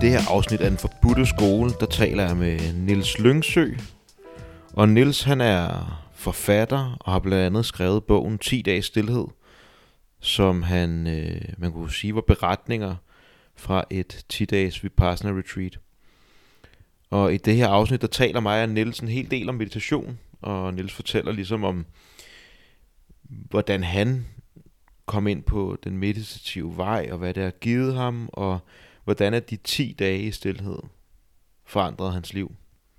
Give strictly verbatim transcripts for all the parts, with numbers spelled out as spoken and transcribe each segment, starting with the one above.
det her afsnit af Den Forbudte Skole, der taler jeg med Niels Lyngsø. Og Niels, han er forfatter og har blandt andet skrevet bogen ti dages stilhed, som han, øh, man kunne sige, var beretninger fra et ti dages Vipassana retreat. Og i det her afsnit, der taler mig og Niels en hel del om meditation, og Niels fortæller ligesom om, hvordan han kom ind på den meditative vej, og hvad det har givet ham, og hvordan er de ti dage i stilhed forandrede hans liv.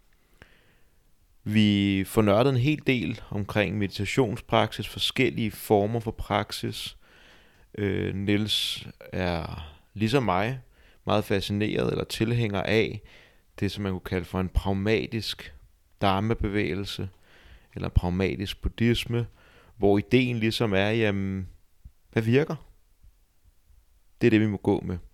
Vi får nørdet en hel del omkring meditationspraksis, forskellige former for praksis. Øh, Niels er ligesom mig meget fascineret eller tilhænger af det, som man kunne kalde for en pragmatisk dharma-bevægelse, eller pragmatisk buddhisme, hvor ideen ligesom er, jamen, hvad virker? Det er det, vi må gå med.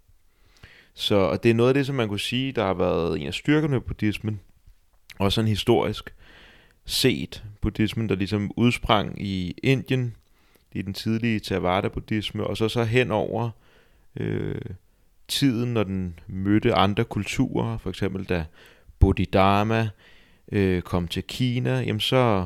Så og det er noget af det, som man kunne sige, der har været en af styrkerne af buddhismen, også sådan historisk set. Buddhismen, der ligesom udsprang i Indien, i den tidlige Theravada-buddhisme, og så så hen over øh, tiden, når den mødte andre kulturer, for eksempel da Bodhidharma øh, kom til Kina, jamen så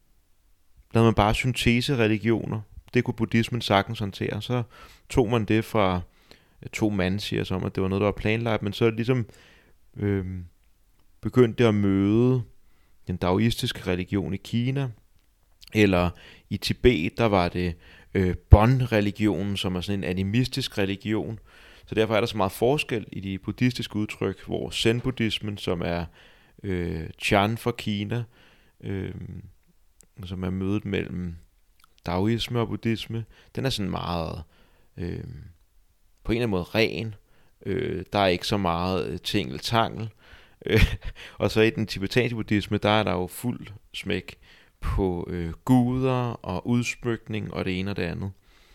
lavede man bare syntese-religioner. Det kunne buddhismen sagtens håndtere. Så tog man det fra to mand, siger som, at det var noget, der var planlagt, men så ligesom øh, begyndte det at møde den daoistiske religion i Kina, eller i Tibet, der var det øh, Bon-religionen, som er sådan en animistisk religion. Så derfor er der så meget forskel i de buddhistiske udtryk, hvor Zen-buddhismen, som er øh, Chan fra Kina, øh, som er mødet mellem daoisme og buddhisme, den er sådan meget øh, på en eller anden måde ren. Øh, der er ikke så meget øh, tingeltangel. Øh, og så i den tibetanske buddhisme, der er der jo fuld smæk på øh, guder og udsmykning og det ene og det andet.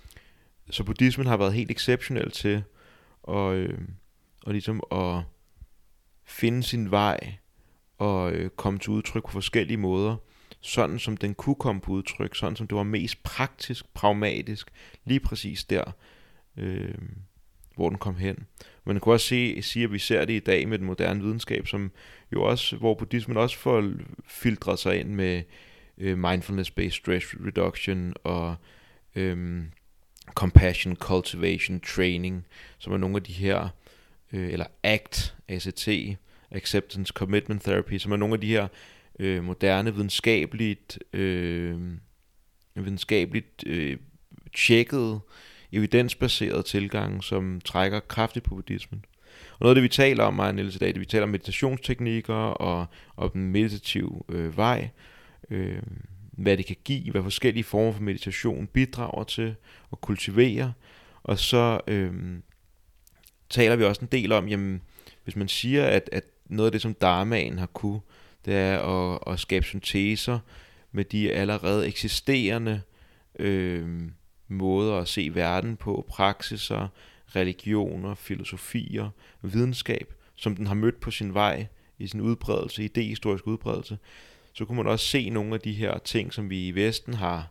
Så buddhismen har været helt exceptionel til at, øh, og ligesom at finde sin vej og øh, komme til udtryk på forskellige måder, sådan som den kunne komme på udtryk, sådan som det var mest praktisk, pragmatisk, lige præcis der, øh, hvor den kom hen. Man kan også se, sige, at vi ser det i dag med den moderne videnskab, som jo også, hvor buddhismen også får filtret sig ind med øh, mindfulness-based stress reduction og øh, compassion cultivation training, som er nogle af de her, øh, eller A C T, A C T, Acceptance Commitment Therapy, som er nogle af de her øh, moderne videnskabeligt, øh, videnskabeligt øh, tjekkede, evidensbaserede tilgange, som trækker kraftigt på buddhismen. Og noget af det, vi taler om, mig Niels, i dag, det vi taler om meditationsteknikker og, og den meditative øh, vej, øh, hvad det kan give, hvad forskellige former for meditation bidrager til at kultivere. Og så øh, taler vi også en del om, jamen, hvis man siger, at, at noget af det, som dharmaen har kunne, det er at, at skabe synteser med de allerede eksisterende øh, måder at se verden på, praksiser, religioner, filosofier, videnskab, som den har mødt på sin vej i sin udbredelse, idehistorisk udbredelse, så kunne man også se nogle af de her ting, som vi i Vesten har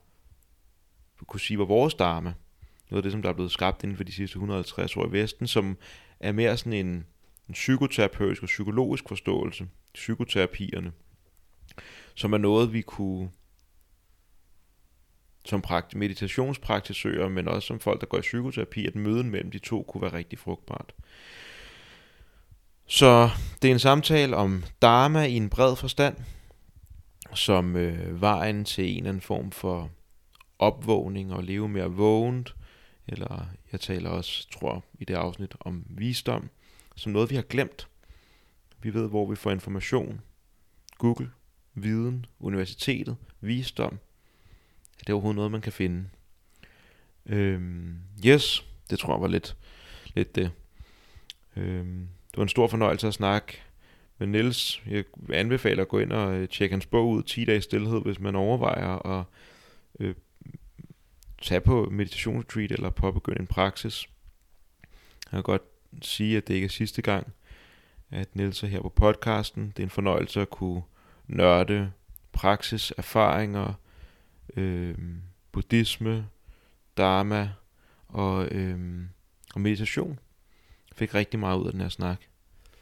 kunne sige var vores dharma. Noget af det, som der er blevet skabt inden for de sidste et hundrede og halvtreds år i Vesten, som er mere sådan en, en psykoterapeutisk og psykologisk forståelse, psykoterapierne, som er noget, vi kunne som meditationspraktisører, men også som folk, der går i psykoterapi, at møden mellem de to kunne være rigtig frugtbart. Så det er en samtale om dharma i en bred forstand, som øh, vejen til en eller anden form for opvågning og leve mere vågent, eller jeg taler også, tror i det afsnit, om visdom, som noget vi har glemt. Vi ved, hvor vi får information. Google, viden, universitetet, visdom. Det er overhovedet noget, man kan finde. Øhm, yes, det tror jeg var lidt, lidt det. Øhm, det var en stor fornøjelse at snakke med Niels. Jeg anbefaler at gå ind og tjekke hans bog ud, ti dages stilhed, hvis man overvejer at øh, tage på meditationsretreat eller påbegynde en praksis. Jeg kan godt sige, at det ikke er sidste gang, at Niels er her på podcasten. Det er en fornøjelse at kunne nørde praksis, erfaringer, øh, buddhisme, dharma og, øh, og meditation. Jeg fik rigtig meget ud af den her snak.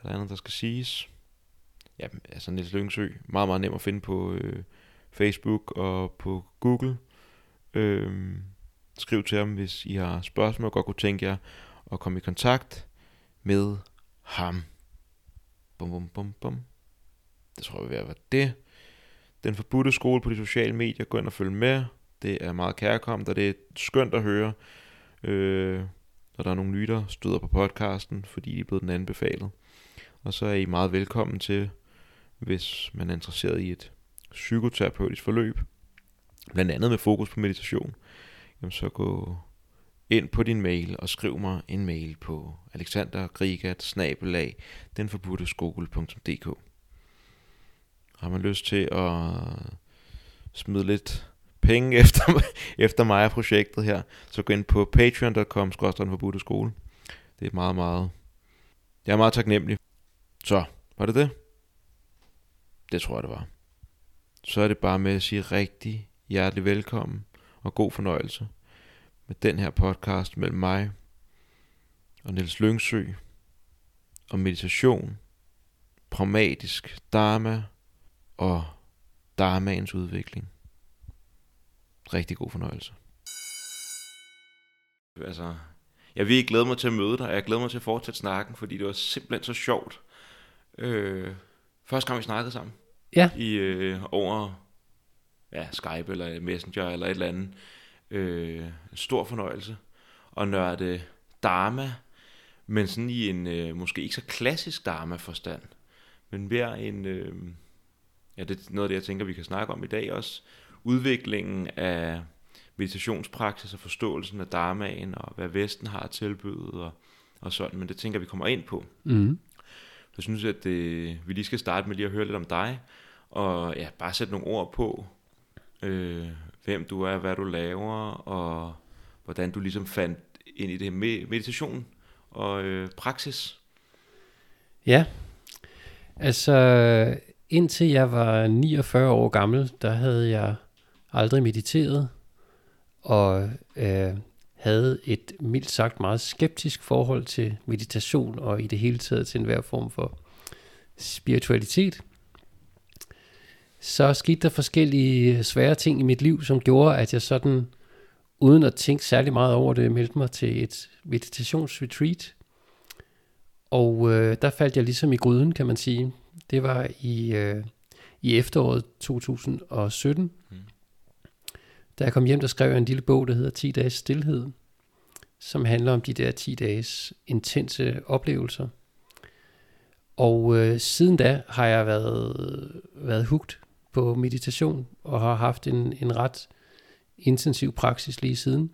der er andet, der skal siges. Ja, altså Niels Lyngsø, meget, meget nem at finde på øh, Facebook og på Google. Øh, skriv til ham, hvis I har spørgsmål, og godt kunne tænke jer at komme i kontakt med ham. Bum, bum, bum, bum. Det tror jeg vil være det. Den Forbudte Skole på de sociale medier. Gå ind og følg med. Det er meget kærkomment, og det er skønt at høre, øh, når der er nogle nye, der støder på podcasten, fordi de er blevet den anbefalet. Og så er I meget velkommen til, hvis man er interesseret i et psykoterapeutisk forløb, blandt andet med fokus på meditation, jamen så gå ind på din mail og skriv mig en mail på alexandergrigat snabel-a denforbudteskole punktum d k. Har man lyst til at smide lidt penge efter, efter mig og projektet her, så gå ind på patreon punktum com skråstreg denforbudteskole. Det er meget, meget... Jeg er meget taknemmelig. Så, var det det? Det tror jeg, det var. Så er det bare med at sige rigtig hjertelig velkommen og god fornøjelse med den her podcast mellem mig og Niels Lyngsø om meditation, pragmatisk dharma og dharmaens udvikling. Rigtig god fornøjelse. Altså, jeg vil glæde mig til at møde dig, og jeg glæder mig til at fortsætte snakken, fordi det var simpelthen så sjovt. Øh, første gang vi snakkede sammen. Ja. I øh, over ja, Skype eller Messenger eller et eller andet. Øh, en stor fornøjelse at nørde dharma, men sådan i en øh, måske ikke så klassisk dharma forstand, men mere en øh, ja, det er noget af det jeg tænker vi kan snakke om i dag også, udviklingen af meditationspraksis og forståelsen af dharmaen og hvad Vesten har at tilbyde og, og sådan, men det tænker vi kommer ind på. Mm. Jeg synes at det, vi lige skal starte med lige at høre lidt om dig og ja, bare sætte nogle ord på øh, hvem du er, hvad du laver, og hvordan du ligesom fandt ind i det med meditation og øh, praksis. Ja, altså indtil jeg var niogfyrre år gammel, der havde jeg aldrig mediteret, og øh, havde et mildt sagt meget skeptisk forhold til meditation, og i det hele taget til enhver form for spiritualitet. Så skete der forskellige svære ting i mit liv, som gjorde, at jeg sådan, uden at tænke særlig meget over det, meldte mig til et meditationsretreat. Og øh, der faldt jeg ligesom i gryden, kan man sige. Det var i, øh, i efteråret to tusind og sytten. Mm. Da jeg kom hjem, der skrev jeg en lille bog, der hedder ti dages stilhed, som handler om de der ti dages intense oplevelser. Og øh, siden da har jeg været, været hooked på meditation, og har haft en, en ret intensiv praksis lige siden.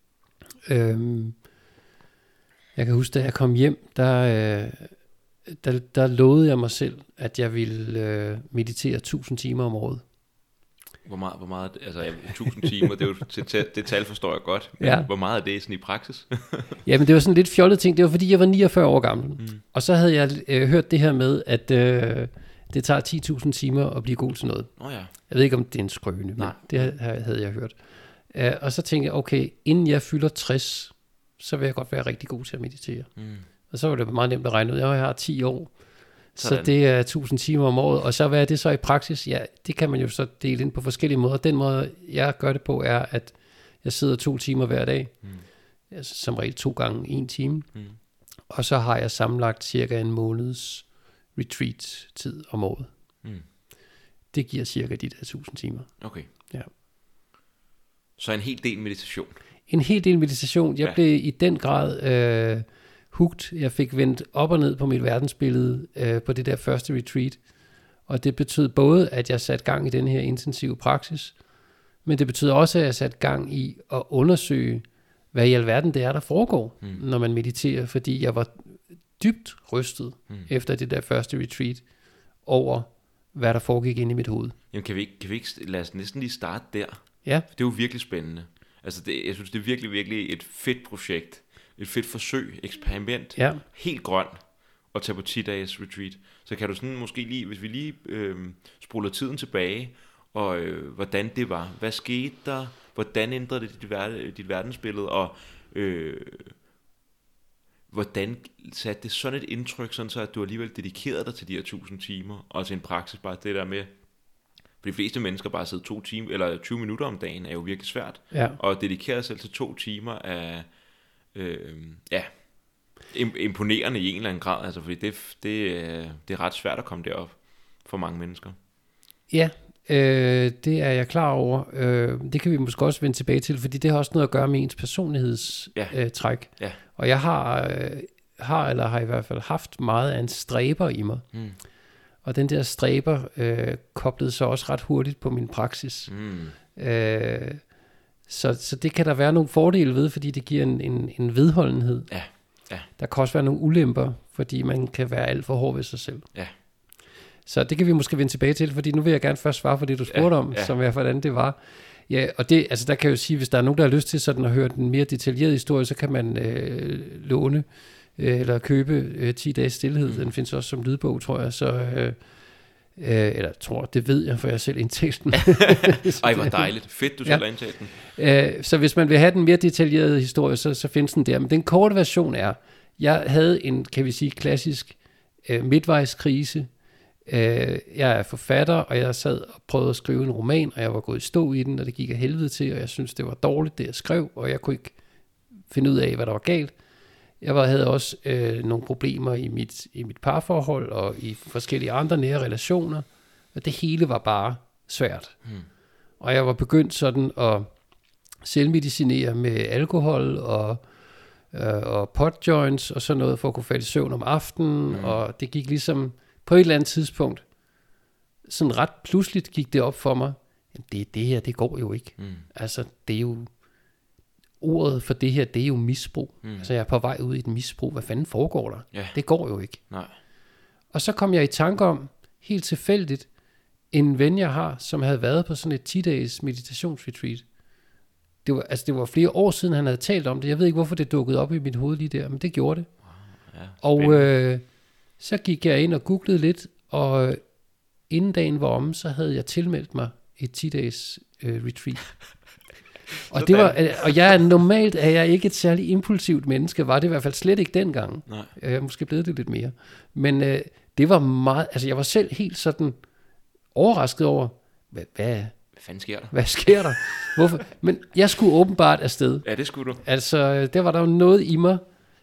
Øhm, jeg kan huske, da jeg kom hjem, der, øh, der, der lovede jeg mig selv, at jeg ville øh, meditere tusind timer om året. Hvor meget, hvor meget altså tusind timer, det er jo det, det tal forstår jeg godt, men ja. Hvor meget er det sådan i praksis? Jamen det var sådan lidt fjollet ting, det var fordi jeg var niogfyrre år gammel, mm. og så havde jeg øh, hørt det her med, at øh, det tager ti tusind timer at blive god til noget. Oh ja. Jeg ved ikke om det er en skrøne, men Nej. Det havde jeg hørt. Uh, og så tænkte jeg, okay, inden jeg fylder tres, så vil jeg godt være rigtig god til at meditere. Mm. Og så var det meget nemt at regne ud, jeg har ti år, sådan. Så det er tusind timer om året, og så hvad er det så i praksis? Ja, det kan man jo så dele ind på forskellige måder. Den måde, jeg gør det på, er, at jeg sidder to timer hver dag, mm. altså, som regel to gange en time, mm. og så har jeg sammenlagt cirka en måneds retreat-tid om året. Mm. Det giver cirka de der tusind timer. Okay. Ja. Så en hel del meditation. En hel del meditation. Jeg ja. blev i den grad øh, hooked. Jeg fik vendt op og ned på mit verdensbillede øh, på det der første retreat. Og det betød både, at jeg satte gang i den her intensive praksis, men det betød også, at jeg satte gang i at undersøge, hvad i alverden det er, der foregår, mm. når man mediterer. Fordi jeg var dybt rystet mm. efter det der første retreat over, hvad der foregik inde i mit hoved. Jamen kan vi ikke, kan vi ikke lade os næsten lige starte der? Ja. Det er jo virkelig spændende. Altså det, jeg synes, det er virkelig, virkelig et fedt projekt. Et fedt forsøg, eksperiment. Ja. Helt grøn at tage på ti dages retreat. Så kan du sådan måske lige, hvis vi lige øh, spoler tiden tilbage, og øh, hvordan det var. Hvad skete der? Hvordan ændrede det dit, ver- dit verdensbillede? Og øh, hvordan satte det sådan et indtryk, sådan så at du alligevel dedikerede dig til de her tusind timer, og til en praksis bare det der med, for de fleste mennesker bare sidde to timer, eller tyve minutter om dagen, er jo virkelig svært. Ja. Og at dedikere sig selv til to timer er, øh, ja, imponerende i en eller anden grad, altså fordi det, det, det er ret svært at komme derop for mange mennesker. Ja, øh, det er jeg klar over. Øh, det kan vi måske også vende tilbage til, fordi det har også noget at gøre med ens personlighedstræk. Ja. Øh, træk. Ja. Og jeg har, øh, har, eller har i hvert fald haft meget af en stræber i mig. Mm. Og den der stræber øh, koblede sig også ret hurtigt på min praksis. Mm. Øh, så, så det kan der være nogle fordele ved, fordi det giver en, en, en vedholdenhed. Ja. Ja. Der kan også være nogle ulemper, fordi man kan være alt for hård ved sig selv. Ja. Så det kan vi måske vende tilbage til, fordi nu vil jeg gerne først svare på det, du spurgte Ja, om, ja. som er, hvordan det var. Ja, og det, altså der kan jeg jo sige, hvis der er nogen, der har lyst til sådan at høre den mere detaljerede historie, så kan man øh, låne øh, eller købe øh, ti dages stillhed. Mm. Den findes også som lydbog, tror jeg. Så, øh, øh, eller tror, det ved jeg, for jeg har selv indtalt den. Ej, hvor dejligt. Fedt, du selv har indtalt den. Øh, så hvis man vil have den mere detaljerede historie, så, så findes den der. Men den korte version er, jeg havde en, kan vi sige, klassisk øh, midtvejskrise. Øh, jeg er forfatter, og jeg sad og prøvede at skrive en roman, og jeg var gået i stå i den, og det gik af helvede til, og jeg syntes, det var dårligt, det jeg skrev, og jeg kunne ikke finde ud af, hvad der var galt. Jeg var, havde også øh, nogle problemer i mit, i mit parforhold, og i forskellige andre nære relationer, og det hele var bare svært. Hmm. Og jeg var begyndt sådan at selvmedicinere med alkohol, og og potjoints og sådan noget, for at kunne falde i søvn om aftenen, mm. og det gik ligesom, på et eller andet tidspunkt, sådan ret pludseligt gik det op for mig, det, det her, det går jo ikke. Mm. Altså, det er jo, ordet for det her, det er jo misbrug. Mm. Altså, jeg er på vej ud i et misbrug. Hvad fanden foregår der? Yeah. Det går jo ikke. Nej. Og så kom jeg i tanke om, helt tilfældigt, en ven, jeg har, som havde været på sådan et ti-dages meditationsretreat. Det var, altså det var flere år siden, han havde talt om det. Jeg ved ikke, hvorfor det dukkede op i mit hoved lige der, men det gjorde det. Wow, ja, og øh, så gik jeg ind og googlede lidt, og inden dagen var omme, så havde jeg tilmeldt mig et ti-dages øh, retreat. og, det var, og jeg er normalt er jeg ikke et særligt impulsivt menneske, var det i hvert fald slet ikke dengang. Nej. Jeg er måske blevet det lidt mere. Men øh, det var meget, altså jeg var selv helt sådan overrasket over, hvad, hvad Hvad fanden sker der? Hvad sker der? Hvorfor? Men jeg skulle åbenbart afsted. Ja, det skulle du. Altså, der var der jo noget i mig,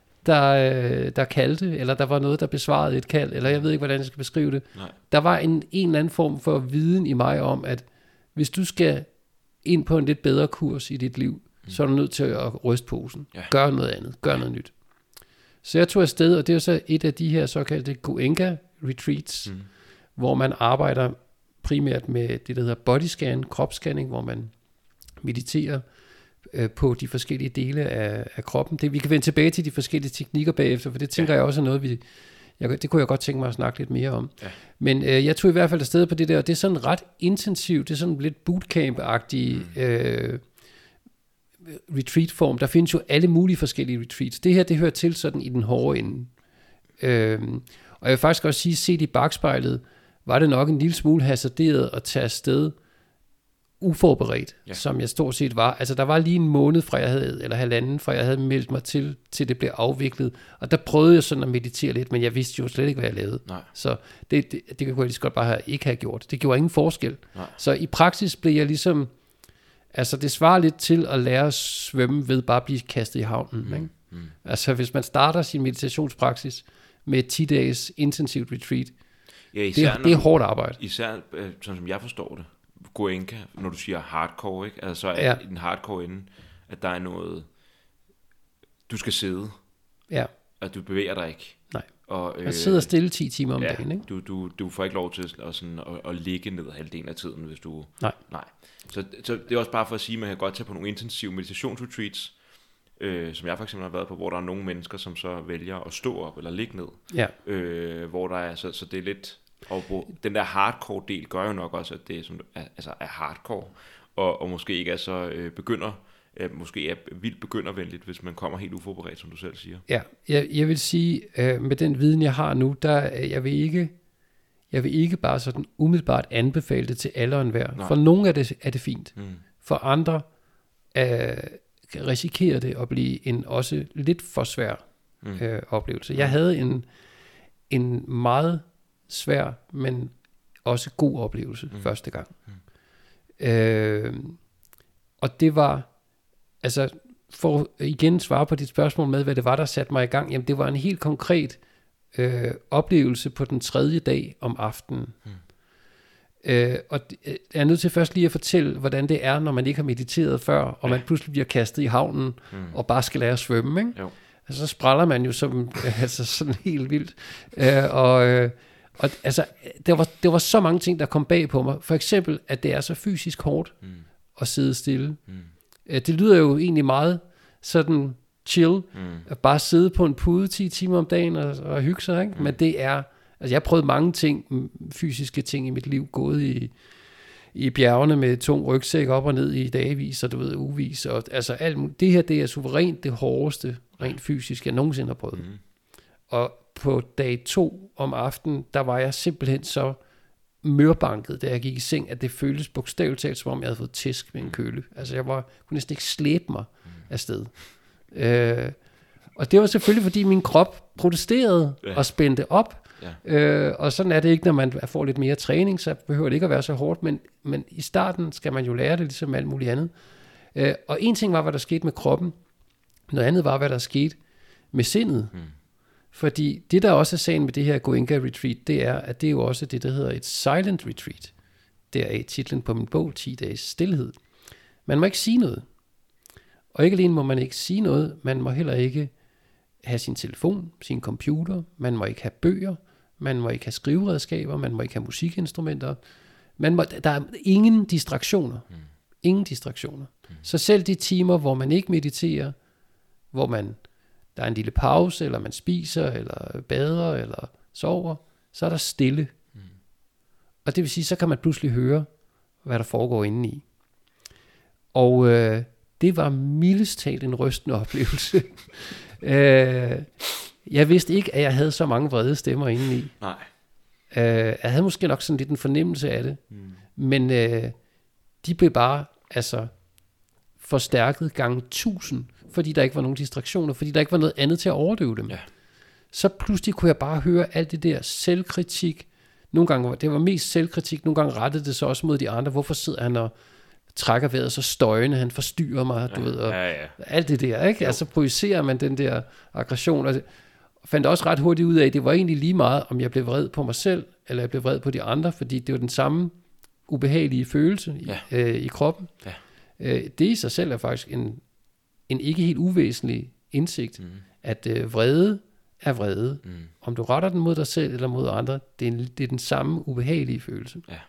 der, der kaldte, eller der var noget, der besvarede et kald, eller jeg ved ikke, hvordan jeg skal beskrive det. Nej. Der var en, en eller anden form for viden i mig om, at hvis du skal ind på en lidt bedre kurs i dit liv, mm. så er du nødt til at ryste posen. Ja. Gør noget andet. Gør noget nyt. Så jeg tog afsted, og det er jo så et af de her såkaldte Goenka retreats, mm. hvor man arbejder primært med det, der hedder bodyscan, kropsscanning, hvor man mediterer øh, på de forskellige dele af, af kroppen. Det, vi kan vende tilbage til de forskellige teknikker bagefter, for det tænker ja. jeg også er noget, vi, jeg, det kunne jeg godt tænke mig at snakke lidt mere om. Ja. Men øh, jeg tog i hvert fald afsted på det der, og det er sådan ret intensivt, det er sådan lidt bootcamp-agtig mm. øh, retreat-form. Der findes jo alle mulige forskellige retreats. Det her, det hører til sådan i den hårde ende. Øh, og jeg vil faktisk også sige, set i bagspejlet, var det nok en lille smule hasarderet at tage afsted uforberedt, ja. som jeg stort set var. Altså der var lige en måned fra jeg havde, eller halvanden fra jeg havde meldt mig til, til det blev afviklet, og der prøvede jeg sådan at meditere lidt, men jeg vidste jo slet ikke, hvad jeg lavede. Nej. Så det, det, det kunne jeg lige så godt bare have, ikke have gjort. Det gjorde ingen forskel. Nej. Så i praksis blev jeg ligesom, altså det svarer lidt til at lære at svømme ved bare at blive kastet i havnen. Mm. Ikke? Mm. Altså hvis man starter sin meditationspraksis med et ti dages intensivt retreat, ja, især, det, det er hårdt arbejde. Især, øh, sådan som jeg forstår det, Goenka, når du siger hardcore, ikke? Altså så er ja. i den hardcore ende, at der er noget, du skal sidde, ja. at du bevæger dig ikke. Nej, og øh, sidder stille ti timer om ja, dagen, ikke? Du, du, du får ikke lov til at, sådan, at, at ligge ned halvdelen af tiden, hvis du... Nej. Nej. Så, så det er også bare for at sige, at man kan godt tage på nogle intensive meditationsretreats, øh, som jeg for eksempel har været på, hvor der er nogle mennesker, som så vælger at stå op eller ligge ned. Ja. Øh, hvor der er, så, så det er lidt... Og hvor, den der hardcore del gør jo nok også, at det som, er, altså er hardcore, og, og måske ikke er så øh, begynder, øh, måske er vildt begyndervenligt, hvis man kommer helt uforberedt, som du selv siger. Ja, jeg, jeg vil sige, øh, med den viden, jeg har nu, der jeg vil ikke, jeg vil ikke bare sådan umiddelbart anbefale det til alle og enhver. Nej. For nogle er det, er det fint. Mm. For andre øh, risikerer det at blive en også lidt for svær mm. øh, oplevelse. Jeg havde en, en meget svær, men også god oplevelse mm. første gang. Mm. Øh, og det var, altså for igen svare på dit spørgsmål med, hvad det var, der satte mig i gang. Jamen det var en helt konkret øh, oplevelse på den tredje dag om aftenen. Mm. Øh, og jeg er nødt til først lige at fortælle, hvordan det er, når man ikke har mediteret før, og man pludselig bliver kastet i havnen, mm. og bare skal lære at svømme, ikke? Jo. Altså, så spræller man jo som, altså sådan helt vildt. Øh, og, øh, og altså, der var, der var så mange ting, der kom bag på mig. For eksempel, at det er så fysisk hårdt mm. at sidde stille. Mm. Øh, det lyder jo egentlig meget sådan chill, mm. at bare sidde på en pude ti timer om dagen og, og hygge sig, ikke? Mm. Men det er... Altså jeg har prøvet mange ting, fysiske ting i mit liv, gået i, i bjergene med tung rygsæk op og ned i dagvis, og du ved, ugevis, og altså alt, det her, det er suverænt det hårdeste, rent fysisk, jeg nogensinde har prøvet. Mm. Og på dag to om aftenen, der var jeg simpelthen så mørbanket, da jeg gik i seng, at det føltes bogstaveligt talt, som om jeg havde fået tæsk med en køle. Altså jeg var, kunne næsten ikke slæbe mig afsted. Øh, og det var selvfølgelig, fordi min krop protesterede ja. og spændte op. Ja. Øh, og sådan er det ikke, når man får lidt mere træning, så behøver det ikke at være så hårdt, men, men i starten skal man jo lære det, ligesom alt muligt andet. Øh, og en ting var, hvad der skete med kroppen, noget andet var, hvad der skete med sindet. Mm. Fordi det, der også er sagen med det her Goenka Retreat, det er, at det er jo også det, der hedder et silent retreat. Det er titlen på min bog, ti dages stillhed. Man må ikke sige noget. Og ikke alene må man ikke sige noget, man må heller ikke have sin telefon, sin computer, man må ikke have bøger, man må ikke have skriveredskaber, man må ikke have musikinstrumenter. Man må, der er ingen distraktioner. Mm. Ingen distraktioner. Mm. Så selv de timer, hvor man ikke mediterer, hvor man, der er en lille pause, eller man spiser, eller bader, eller sover, så er der stille. Mm. Og det vil sige, så kan man pludselig høre, hvad der foregår indeni. Og øh, det var mildest talt en rystende oplevelse. øh, jeg vidste ikke, at jeg havde så mange vrede stemmer indeni. Nej. Øh, jeg havde måske nok sådan lidt en fornemmelse af det. Mm. Men øh, de blev bare altså forstærket gange tusind, fordi der ikke var nogen distraktioner, fordi der ikke var noget andet til at overdøve dem. Ja. Så pludselig kunne jeg bare høre alt det der selvkritik. Nogle gange, det var mest selvkritik, nogle gange rettede det så også mod de andre. Hvorfor sidder han og trækker vejret så støjende, han forstyrrer mig, du ja, ved, og ja, ja. alt det der, ikke? Jo. Altså projicerer man den der aggression, og fandt også ret hurtigt ud af, at det var egentlig lige meget, om jeg blev vred på mig selv, eller jeg blev vred på de andre, fordi det var den samme ubehagelige følelse i, ja. øh, i kroppen. Ja. Øh, det i sig selv er faktisk en, en ikke helt uvæsentlig indsigt, mm. at øh, vrede er vrede. Mm. Om du retter den mod dig selv, eller mod andre, det er, en, det er den samme ubehagelige følelse. Ja.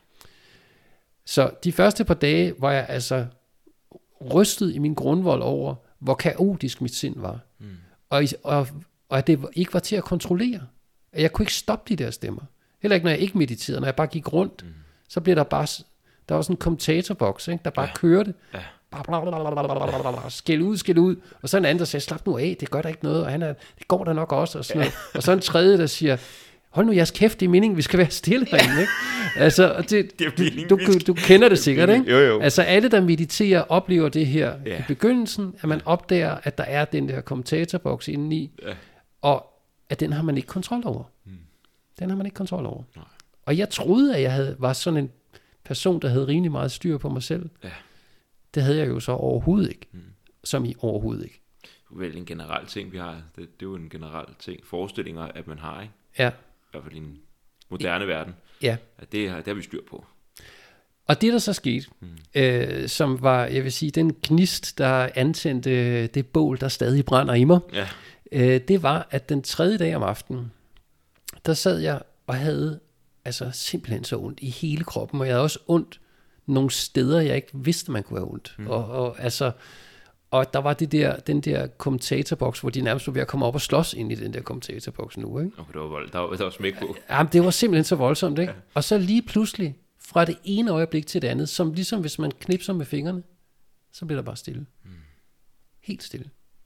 Så de første par dage var jeg altså rystet i min grundvold over, hvor kaotisk mit sind var. Mm. Og, og, og at det ikke var til at kontrollere. At jeg kunne ikke stoppe de der stemmer. Heller ikke, når jeg ikke mediterede. Når jeg bare gik rundt, mm. så blev der bare... Der var sådan en kommentatorboks, ikke, der bare ja. kørte. Ja. Skæld ud, skæld ud. Og så en anden, der sagde, slap nu af, det gør der ikke noget. Og han er, det går der nok også. Og, sådan noget. Og så en tredje, der siger... Hold nu jeres kæft, det er meningen, vi skal være stille herinde, ikke? Altså, det, det du, du, du kender det sikkert, ikke? Jo, jo. Altså, alle, der mediterer, oplever det her ja. i begyndelsen, at man opdager, at der er den der kommentatorboks indeni, ja. og at den har man ikke kontrol over. Hmm. Den har man ikke kontrol over. Nej. Og jeg troede, at jeg havde, var sådan en person, der havde rimelig meget styr på mig selv. Ja. Det havde jeg jo så overhovedet ikke. Hmm. Som i overhovedet ikke. Det er vel en generel ting, vi har. Det, det er jo en generel ting. Forestillinger, at man har, ikke? Ja. I hvert fald i en moderne verden, ja. at det, det har vi styr på. Og det, der så skete, hmm. øh, som var, jeg vil sige, den gnist, der antændte det bål, der stadig brænder i mig, ja. øh, det var, at den tredje dag om aftenen, der sad jeg og havde altså simpelthen så ondt i hele kroppen, og jeg havde også ondt nogle steder, jeg ikke vidste, man kunne have ondt. Hmm. Og, og altså... Og der var det der, den der kommentatorboks, hvor de nærmest var ved at komme op og slås ind i den der kommentatorboks nu, ikke? Okay, det var vold. Der var, der var smæk på. Jamen, det var simpelthen så voldsomt, ikke? Ja. Og så lige pludselig, fra det ene øjeblik til det andet, som ligesom hvis man knipser med fingrene, så bliver der bare stille. Hmm. Helt stille.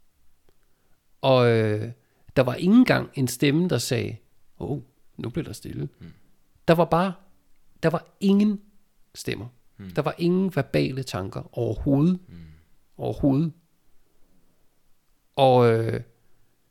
Og øh, der var ikke engang en stemme, der sagde, åh, oh, nu bliver der stille. Hmm. Der var bare, der var ingen stemmer. Hmm. Der var ingen verbale tanker overhovedet. Hmm. overhovedet. Og øh,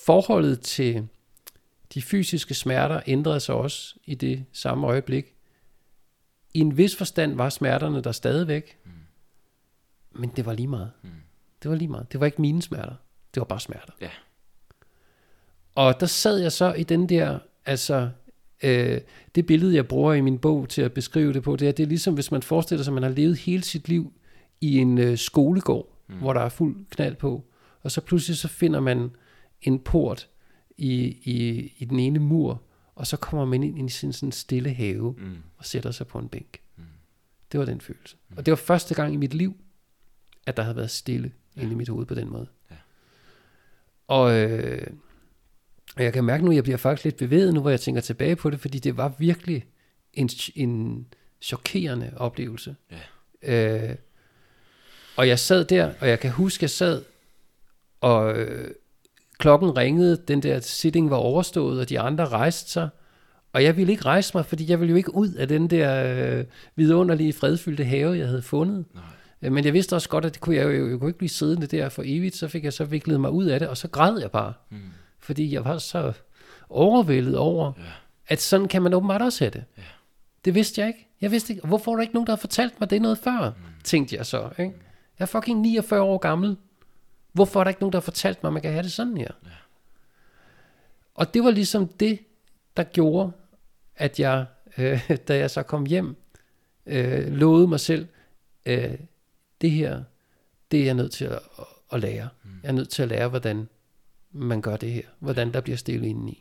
forholdet til de fysiske smerter ændrede sig også i det samme øjeblik. I en vis forstand var smerterne der stadigvæk, mm. men det var lige meget. Mm. Det var lige meget. Det var ikke mine smerter. Det var bare smerter. Ja. Og der sad jeg så i den der, altså, øh, det billede, jeg bruger i min bog til at beskrive det på, det er, det er ligesom, hvis man forestiller sig, at man har levet hele sit liv i en øh, skolegård, mm. hvor der er fuld knald på, og så pludselig så finder man en port i, i, i den ene mur, og så kommer man ind i sin sådan stille have, mm. og sætter sig på en bænk. Mm. Det var den følelse. Mm. Og det var første gang i mit liv, at der havde været stille ja. inde i mit hoved på den måde. Ja. Og, øh, og jeg kan mærke nu, at jeg bliver faktisk lidt bevæget nu, hvor jeg tænker tilbage på det, fordi det var virkelig en, en chokerende oplevelse. Ja. Øh, og jeg sad der, og jeg kan huske, jeg sad, og øh, klokken ringede, den der sitting var overstået, og de andre rejste sig, og jeg ville ikke rejse mig, fordi jeg ville jo ikke ud af den der øh, vidunderlige, fredfyldte have, jeg havde fundet. Nej. Men jeg vidste også godt, at det kunne jeg, jo, jeg kunne ikke blive siddende der for evigt, så fik jeg så viklet mig ud af det, og så græd jeg bare. Mm. Fordi jeg var så overvældet over, ja. at sådan kan man åbenbart også have det. Ja. Det vidste jeg ikke. Jeg vidste ikke, hvorfor var der ikke nogen, der havde fortalt mig det noget før, mm. tænkte jeg så. Ikke? Jeg er fucking niogfyrre år gammel. Hvorfor er der ikke nogen, der har fortalt mig, at man kan have det sådan her? Ja. Og det var ligesom det, der gjorde, at jeg, øh, da jeg så kom hjem, øh, lovede mig selv, øh, det her, det er jeg nødt til at, at lære. Mm. Jeg er nødt til at lære, hvordan man gør det her. Hvordan der bliver stille indeni.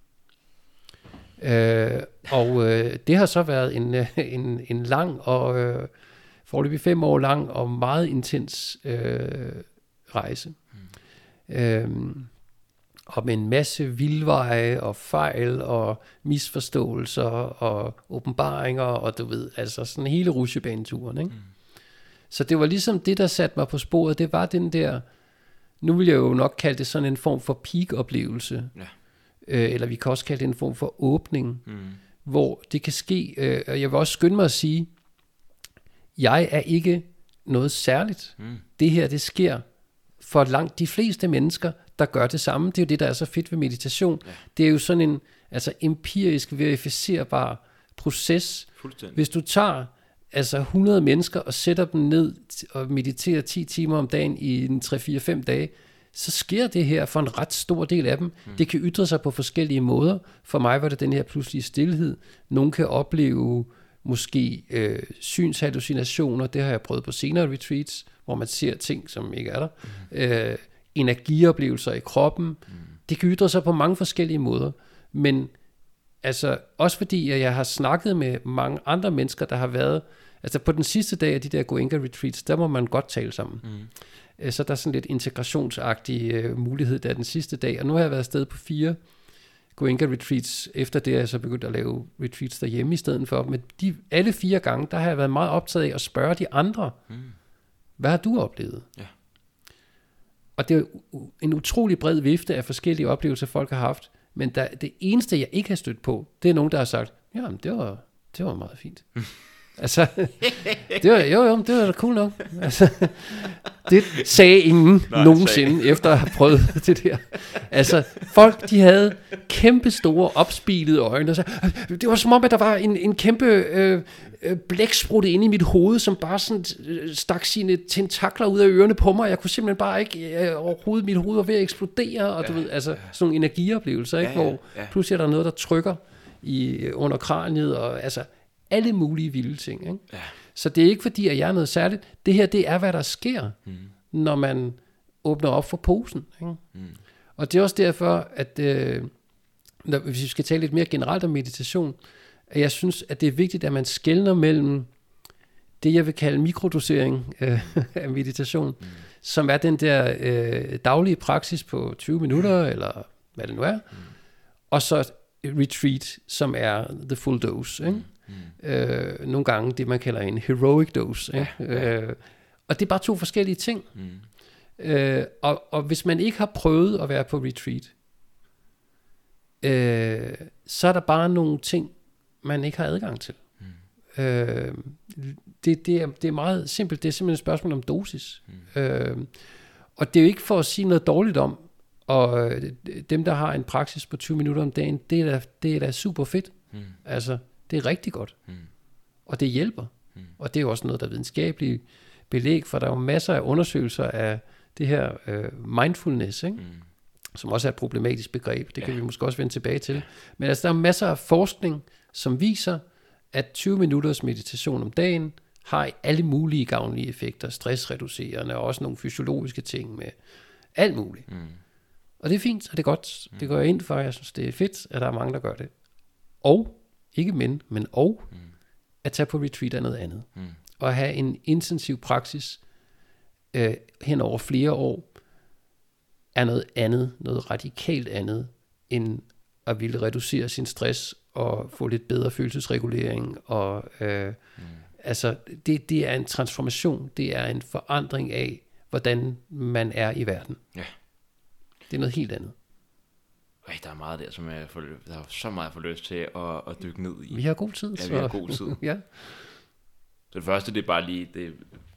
Ja. Øh, og øh, det har så været en, en, en lang og øh, foreløbig fem år lang og meget intens øh, rejse. Mm. Øh, og med en masse vildveje og fejl og misforståelser og åbenbaringer og du ved, altså sådan hele rutsjebaneturen, ikke? Mm. Så det var ligesom det, der satte mig på sporet. Det var den der, nu vil jeg jo nok kalde det sådan en form for peak-oplevelse. Ja. Øh, eller vi kan også kalde det en form for åbning, mm. hvor det kan ske. Øh, og jeg vil også skynde mig at sige, jeg er ikke noget særligt. Mm. Det her, det sker for langt de fleste mennesker, der gør det samme. Det er jo det, der er så fedt ved meditation. Ja. Det er jo sådan en altså empirisk verificerbar proces. Hvis du tager altså hundrede mennesker og sætter dem ned og mediterer ti timer om dagen i en tre fire fem dage, så sker det her for en ret stor del af dem. Mm. Det kan ytre sig på forskellige måder. For mig var det den her pludselige stilhed. Nogle kan opleve måske øh, synshallucinationer. Det har jeg prøvet på senere retreats, hvor man ser ting, som ikke er der. Mm. Øh, energioplevelser i kroppen. Mm. Det kan ytre sig på mange forskellige måder. Men altså, også fordi at jeg har snakket med mange andre mennesker, der har været, altså på den sidste dag af de der Goenka retreats, der må man godt tale sammen. Mm. Så der er sådan lidt integrationsagtig uh, mulighed der den sidste dag, og nu har jeg været afsted på fire Goenka retreats, efter det er jeg så begyndt at lave retreats derhjemme i stedet for, men de, alle fire gange, der har jeg været meget optaget af at spørge de andre, mm. hvad har du oplevet? Ja. Og det er en utrolig bred vifte af forskellige oplevelser, folk har haft, men der, det eneste, jeg ikke har stødt på, det er nogen, der har sagt, jamen, det var, det var meget fint. altså, det var, jo, jo, det var da cool nok. Altså, det sagde ingen Nej, nogensinde, sagde. Efter at have prøvet det der. Altså, folk, de havde kæmpe store, opspilede øjne, og så, det var som om, at der var en, en kæmpe øh, blæksprutte inde i mit hoved, som bare sådan øh, stak sine tentakler ud af ørerne på mig. Jeg kunne simpelthen bare ikke øh, overhovedet, mit hoved var ved at eksplodere, og du ja, ved, altså, ja. sådan nogle energioplevelser, ikke? Ja, ja, ja. Hvor pludselig er der noget, der trykker i, under kraniet, og altså, alle mulige vilde ting, ikke? Ja. Så det er ikke fordi, at jeg er noget særligt. Det her, det er, hvad der sker, mm. når man åbner op for posen, ikke? Mm. Og det er også derfor, at øh, når, hvis vi skal tale lidt mere generelt om meditation, at jeg synes, at det er vigtigt, at man skelner mellem det, jeg vil kalde mikrodosering øh, af meditation, mm. som er den der øh, daglige praksis på tyve minutter, mm. eller hvad det nu er, mm. og så retreat, som er the full dose, ikke? Mm. Øh, nogle gange det, man kalder en heroic dose. Ikke? Ja, ja. Øh, og det er bare to forskellige ting. Mm. Øh, og, og hvis man ikke har prøvet at være på retreat, øh, så er der bare nogle ting, man ikke har adgang til. Mm. Øh, det, det, er, det er meget simpelt. Det er simpelthen et spørgsmål om dosis. Mm. Øh, og det er jo ikke for at sige noget dårligt om Og øh, dem, der har en praksis på tyve minutter om dagen, det er da, det er da super fedt. Mm. Altså, det er rigtig godt. Mm. Og det hjælper. Mm. Og det er jo også noget, der er videnskabeligt belæg for. Der er jo masser af undersøgelser af det her øh, mindfulness, ikke? Mm. Som også er et problematisk begreb. Det kan ja. vi måske også vende tilbage til. Men altså, der er masser af forskning, som viser, at tyve minutters meditation om dagen har alle mulige gavnlige effekter, stressreducerende og også nogle fysiologiske ting med alt muligt. Mm. Og det er fint, og det er godt. Mm. Det går jeg ind for. Jeg synes, det er fedt, at der er mange, der gør det. Og, ikke men, men og, mm. at tage på retreat er noget andet. Mm. Og have en intensiv praksis øh, hen over flere år, er noget andet, noget radikalt andet, end at ville reducere sin stress og få lidt bedre følelsesregulering. Og øh, mm. altså, det, det er en transformation, det er en forandring af, hvordan man er i verden. Ja. Det er noget helt andet. Øj, der er meget der, som jeg får, der er så meget for lyst til at, at dykke ned i. Vi har god tid. Ja, så. vi har god tid. ja. Så det første, det er bare lige, det,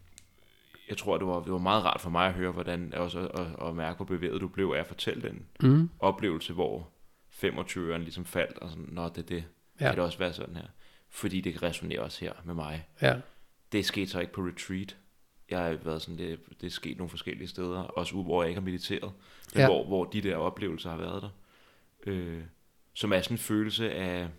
jeg tror, det var, det var meget rart for mig at høre, hvordan, også at, at mærke, hvor bevæget du blev af at fortælle den mm. oplevelse, hvor femogtyveren ligesom faldt, og sådan, nå, det er det. Ja. Kan det også være sådan her? Fordi det resonerer også her med mig. Ja. Det skete så ikke på retreat. Jeg har været sådan, det, det er sket nogle forskellige steder, også ude, hvor jeg ikke har mediteret, men ja. hvor, hvor de der oplevelser har været der. Øh, som er sådan en følelse af, jeg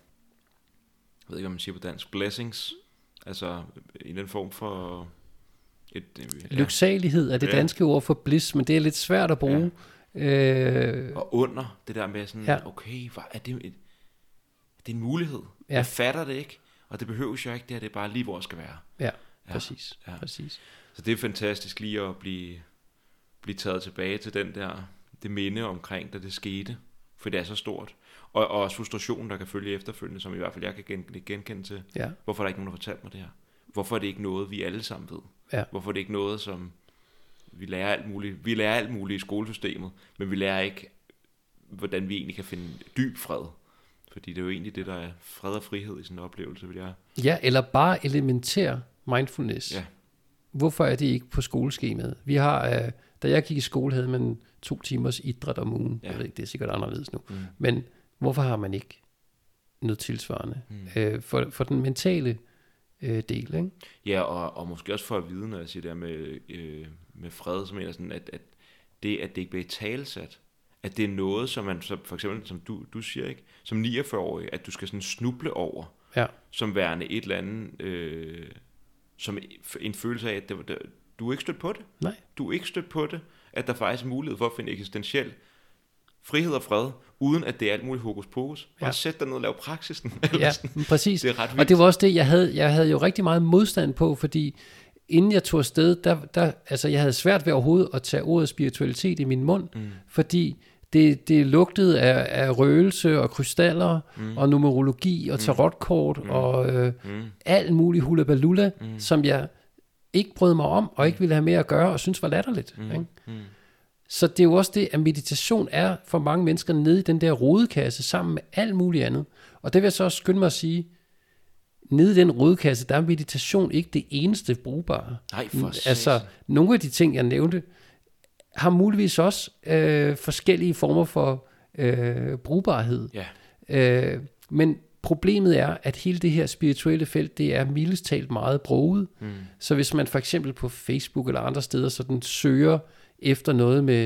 ved ikke, om man siger på dansk, blessings, altså en den form for et, ja. lyksalighed er det ja. danske ord for bliss, men det er lidt svært at bruge. Ja. Øh... Og under det der med sådan, ja. okay, hvad, er det, et, er det en mulighed? Ja. Jeg fatter det ikke, og det behøves jo ikke, det her, det er bare lige, hvor det skal være. Ja, ja. Præcis. Ja. præcis. Så det er fantastisk lige at blive, blive taget tilbage til den der, det minde omkring, da det skete, for det er så stort. Og, og også frustrationen, der kan følge efterfølgende, som i hvert fald jeg kan gen, genkende til. Ja. Hvorfor er der ikke nogen, der har fortalt mig det her? Hvorfor er det ikke noget, vi alle sammen ved? Ja. Hvorfor er det ikke noget, som vi lærer alt muligt? Vi lærer alt muligt i skolesystemet, men vi lærer ikke, hvordan vi egentlig kan finde dyb fred. Fordi det er jo egentlig det, der er fred og frihed i sådan en oplevelse, vil jeg. Ja, eller bare elementær mindfulness. Ja. Hvorfor er det ikke på skoleskemaet? Vi har, øh, da jeg gik i skole, havde man to timers idræt om ugen. Ja. Jeg ved ikke, det er sikkert anderledes nu. Mm. Men hvorfor har man ikke noget tilsvarende? Mm. Øh, for, for den mentale øh, del, ikke? Ja, og, og måske også for at vide, når jeg siger det med, øh, med fred, så mener jeg sådan, at, at det, at det ikke bliver talsat, at det er noget, som man, så for eksempel, som du, du siger, ikke, som niogfyrre-årig, at du skal sådan snuble over, ja. Som værende et eller andet, øh, som en følelse af, at det, det, du er ikke stødt på det. Nej. Du er ikke stødt på det, at der faktisk er mulighed for at finde eksistentiel frihed og fred, uden at det er alt muligt hokus pokus. Bare ja. Sæt dig ned og lav praksisen. Ja, præcis. Det er ret vildt. Og det var også det, jeg havde, jeg havde jo rigtig meget modstand på, fordi inden jeg tog afsted, der, der, altså jeg havde svært ved overhovedet at tage ordet spiritualitet i min mund, mm. fordi det, det lugtede af, af røgelse og krystaller mm. og numerologi og tarotkort mm. og øh, mm. alt muligt hulabalula, mm. som jeg ikke brød mig om og ikke ville have mere at gøre og synes var latterligt. Mm. Ikke? Mm. Så det er jo også det, at meditation er for mange mennesker nede i den der rodekasse sammen med alt muligt andet. Og det vil jeg så også skynde mig at sige, nede i den rodekasse, der er meditation ikke det eneste brugbare. Nej, for altså, nogle af de ting, jeg nævnte, har muligvis også øh, forskellige former for øh, brugbarhed. Yeah. Øh, men problemet er, at hele det her spirituelle felt, det er mildest talt meget broget. Mm. Så hvis man for eksempel på Facebook eller andre steder sådan søger efter noget med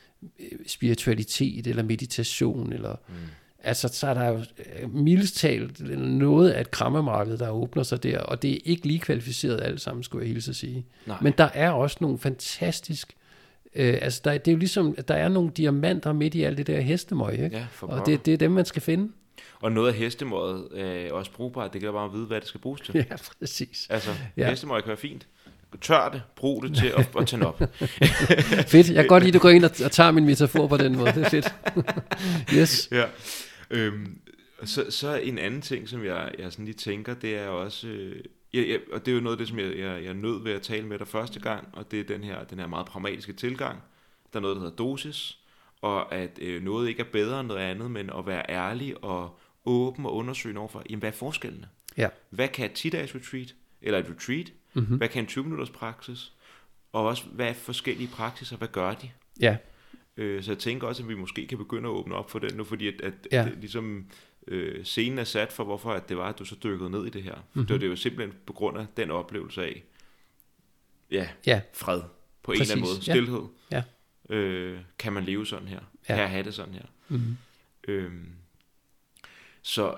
spiritualitet eller meditation, eller, mm. altså, så er der jo mildest talt noget af et krammermarked, der åbner sig der, og det er ikke lige kvalificeret alt sammen, skulle jeg hilse at sige. Nej. Men der er også nogle fantastisk Øh, altså der, det er jo ligesom, der er nogle diamanter midt i alt det der hestemøg, ikke? Ja, og det, det er dem, man skal finde. Og noget af hestemøget er også brugbart, det kan bare vide, hvad det skal bruges til. Ja, præcis. Altså, ja. Hestemøg kan være fint. Tør det, brug det til at, at tage op. Fedt, jeg kan godt lide, at du går ind og, og tager min metafor på den måde, det er fedt. Yes. Ja. Øhm, så, så en anden ting, som jeg, jeg sådan lige tænker, det er også... Øh, Ja, ja, og det er jo noget af det, som jeg, jeg, jeg er nødt ved at tale med dig første gang, og det er den her, den her meget pragmatiske tilgang. Der er noget, der hedder dosis, og at øh, noget ikke er bedre end noget andet, men at være ærlig og åben og undersøge overfor, jamen hvad er forskellene? Ja. Hvad kan et ti-dages retreat, eller et retreat? Mm-hmm. Hvad kan en tyve minutters praksis? Og også, hvad er forskellige praksiser, hvad gør de? Ja. Øh, så jeg tænker også, at vi måske kan begynde at åbne op for den nu, fordi at, at Ja. det, ligesom øh, scenen er sat for, hvorfor at det var, at du så dykkede ned i det her. Mhm. Det var det jo simpelthen på grund af den oplevelse af ja, Ja, fred på Præcis, en eller anden måde. ja. Stilhed. Ja. Øh, kan man leve sådan her? Ja. Kan jeg have det sådan her? mm. Øhm, så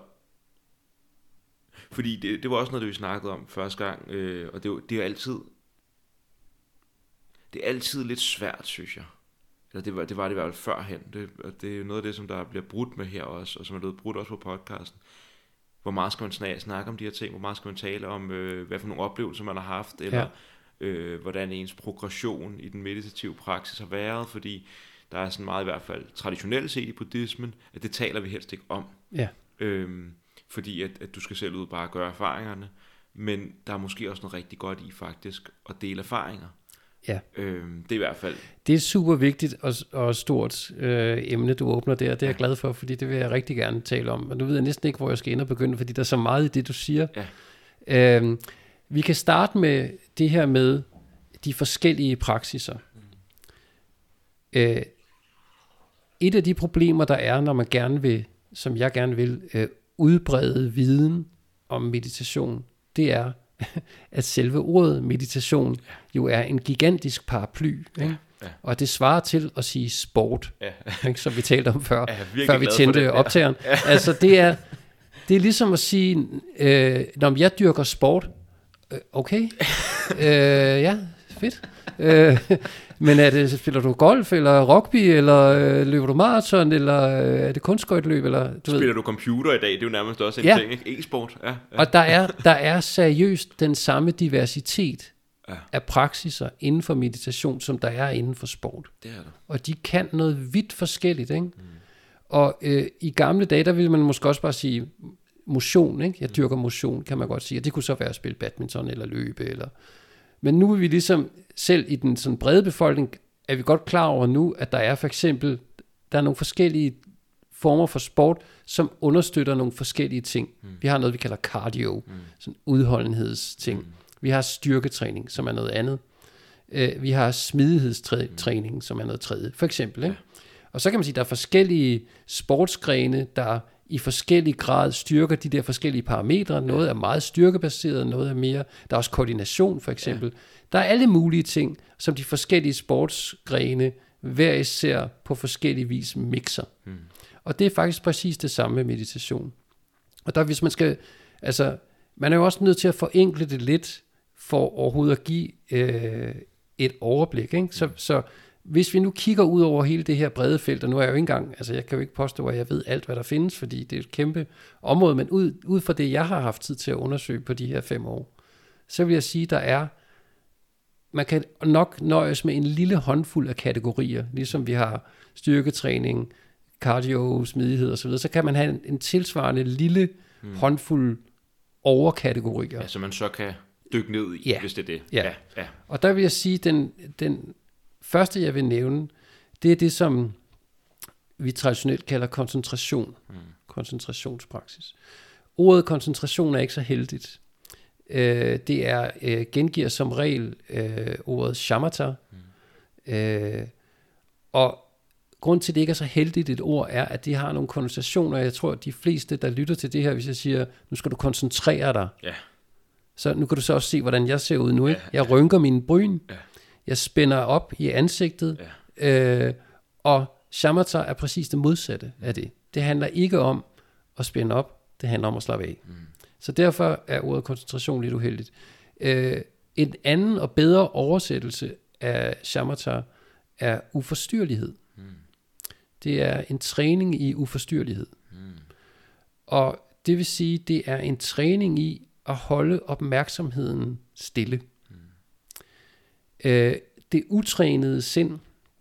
fordi det, det var også noget, det vi snakkede om første gang, øh, og det, er jo- det er jo altid det er altid lidt svært, synes jeg. Eller det var det, var det i hvert fald førhen. Det, og det er jo noget af det, som der bliver brudt med her også, og som er blevet brudt også på podcasten. Hvor meget skal man snak- snakke om de her ting? Hvor meget skal man tale om, øh, hvad for nogle oplevelser man har haft, eller ja. øh, hvordan ens progression i den meditative praksis har været, fordi der er sådan meget, i hvert fald traditionelt set i buddhismen, at det taler vi helst ikke om. Ja. Øhm, fordi at, at du skal selv ud bare og gøre erfaringerne, men der er måske også noget rigtig godt i faktisk at dele erfaringer. Ja. Øhm, det er i hvert fald Det er super vigtigt og, og stort øh, emne, du åbner der. Det er jeg glad for, fordi det vil jeg rigtig gerne tale om. Og nu ved jeg næsten ikke, hvor jeg skal ind og begynde, fordi der er så meget i det, du siger. Ja. Øhm, vi kan starte med det her med de forskellige praksiser. Mm. Øh, et af de problemer, der er, når man gerne vil, som jeg gerne vil, øh, udbrede viden om meditation, det er, at selve ordet meditation jo er en gigantisk paraply, ikke? Ja. Og det svarer til at sige sport, Ja. ikke? Som vi talte om før, Ja, før vi tændte optageren. Ja. Altså det er, det er ligesom at sige, øh, når jeg dyrker sport, øh, okay, øh, ja, fedt. øh, men er det, spiller du golf, eller rugby, eller øh, løber du maraton, eller øh, er det kunstskøjteløb, eller du Spiller ved. du computer i dag, det er jo nærmest også en Ja. ting, ikke? E-sport. Ja, ja. Og der er, der er seriøst den samme diversitet Ja. af praksiser inden for meditation, som der er inden for sport. Det er der. Og de kan noget vidt forskelligt, ikke? Mm. Og øh, i gamle dage, der ville man måske også bare sige motion, ikke? Jeg dyrker motion, kan man godt sige. Og det kunne så være at spille badminton eller løbe. Eller... Men nu er vi ligesom, selv i den sådan brede befolkning, er vi godt klar over nu, at der er for eksempel, der er nogle forskellige former for sport, som understøtter nogle forskellige ting. Mm. Vi har noget, vi kalder cardio, mm. sådan udholdenhedsting. Mm. Vi har styrketræning, som er noget andet. Uh, vi har smidighedstræning, som er noget tredje, for eksempel. Ikke? Ja. Og så kan man sige, at der er forskellige sportsgrene, der i forskellig grad styrker de der forskellige parametre. Noget er meget styrkebaseret, noget er mere... Der er også koordination, for eksempel. Ja. Der er alle mulige ting, som de forskellige sportsgrene hver især på forskellige vis mixer. Mm. Og det er faktisk præcis det samme med meditation. Og der, hvis man skal... Altså, man er jo også nødt til at forenkle det lidt, for overhovedet at give øh, et overblik. Ikke? Så, så hvis vi nu kigger ud over hele det her brede felt, og nu er jeg jo ikke engang, altså jeg kan jo ikke påstå, at jeg ved alt, hvad der findes, fordi det er et kæmpe område, men ud, ud fra det, jeg har haft tid til at undersøge på de her fem år, så vil jeg sige, der er, man kan nok nøjes med en lille håndfuld af kategorier, ligesom vi har styrketræning, cardio, smidighed osv., så kan man have en, en tilsvarende lille hmm. håndfuld overkategorier. Ja, så man så kan dykke ned i, ja. hvis det er det. Ja. Ja, ja. Og der vil jeg sige, den, den første, jeg vil nævne, det er det, som vi traditionelt kalder koncentration. Mm. Koncentrationspraksis. Ordet koncentration er ikke så heldigt. Øh, det er øh, gengiver som regel øh, ordet shamatha. Mm. Øh, og grund til, at det ikke er så heldigt et ord, er, at det har nogle konnotationer. Jeg tror, at de fleste, der lytter til det her, hvis jeg siger, nu skal du koncentrere dig. Ja. Så nu kan du så også se, hvordan jeg ser ud nu. Ikke? Jeg rynker mine bryn. Ja. Jeg spænder op i ansigtet. Ja. Øh, og shamatha er præcis det modsatte af det. Det handler ikke om at spænde op. Det handler om at slappe af. Mm. Så derfor er ordet koncentration lidt uheldigt. Øh, en anden og bedre oversættelse af shamatha er uforstyrrelighed. Mm. Det er en træning i uforstyrrelighed. Mm. Og det vil sige, det er en træning i at holde opmærksomheden stille. Mm. Øh, det utrænede sind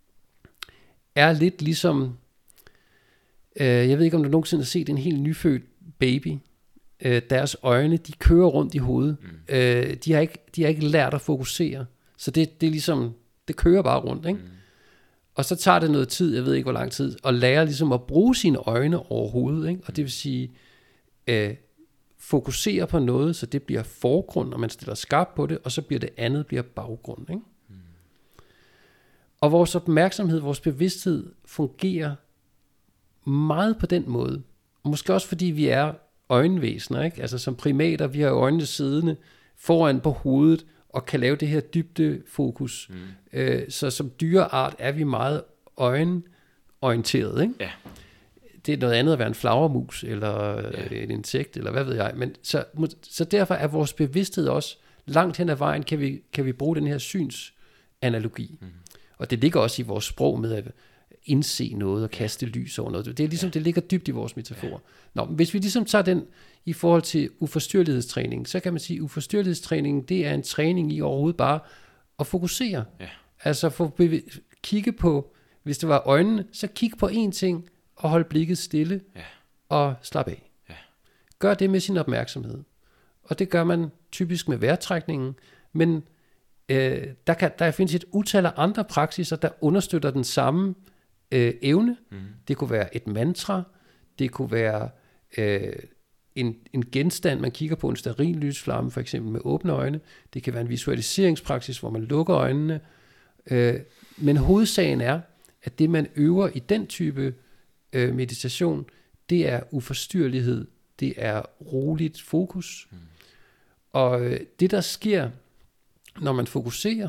er lidt ligesom, øh, jeg ved ikke om du nogensinde har set en helt nyfødt baby. Øh, deres øjne, de kører rundt i hovedet. Mm. Øh, de, har ikke, de har ikke lært at fokusere. Så det, det er ligesom, det kører bare rundt, ikke? Mm. Og så tager det noget tid, jeg ved ikke hvor lang tid, at lære ligesom at bruge sine øjne overhovedet, ikke? Og det vil sige, øh, fokusere på noget, så det bliver forgrund, og man stiller skarpt på det, og så bliver det andet bliver baggrund, ikke? Mm. Og vores opmærksomhed, vores bevidsthed fungerer meget på den måde. Måske også fordi vi er øjenvæsener, ikke? Altså som primater, vi har øjnene siddende foran på hovedet, og kan lave det her dybdefokus. Mm. Øh, så som dyreart er vi meget øjenorienteret, ikke? Ja. Det er noget andet at være en flagermus, eller Ja. et insekt, eller hvad ved jeg. Men så, så derfor er vores bevidsthed også, langt hen ad vejen, kan vi, kan vi bruge den her synsanalogi. Mm. Og det ligger også i vores sprog med at indse noget og kaste lys over noget. Det er ligesom, ja. det ligger dybt i vores metaforer. Ja. Nå, men hvis vi ligesom tager den i forhold til uforstyrrelighedstræning, så kan man sige, at uforstyrrelighedstræningen, det er en træning i overhovedet bare at fokusere. Ja. Altså for bev- kigge på, hvis det var øjnene, så kig på én ting og hold blikket stille ja. og slap af. Ja. Gør det med sin opmærksomhed. Og det gør man typisk med vejrtrækningen, men øh, der, kan, der findes et utal af andre praksiser, der understøtter den samme øh, evne. Mm. Det kunne være et mantra, det kunne være øh, en, en genstand, man kigger på, en steril lysflamme for eksempel med åbne øjne. Det kan være en visualiseringspraksis, hvor man lukker øjnene. Øh, men hovedsagen er, at det man øver i den type øh, meditation, det er uforstyrrelighed, det er roligt fokus. Mm. Og øh, det der sker, når man fokuserer,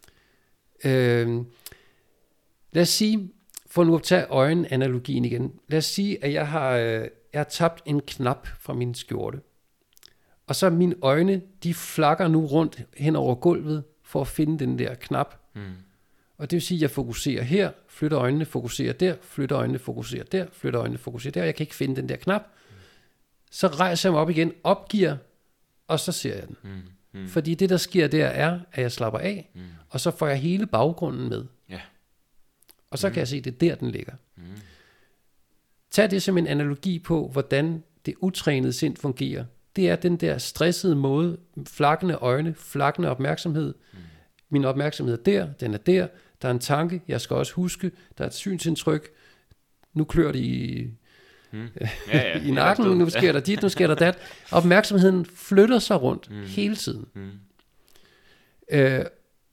øh, lad os sige, for nu at tage øjenanalogien igen, lad os sige, at jeg har, øh, jeg har tabt en knap fra min skjorte, og så mine øjne, de flakker nu rundt hen over gulvet, for at finde den der knap. Mm. Og det vil sige, at jeg fokuserer her, flytter øjnene, fokuserer der, flytter øjnene, fokuserer der, flytter øjnene, fokuserer der, og jeg kan ikke finde den der knap. Mm. Så rejser jeg mig op igen, opgiver, og så ser jeg den. Mm. Mm. Fordi det, der sker der, er, at jeg slapper af, mm. og så får jeg hele baggrunden med. Yeah. Og så mm. kan jeg se, at det er der, den ligger. Mm. Tag det som en analogi på, hvordan det utrænede sind fungerer. Det er den der stressede måde, flakkende øjne, flakkende opmærksomhed. Mm. Min opmærksomhed er der, den er der, der er en tanke, jeg skal også huske, der er et synsindtryk, nu klør det i, mm. ja, ja, i nakken, nu sker der dit, nu sker der dat. Opmærksomheden flytter sig rundt mm. hele tiden. Mm. Øh,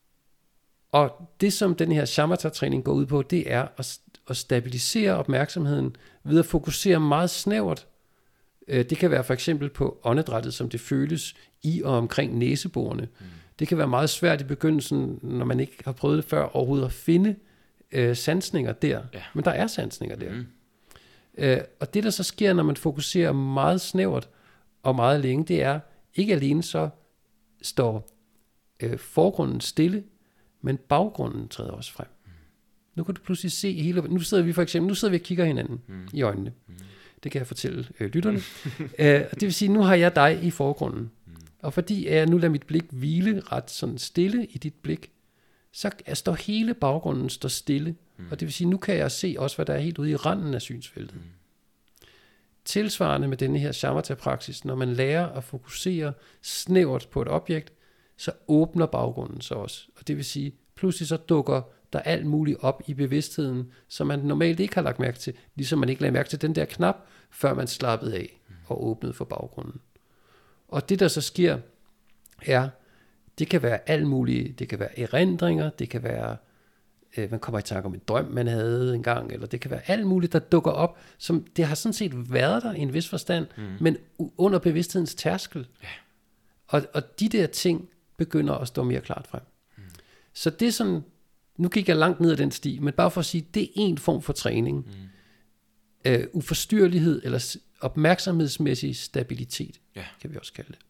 og det som den her shamatha-træning går ud på, det er at, at stabilisere opmærksomheden ved at fokusere meget snævert. Øh, det kan være for eksempel på åndedrættet, som det føles i og omkring næseborene. Mm. Det kan være meget svært i begyndelsen, når man ikke har prøvet det før, overhovedet at finde øh, sansninger der. Ja. Men der er sansninger der. Mm. Øh, og det, der så sker, når man fokuserer meget snævert og meget længe, det er, ikke alene så står øh, forgrunden stille, men baggrunden træder også frem. Mm. Nu kan du pludselig se hele... Nu sidder vi for eksempel, nu sidder vi og kigger hinanden mm. i øjnene. Mm. Det kan jeg fortælle øh, lytterne. øh, det vil sige, nu har jeg dig i forgrunden. Og fordi jeg nu lader mit blik hvile ret sådan stille i dit blik, så står hele baggrunden står stille. Mm. Og det vil sige, nu kan jeg se også, hvad der er helt ude i randen af synsfeltet. Mm. Tilsvarende med denne her shamatha-praksis, når man lærer at fokusere snævert på et objekt, så åbner baggrunden sig også. Og det vil sige, pludselig så dukker der alt muligt op i bevidstheden, som man normalt ikke har lagt mærke til, ligesom man ikke lagde mærke til den der knap, før man slappede af og åbnede for baggrunden. Og det der så sker, er, det kan være alt muligt, det kan være erindringer, det kan være, øh, man kommer i tanke om en drøm, man havde engang, eller det kan være alt muligt, der dukker op, som det har sådan set været der i en vis forstand, mm. men under bevidsthedens tærskel. Yeah. Og, og de der ting begynder at stå mere klart frem. Mm. Så det er sådan, nu gik jeg langt ned ad den sti, men bare for at sige, det er en form for træning. Mm. Øh, uforstyrrelighed eller opmærksomhedsmæssig stabilitet, ja. Kan vi også kalde det.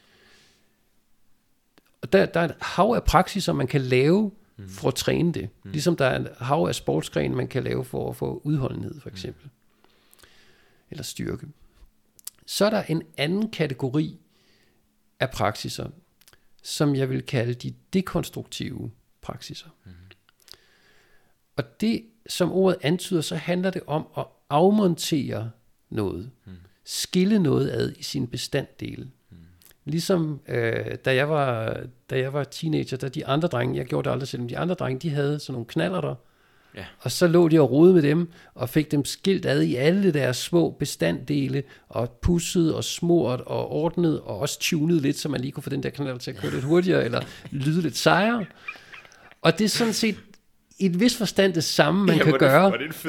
Og der, der er et hav af praksiser, man kan lave mm. for at træne det. Mm. Ligesom der er et hav af sportsgrene, man kan lave for at få udholdenhed, for eksempel. Mm. Eller styrke. Så er der en anden kategori af praksiser, som jeg vil kalde de dekonstruktive praksiser. Mm. Og det, som ordet antyder, så handler det om at afmontere noget. Mm. Skille noget ad i sine bestanddele. Mm. Ligesom øh, da, jeg var, da jeg var teenager, da de andre drenge, jeg gjorde det aldrig selv, de andre drenge, de havde sådan nogle knallerter. Ja. Og så lå de og rodede med dem, og fik dem skilt ad i alle deres små bestanddele, og pusset og smurt og ordnet, og også tunet lidt, så man lige kunne få den der knaller til at køre lidt hurtigere, eller lyde lidt sejere. Og det er sådan set i et vis forstand det samme, man ja, kan det, gøre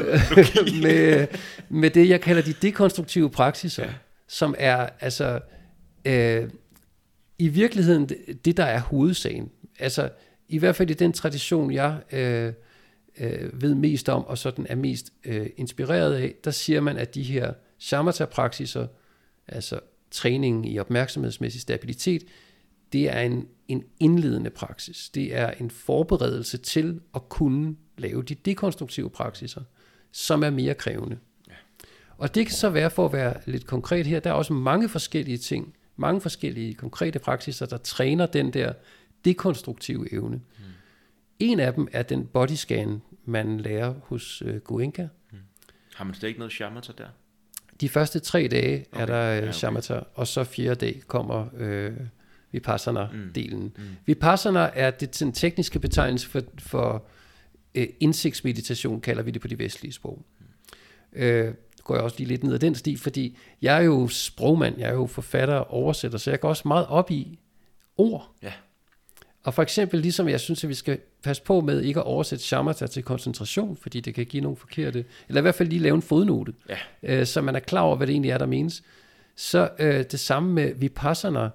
med, med det, jeg kalder de dekonstruktive praksiser, ja. Som er altså øh, i virkeligheden det, det, der er hovedsagen. Altså i hvert fald i den tradition, jeg øh, øh, ved mest om, og sådan er mest øh, inspireret af, der siger man, at de her shamatha-praksiser, altså træningen i opmærksomhedsmæssig stabilitet, det er en, en indledende praksis. Det er en forberedelse til at kunne lave de dekonstruktive praksiser, som er mere krævende. Ja. Og det kan så være, for at være lidt konkret her, der er også mange forskellige ting, mange forskellige konkrete praksiser, der træner den der dekonstruktive evne. Mm. En af dem er den bodyscan, man lærer hos øh, Goenka. Mm. Har man slet ikke noget shamatha der? De første tre dage okay. er der øh, ja, okay. shamatha, og så fjerde dag kommer øh, Vipassana-delen. Mm. Mm. Vipassana er det, den tekniske betegnelse for, for øh, indsigtsmeditation, kalder vi det på de vestlige sprog. Mm. Øh, går jeg også lige lidt ned ad den sti, fordi jeg er jo sprogmand, jeg er jo forfatter og oversætter, så jeg går også meget op i ord. Ja. Og for eksempel, ligesom jeg synes, at vi skal passe på med ikke at oversætte shamatha til koncentration, fordi det kan give nogle forkerte, eller i hvert fald lige lave en fodnote, ja. øh, så man er klar over, hvad det egentlig er, der menes. Så øh, det samme med Vipassana,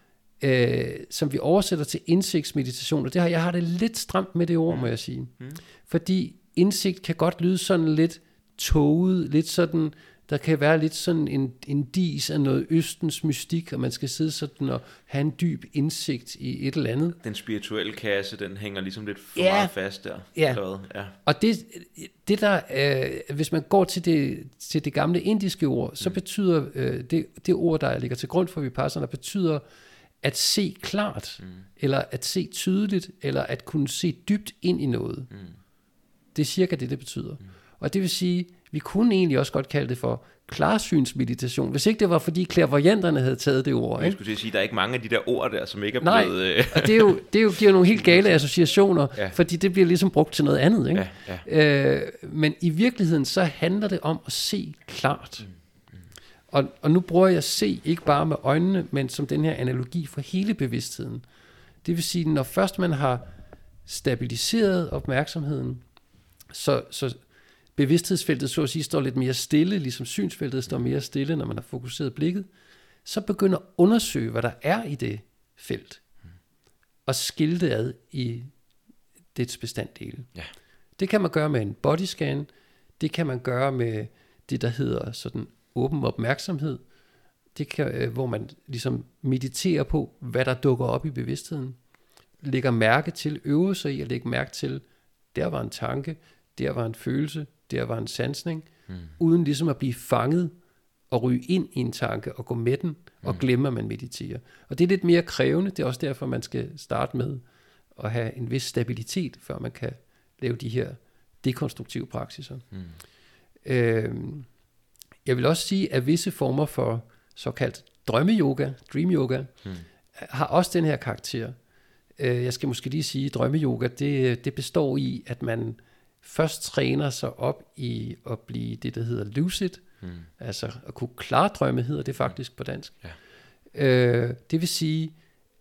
øh, som vi oversætter til indsigtsmeditation, og det har, jeg har det lidt stramt med det ord, mm. må jeg sige. Mm. Fordi indsigt kan godt lyde sådan lidt tåget, lidt sådan, der kan være lidt sådan en, en dis af noget østens mystik, og man skal sidde sådan og have en dyb indsigt i et eller andet. Den spirituelle kasse, den hænger ligesom lidt for ja. meget fast der. Ja, ja. Og det, det der, øh, hvis man går til det, til det gamle indiske ord, så mm. betyder øh, det, det ord, der ligger til grund for Vipassana, betyder at se klart, mm. eller at se tydeligt, eller at kunne se dybt ind i noget. Mm. Det er cirka det, det betyder. Mm. Og det vil sige, vi kunne egentlig også godt kalde det for klarsynsmeditation, hvis ikke det var, fordi clairvoyanterne havde taget det ord. Ikke? Jeg skulle sige, der er ikke mange af de der ord der, som ikke er Nej, blevet... Nej, og det, er jo, det er jo, giver nogle helt gale associationer, ja. Fordi det bliver ligesom brugt til noget andet. Ikke? Ja, ja. Øh, men i virkeligheden, så handler det om at se klart. Mm, mm. Og, og nu bruger jeg se ikke bare med øjnene, men som den her analogi for hele bevidstheden. Det vil sige, når først man har stabiliseret opmærksomheden, så... så bevidsthedsfeltet så at sige står lidt mere stille, ligesom synsfeltet står mere stille, når man har fokuseret blikket, så begynder at undersøge, hvad der er i det felt, og skille det ad i dets bestanddele. Ja. Det kan man gøre med en bodyscan, det kan man gøre med det, der hedder sådan åben opmærksomhed, det kan, hvor man ligesom mediterer på, hvad der dukker op i bevidstheden, lægger mærke til, øver sig i at lægge mærke til, der var en tanke, der var en følelse, der var en sansning, mm. uden ligesom at blive fanget og ryge ind i en tanke og gå med den og mm. glemme, at man mediterer. Og det er lidt mere krævende, det er også derfor, man skal starte med at have en vis stabilitet, før man kan lave de her dekonstruktive praksiser. Mm. Øh, jeg vil også sige, at visse former for såkaldt drømmeyoga, dream yoga, mm. har også den her karakter. Øh, jeg skal måske lige sige, at drømmeyoga, det, det består i, at man først træner sig op i at blive det, der hedder lucid, mm. altså at kunne klardrømme, hedder det faktisk på dansk. Ja. Øh, det vil sige,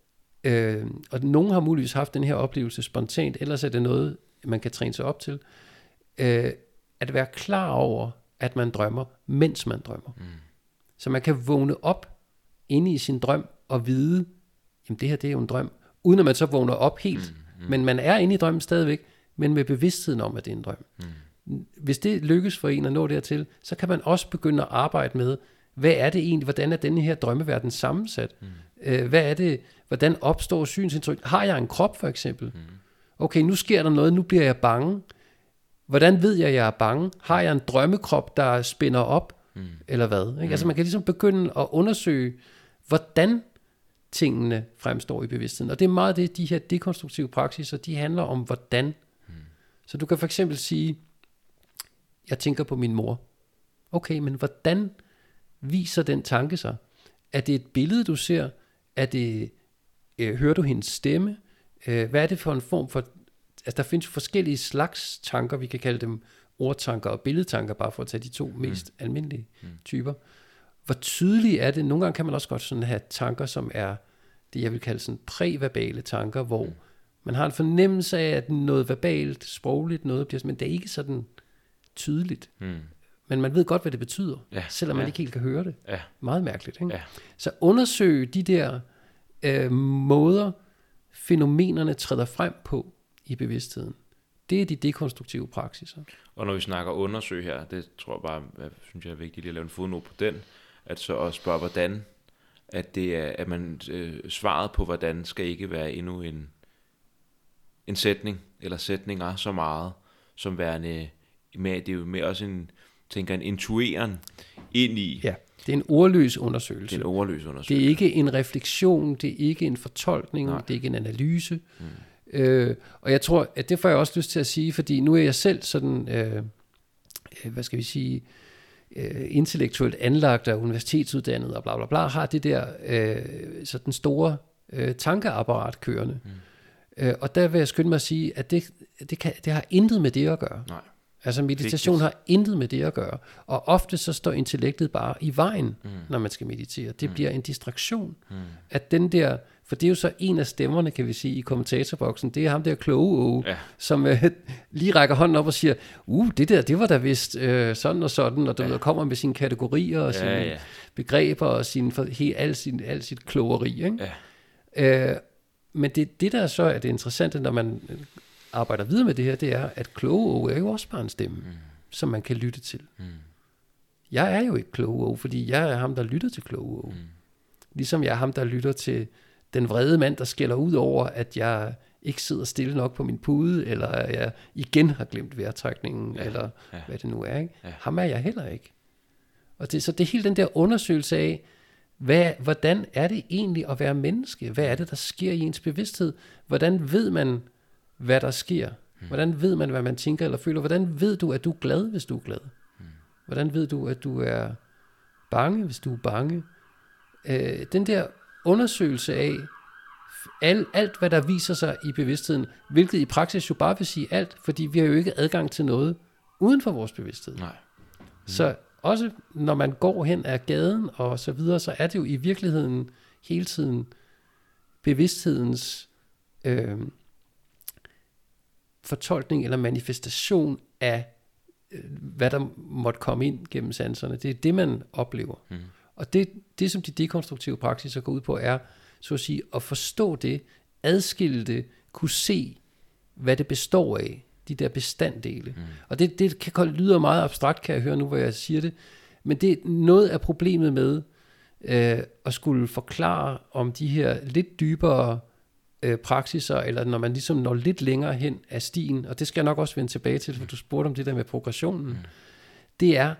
øh, og nogen har muligvis haft den her oplevelse spontant, ellers er det noget, man kan træne sig op til, øh, at være klar over, at man drømmer, mens man drømmer. Mm. Så man kan vågne op inde i sin drøm og vide, jamen det her, det er jo en drøm, uden at man så vågner op helt, mm. Mm. men man er inde i drømmen stadigvæk, men med bevidstheden om, at det er en drøm. Mm. Hvis det lykkes for en at nå dertil, så kan man også begynde at arbejde med, hvad er det egentlig, hvordan er denne her drømmeverden sammensat? Mm. Øh, hvad er det, hvordan opstår synsindtryk? Har jeg en krop for eksempel? Mm. Okay, nu sker der noget, nu bliver jeg bange. Hvordan ved jeg, at jeg er bange? Har jeg en drømmekrop, der spænder op? Mm. Eller hvad? Ikke? Mm. Altså man kan ligesom begynde at undersøge, hvordan tingene fremstår i bevidstheden. Og det er meget det, de her dekonstruktive praksiser, de handler om, hvordan. Mm. Så du kan for eksempel sige, jeg tænker på min mor. Okay, men hvordan viser den tanke sig? Er det et billede, du ser? Er det, øh, hører du hendes stemme? Øh, hvad er det for en form for... Altså, der findes forskellige slags tanker, vi kan kalde dem ordtanker og billedtanker, bare for at tage de to mm. mest almindelige mm. typer. Hvor tydeligt er det? Nogle gange kan man også godt sådan have tanker, som er det, jeg vil kalde sådan præverbale tanker, hvor mm. Man har en fornemmelse af, at noget verbalt, sprogligt, noget bliver, men det er ikke sådan tydeligt. Mm. Men man ved godt, hvad det betyder, ja. selvom man ja. ikke helt kan høre det. Ja. Meget mærkeligt. Ikke? Ja. Så undersøg de der øh, måder, fænomenerne træder frem på i bevidstheden. Det er de dekonstruktive praksiser. Og når vi snakker undersøg her, det tror jeg bare, jeg synes jeg er vigtigt lige at lave en fodnote på den, at så også spørge, hvordan, at det er, at man øh, svaret på, hvordan skal ikke være endnu en, en sætning, eller sætninger så meget, som værende med, det er jo mere også en, tænker en intueren ind i. Ja, det er en ordløs undersøgelse. Det er en ordløs undersøgelse. Det er ikke en refleksion, det er ikke en fortolkning, Nej. det er ikke en analyse. Mm. Øh, og jeg tror, at det får jeg også lyst til at sige, fordi nu er jeg selv sådan, øh, hvad skal vi sige, øh, intellektuelt anlagt og universitetsuddannet og bla bla bla, har det der øh, sådan store øh, tankeapparat kørende. Mm. Øh, og der vil jeg skynde mig at sige, at det, det, kan, det har intet med det at gøre. Nej. Altså meditation Vigtigt. har intet med det at gøre. Og ofte så står intellektet bare i vejen, mm. når man skal meditere. Det mm. bliver en distraktion. Mm. At den der, for det er jo så en af stemmerne, kan vi sige, i kommentatorboksen, det er ham der kloge Åge, ja. som øh, lige rækker hånden op og siger, uh, det der, det var da vist øh, sådan og sådan, og du ja. ved, kommer med sine kategorier og ja, sine ja. begreber og sin, for, he, al, sin, al sit klogeri. Ikke? Ja. Øh, men det, det der så er det interessante, når man arbejder videre med det her, det er, at kloge Åge er jo også bare en stemme, mm. som man kan lytte til. Mm. Jeg er jo ikke kloge Åge, fordi jeg er ham, der lytter til kloge Åge. Mm. Ligesom jeg er ham, der lytter til den vrede mand, der skælder ud over, at jeg ikke sidder stille nok på min pude, eller at jeg igen har glemt vejrtrækningen, ja, eller ja. hvad det nu er. Ikke? Ja. Ham er jeg heller ikke. Og det, så det er hele den der undersøgelse af, hvad, hvordan er det egentlig at være menneske? Hvad er det, der sker i ens bevidsthed? Hvordan ved man, hvad der sker? Hvordan ved man, hvad man tænker eller føler? Hvordan ved du, at du er glad, hvis du er glad? Hvordan ved du, at du er bange, hvis du er bange? Øh, den der undersøgelse af alt, alt, hvad der viser sig i bevidstheden, hvilket i praksis jo bare vil sige alt, fordi vi har jo ikke adgang til noget uden for vores bevidsthed. Nej. Mm. Så også når man går hen ad gaden og så videre, så er det jo i virkeligheden hele tiden bevidsthedens øh, fortolkning eller manifestation af, øh, hvad der måtte komme ind gennem sanserne. Det er det, man oplever. Mm. Og det, det, som de dekonstruktive praksiser går ud på, er, så at sige, at forstå det, adskille det, kunne se, hvad det består af, de der bestanddele. Mm. Og det, det kan lyde meget abstrakt, kan jeg høre nu, hvor jeg siger det, men det er noget af problemet med øh, at skulle forklare om de her lidt dybere øh, praksiser, eller når man ligesom når lidt længere hen af stien, og det skal jeg nok også vende tilbage til, for du spurgte om det der med progressionen, mm. det er,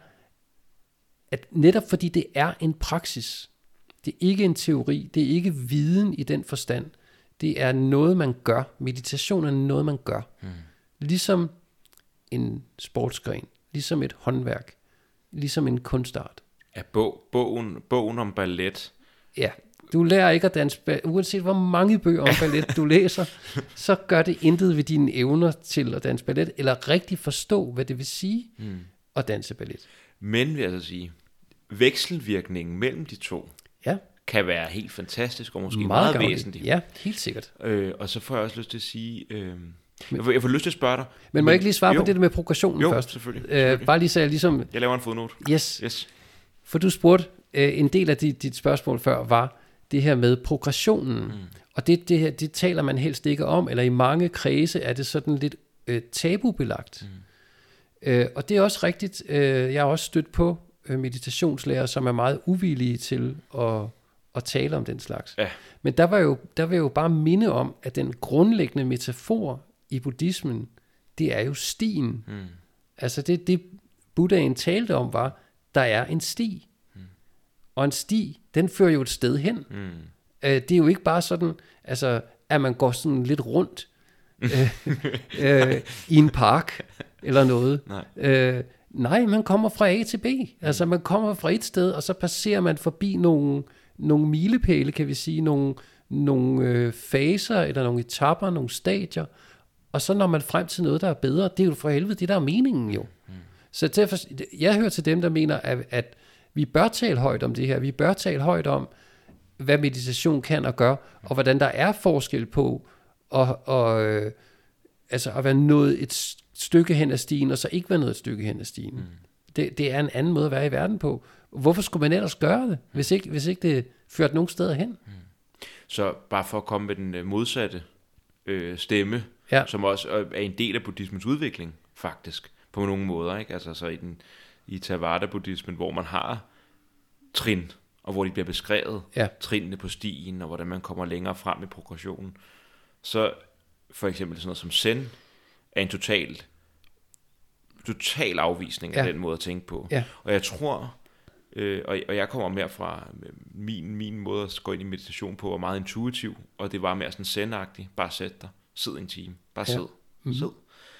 at netop fordi det er en praksis, det er ikke en teori, det er ikke viden i den forstand, det er noget, man gør. Meditation er noget, man gør. Mm. Ligesom en sportsgren, ligesom et håndværk, ligesom en kunstart. Ja, bog, bogen, bogen om ballet. Ja, du lærer ikke at danse ballet, uanset hvor mange bøger om ballet du læser, så gør det intet ved dine evner til at danse ballet, eller rigtig forstå, hvad det vil sige mm. at danse ballet. Men vil jeg altså sige, vekselvirkningen mellem de to, ja. kan være helt fantastisk, og måske meget, meget væsentligt. Ja, helt sikkert. Øh, og så får jeg også lyst til at sige, øh, jeg, får, jeg får lyst til at spørge dig. Men må men, jeg ikke lige svare jo. på det der med progressionen jo, først? Selvfølgelig, selvfølgelig. Øh, bare lige så jeg ligesom... Jeg laver en fodnote. Yes. yes. For du spurgte, øh, en del af dit, dit spørgsmål før var det her med progressionen. Mm. Og det, det her, det taler man helst ikke om, eller i mange kredse er det sådan lidt øh, tabubelagt. Mm. Øh, og det er også rigtigt. Øh, jeg har også stødt på øh, meditationslærer, som er meget uvillige til at, at tale om den slags. Ja. Men der var jo, der vil jeg jo bare minde om, at den grundlæggende metafor i buddhismen, det er jo stien. Mm. Altså det, det Buddhaen talte om var, der er en sti. Mm. Og en sti, den fører jo et sted hen. Mm. Øh, det er jo ikke bare sådan, altså, at man går sådan lidt rundt øh, øh, i en park eller noget. Nej. Øh, nej, man kommer fra A til B. Mm. Altså man kommer fra et sted, og så passerer man forbi nogle, nogle milepæle, kan vi sige, nogle, nogle øh, faser, eller nogle etapper, nogle stadier. Og så når man frem til noget, der er bedre, det er jo for helvede det, der er meningen jo. Mm. Så derfor, jeg hører til dem, der mener, at, at vi bør tale højt om det her. Vi bør tale højt om, hvad meditation kan og gør, og hvordan der er forskel på og, og øh, altså at være nået et stykke hen ad stigen, og så ikke være nået et stykke hen ad stigen. Mm. Det, det er en anden måde at være i verden på. Hvorfor skulle man ellers gøre det, hvis ikke, hvis ikke det førte nogen steder hen? Mm. Så bare for at komme med den modsatte øh, stemme, ja. Som også er en del af buddhismens udvikling, faktisk, på nogle måder, ikke? Altså så i den i Theravada-buddhismen, hvor man har trin, og hvor de bliver beskrevet, ja. Trinene på stien, og hvordan man kommer længere frem i progressionen. Så for eksempel sådan noget som Zen, er en total, total afvisning ja. Af den måde at tænke på. Ja. Og jeg tror, øh, og, og jeg kommer mere fra, min, min måde at gå ind i meditation på, var meget intuitiv, og det var mere sådan zen-agtigt, bare sæt dig, sid en time, bare sid, ja. mm-hmm. sid.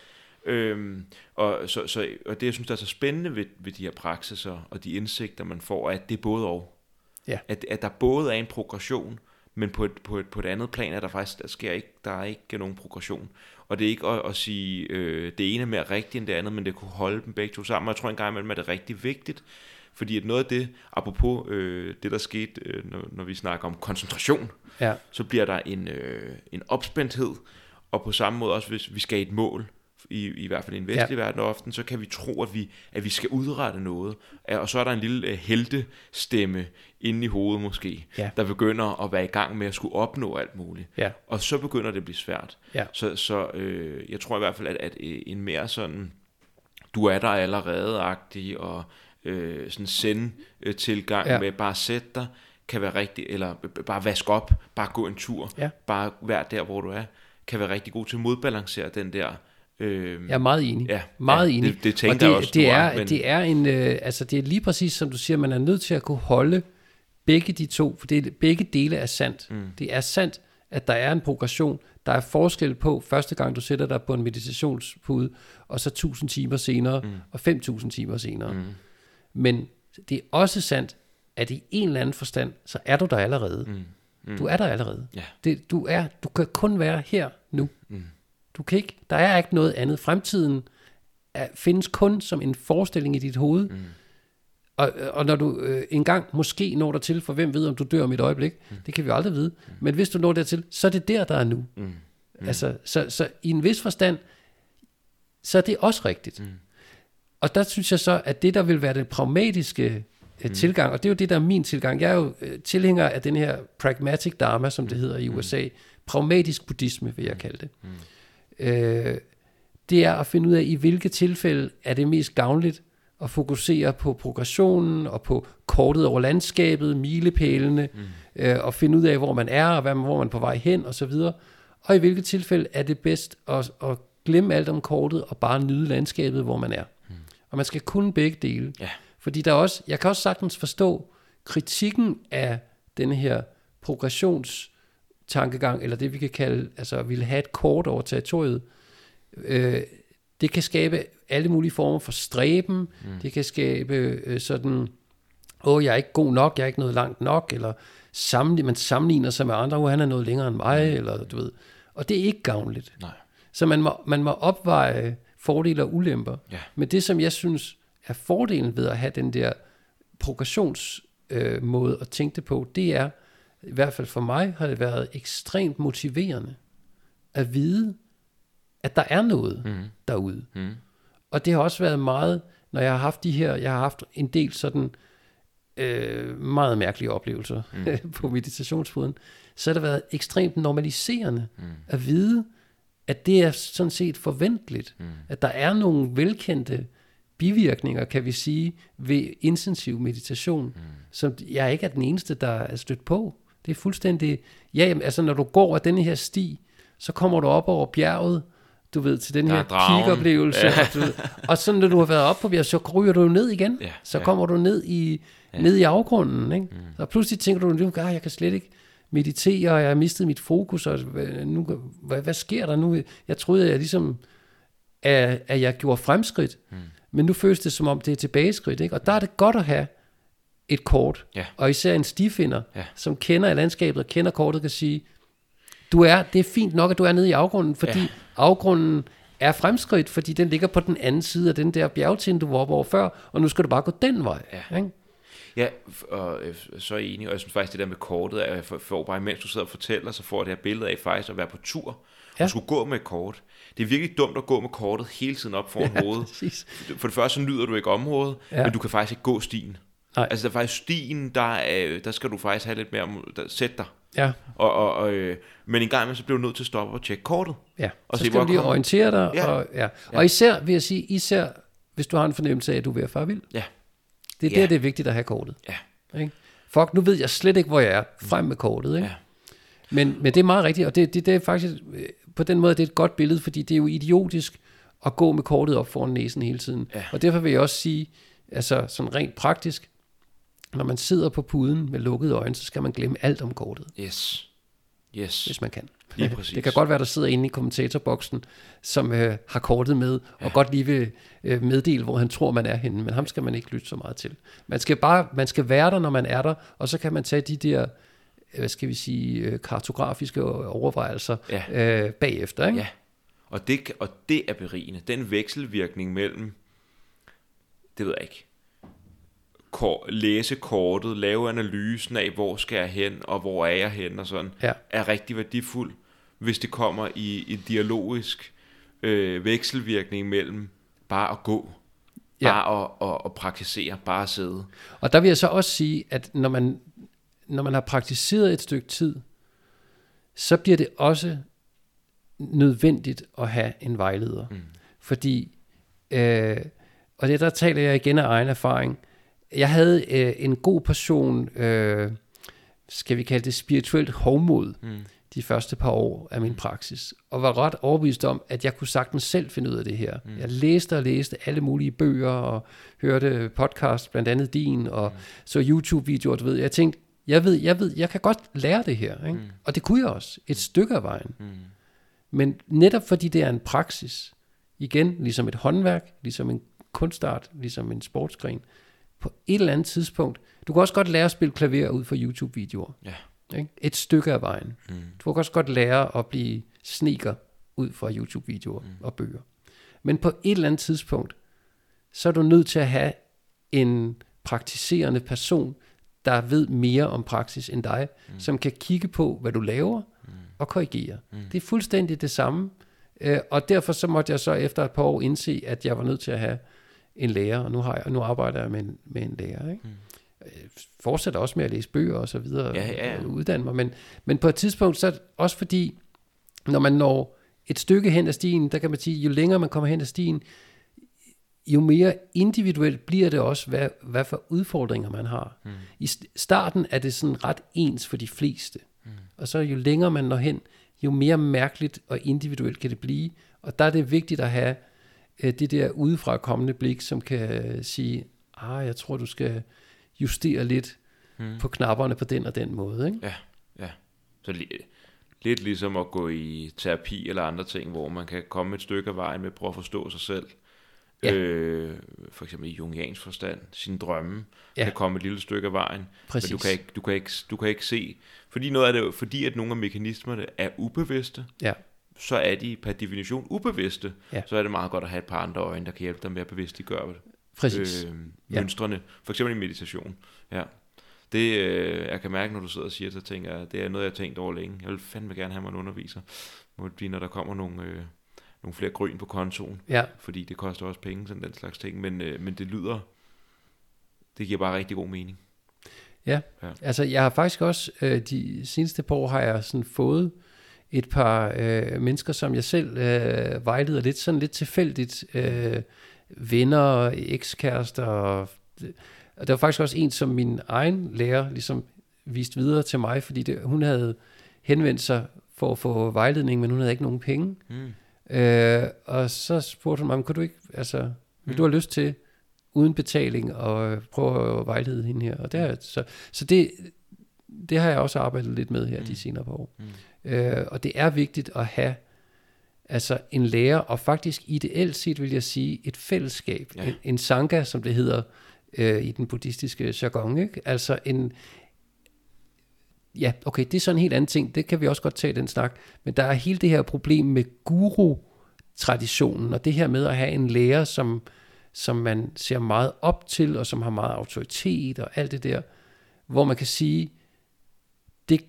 Øhm, og, så, så, og det jeg synes der er så spændende ved, ved de her praksiser og de indsigter man får, er, at det er både og ja. at, at der både er en progression, men på et, på et, på et andet plan er der faktisk der sker ikke, der er ikke nogen progression, og det er ikke at, at sige øh, det ene er mere rigtigt end det andet, men det kunne holde dem begge to sammen. Og jeg tror en gang imellem er det rigtig vigtigt, fordi at noget af det, apropos øh, det der skete øh, når, når vi snakker om koncentration, ja. Så bliver der en, øh, en opspændthed, og på samme måde også hvis vi skal i et mål, I, i hvert fald i en vestlig ja. Verden often, så kan vi tro, at vi, at vi skal udrette noget. Og så er der en lille uh, heltestemme inde i hovedet måske, ja. Der begynder at være i gang med at skulle opnå alt muligt. Ja. Og så begynder det at blive svært. Ja. Så, så øh, jeg tror i hvert fald, at, at en mere sådan, du er der allerede-agtig, og øh, sådan send-tilgang ja. Med bare sæt dig, kan være rigtig, eller bare vask op, bare gå en tur, ja. Bare vær der, hvor du er, kan være rigtig god til at modbalancere den der. Øh, jeg er meget enig. Ja, meget ja, enig. Det, det tænker og det, jeg også, det er, er, men... det er en, øh, altså det er lige præcis som du siger, man er nødt til at kunne holde begge de to, for det er, begge dele er sandt. Mm. Det er sandt, at der er en progression. Der er forskel på første gang du sætter dig på en meditationspude, og så tusind timer senere, mm. og fem tusind timer senere. Mm. Men det er også sandt, at i en eller anden forstand, så er du der allerede. Mm. Mm. Du er der allerede. Yeah. Det, du, er, du kan kun være her nu. Mm. Du kan ikke, der er ikke noget andet. Fremtiden er, findes kun som en forestilling i dit hoved. Mm. Og, og når du øh, engang måske når der til, for hvem ved, om du dør om et øjeblik, mm. det kan vi aldrig vide. Mm. Men hvis du når dertil, så er det der, der er nu. Mm. Mm. Altså, så, så i en vis forstand, så er det også rigtigt. Mm. Og der synes jeg så, at det, der vil være den pragmatiske mm. tilgang, og det er jo det, der er min tilgang. Jeg er jo øh, tilhænger af den her pragmatic dharma, som det hedder i U S A. Mm. Pragmatisk buddhisme, vil jeg kalde det. Mm. Øh, det er at finde ud af, i hvilke tilfælde er det mest gavnligt at fokusere på progressionen og på kortet over landskabet, milepælene, mm. øh, og finde ud af, hvor man er, og hvor man er på vej hen, og så videre. Og i hvilke tilfælde er det bedst at, at glemme alt om kortet og bare nyde landskabet, hvor man er. Mm. Og man skal kunne begge dele. Yeah. Fordi der er også, jeg kan også sagtens forstå kritikken af denne her progressionstankegang, eller det vi kan kalde, altså at ville have et kort over territoriet. Øh, det kan skabe alle mulige former for stræben, mm. det kan skabe øh, sådan, åh, jeg er ikke god nok, jeg er ikke nået langt nok, eller sammenlign, man sammenligner sig med andre, åh, han er nået længere end mig, mm. eller du ved. Og det er ikke gavnligt. Nej. Så man må, man må opveje fordele og ulemper. Ja. Men det, som jeg synes er fordelen ved at have den der progressionsmåde øh, at tænke det på, det er, i hvert fald for mig, har det været ekstremt motiverende at vide, at der er noget mm. derude. Mm. Og det har også været meget, når jeg har haft de her, jeg har haft en del sådan øh, meget mærkelige oplevelser mm. på meditationsfoden, så har det været ekstremt normaliserende mm. at vide, at det er sådan set forventeligt, mm. at der er nogle velkendte bivirkninger, kan vi sige, ved intensiv meditation, mm. som jeg ikke er den eneste, der er stødt på. Det er fuldstændig, ja, altså når du går af denne her sti, så kommer du op over bjerget, du ved, til den her peak-oplevelse, ja. og, du ved, og så når du har været op på bjerget, så ryger du ned igen, ja, så kommer ja. du ned i, ja. ned i afgrunden, ikke? Mm. Og pludselig tænker du, nu, ah, jeg kan slet ikke meditere, og jeg har mistet mit fokus, og nu, hvad, hvad sker der nu? Jeg troede, at jeg ligesom, at, at jeg gjorde fremskridt, mm. men nu føles det som om, det er tilbageskridt, ikke? Og der er det godt at have et kort, ja. og især en stifinder, ja. som kender landskabet, og kender kortet, kan sige, du er, det er fint nok, at du er nede i afgrunden, fordi ja. afgrunden er fremskridt, fordi den ligger på den anden side af den der bjergtind, du var oppe over før, og nu skal du bare gå den vej. Ja. Ikke? Ja, og så er jeg enig, og jeg synes faktisk, det der med kortet, at jeg får bare, mens du sidder og fortæller, så får jeg det her billede af faktisk at være på tur, ja. Og skulle gå med et kort. Det er virkelig dumt at gå med kortet hele tiden op foran ja, hovedet. Præcis. For det første, så nyder du ikke området, ja. Men du kan faktisk ikke gå stien. Nej. Altså, der er faktisk stien, der, er, der skal du faktisk have lidt mere, der, sæt dig. Ja. Og, og, og, øh, men en gang imellem, så bliver du nødt til at stoppe og tjekke kortet. Ja, og så se, skal du lige kommer. orientere dig. Ja. Og, ja. og især, vil jeg sige, især hvis du har en fornemmelse af, at du er ved at fare vild. Ja. Det er ja. der, det er vigtigt at have kortet. Ja. Ikke? Fuck, nu ved jeg slet ikke, hvor jeg er. Frem med kortet, ikke? Ja. Men, men det er meget rigtigt, og det, det, det er faktisk, på den måde, det er et godt billede, fordi det er jo idiotisk at gå med kortet op foran næsen hele tiden. Ja. Og derfor vil jeg også sige, altså sådan rent praktisk, når man sidder på puden med lukkede øjne, så skal man glemme alt om kortet. Yes. Yes. Hvis man kan. Lige præcis. Det kan godt være, der sidder inde i kommentatorboksen, som øh, har kortet med, og ja. godt lige vil øh, meddele, hvor han tror, man er henne. Men ham skal man ikke lytte så meget til. Man skal bare, man skal være der, når man er der, og så kan man tage de der, hvad skal vi sige, kartografiske overvejelser ja. øh, bagefter. Ikke? Ja, og det, og det er berigende. Den vekselvirkning mellem, det ved jeg ikke, læse kortet, lave analysen af, hvor skal jeg hen, og hvor er jeg hen, og sådan, ja. er rigtig værdifuld, hvis det kommer i en dialogisk øh, vekselvirkning mellem bare at gå, ja. bare at, at, at praktisere, bare at sidde. Og der vil jeg så også sige, at når man, når man har praktiseret et stykke tid, så bliver det også nødvendigt at have en vejleder. Mm. Fordi, øh, og det der taler jeg igen af egen erfaring, jeg havde øh, en god portion, øh, skal vi kalde det spirituelt hovmod, mm. de første par år af min praksis, og var ret overbevist om, at jeg kunne sagtens selv finde ud af det her. Mm. Jeg læste og læste alle mulige bøger, og hørte podcast, blandt andet din, og mm. så YouTube-videoer, du ved. Jeg tænkte, jeg ved, jeg ved, jeg kan godt lære det her, ikke? Mm. Og det kunne jeg også, et stykke af vejen. Mm. Men netop fordi det er en praksis, igen, ligesom et håndværk, ligesom en kunstart, ligesom en sportsgren, på et eller andet tidspunkt. Du kan også godt lære at spille klaver ud fra YouTube-videoer. Ja. Ikke? Et stykke af vejen. Mm. Du kan også godt lære at blive sneaker ud fra YouTube-videoer mm. og bøger. Men på et eller andet tidspunkt, så er du nødt til at have en praktiserende person, der ved mere om praksis end dig, mm. som kan kigge på, hvad du laver, mm. og korrigere. Mm. Det er fuldstændig det samme. Øh, og derfor så måtte jeg så efter et par år indse, at jeg var nødt til at have en lærer, og nu, har jeg, nu arbejder jeg med en, med en lærer. Ikke? Mm. Jeg fortsætter også med at læse bøger og så videre, ja, ja, ja. og uddanne mig, men, men på et tidspunkt, så også fordi, når man når et stykke hen ad stien, der kan man sige, jo længere man kommer hen ad stien, jo mere individuelt bliver det også, hvad, hvad for udfordringer man har. Mm. I starten er det sådan ret ens for de fleste, mm. og så jo længere man når hen, jo mere mærkeligt og individuelt kan det blive, og der er det vigtigt at have det der udefra kommende blik, som kan sige, ah, jeg tror, du skal justere lidt hmm. på knapperne på den og den måde. Ikke? Ja, ja. Så li- lidt ligesom at gå i terapi eller andre ting, hvor man kan komme et stykke af vejen med at prøve at forstå sig selv. Ja. Øh, for eksempel i jungiansk forstand, sine drømme ja. kan komme et lille stykke af vejen. Præcis. Men du kan ikke, du kan ikke, du kan ikke se, fordi noget af det, fordi at nogle af mekanismerne er ubevidste, ja. så er de per definition ubevidste, ja. så er det meget godt at have et par andre øjne, der kan hjælpe dig med at bevidstliggøre Præcis. Øh, mønstrene, ja. for eksempel i meditation. Ja. Det, øh, jeg kan mærke, når du sidder og siger det, så tænker jeg, det er noget, jeg har tænkt over længe. Jeg vil fandme gerne have mig en underviser. Må det blive, når der kommer nogle, øh, nogle flere gryn på kontoen, ja. fordi det koster også penge, sådan den slags ting, men, øh, men det lyder, det giver bare rigtig god mening. Ja, ja. altså jeg har faktisk også, øh, de seneste par år har jeg sådan fået et par øh, mennesker, som jeg selv øh, vejleder lidt, sådan lidt tilfældigt, øh, venner, ekskærester, og, og der var faktisk også en, som min egen lærer ligesom viste videre til mig, fordi det, hun havde henvendt sig for at få vejledning, men hun havde ikke nogen penge. Mm. Øh, og så spurgte hun mig, kunne du ikke, altså, vil mm. du have lyst til, uden betaling, og prøve at vejlede hende her? Og det er, så, så det, det har jeg også arbejdet lidt med her mm. de senere par år. Mm. Øh, og det er vigtigt at have altså en lærer, og faktisk ideelt set vil jeg sige et fællesskab, ja. en, en sangha, som det hedder øh, i den buddhistiske jargon, ikke? Altså en, ja, okay, det er sådan en helt anden ting, det kan vi også godt tage den snak, men der er hele det her problem med guru-traditionen, og det her med at have en lærer, som, som man ser meget op til, og som har meget autoritet og alt det der, hvor man kan sige, det,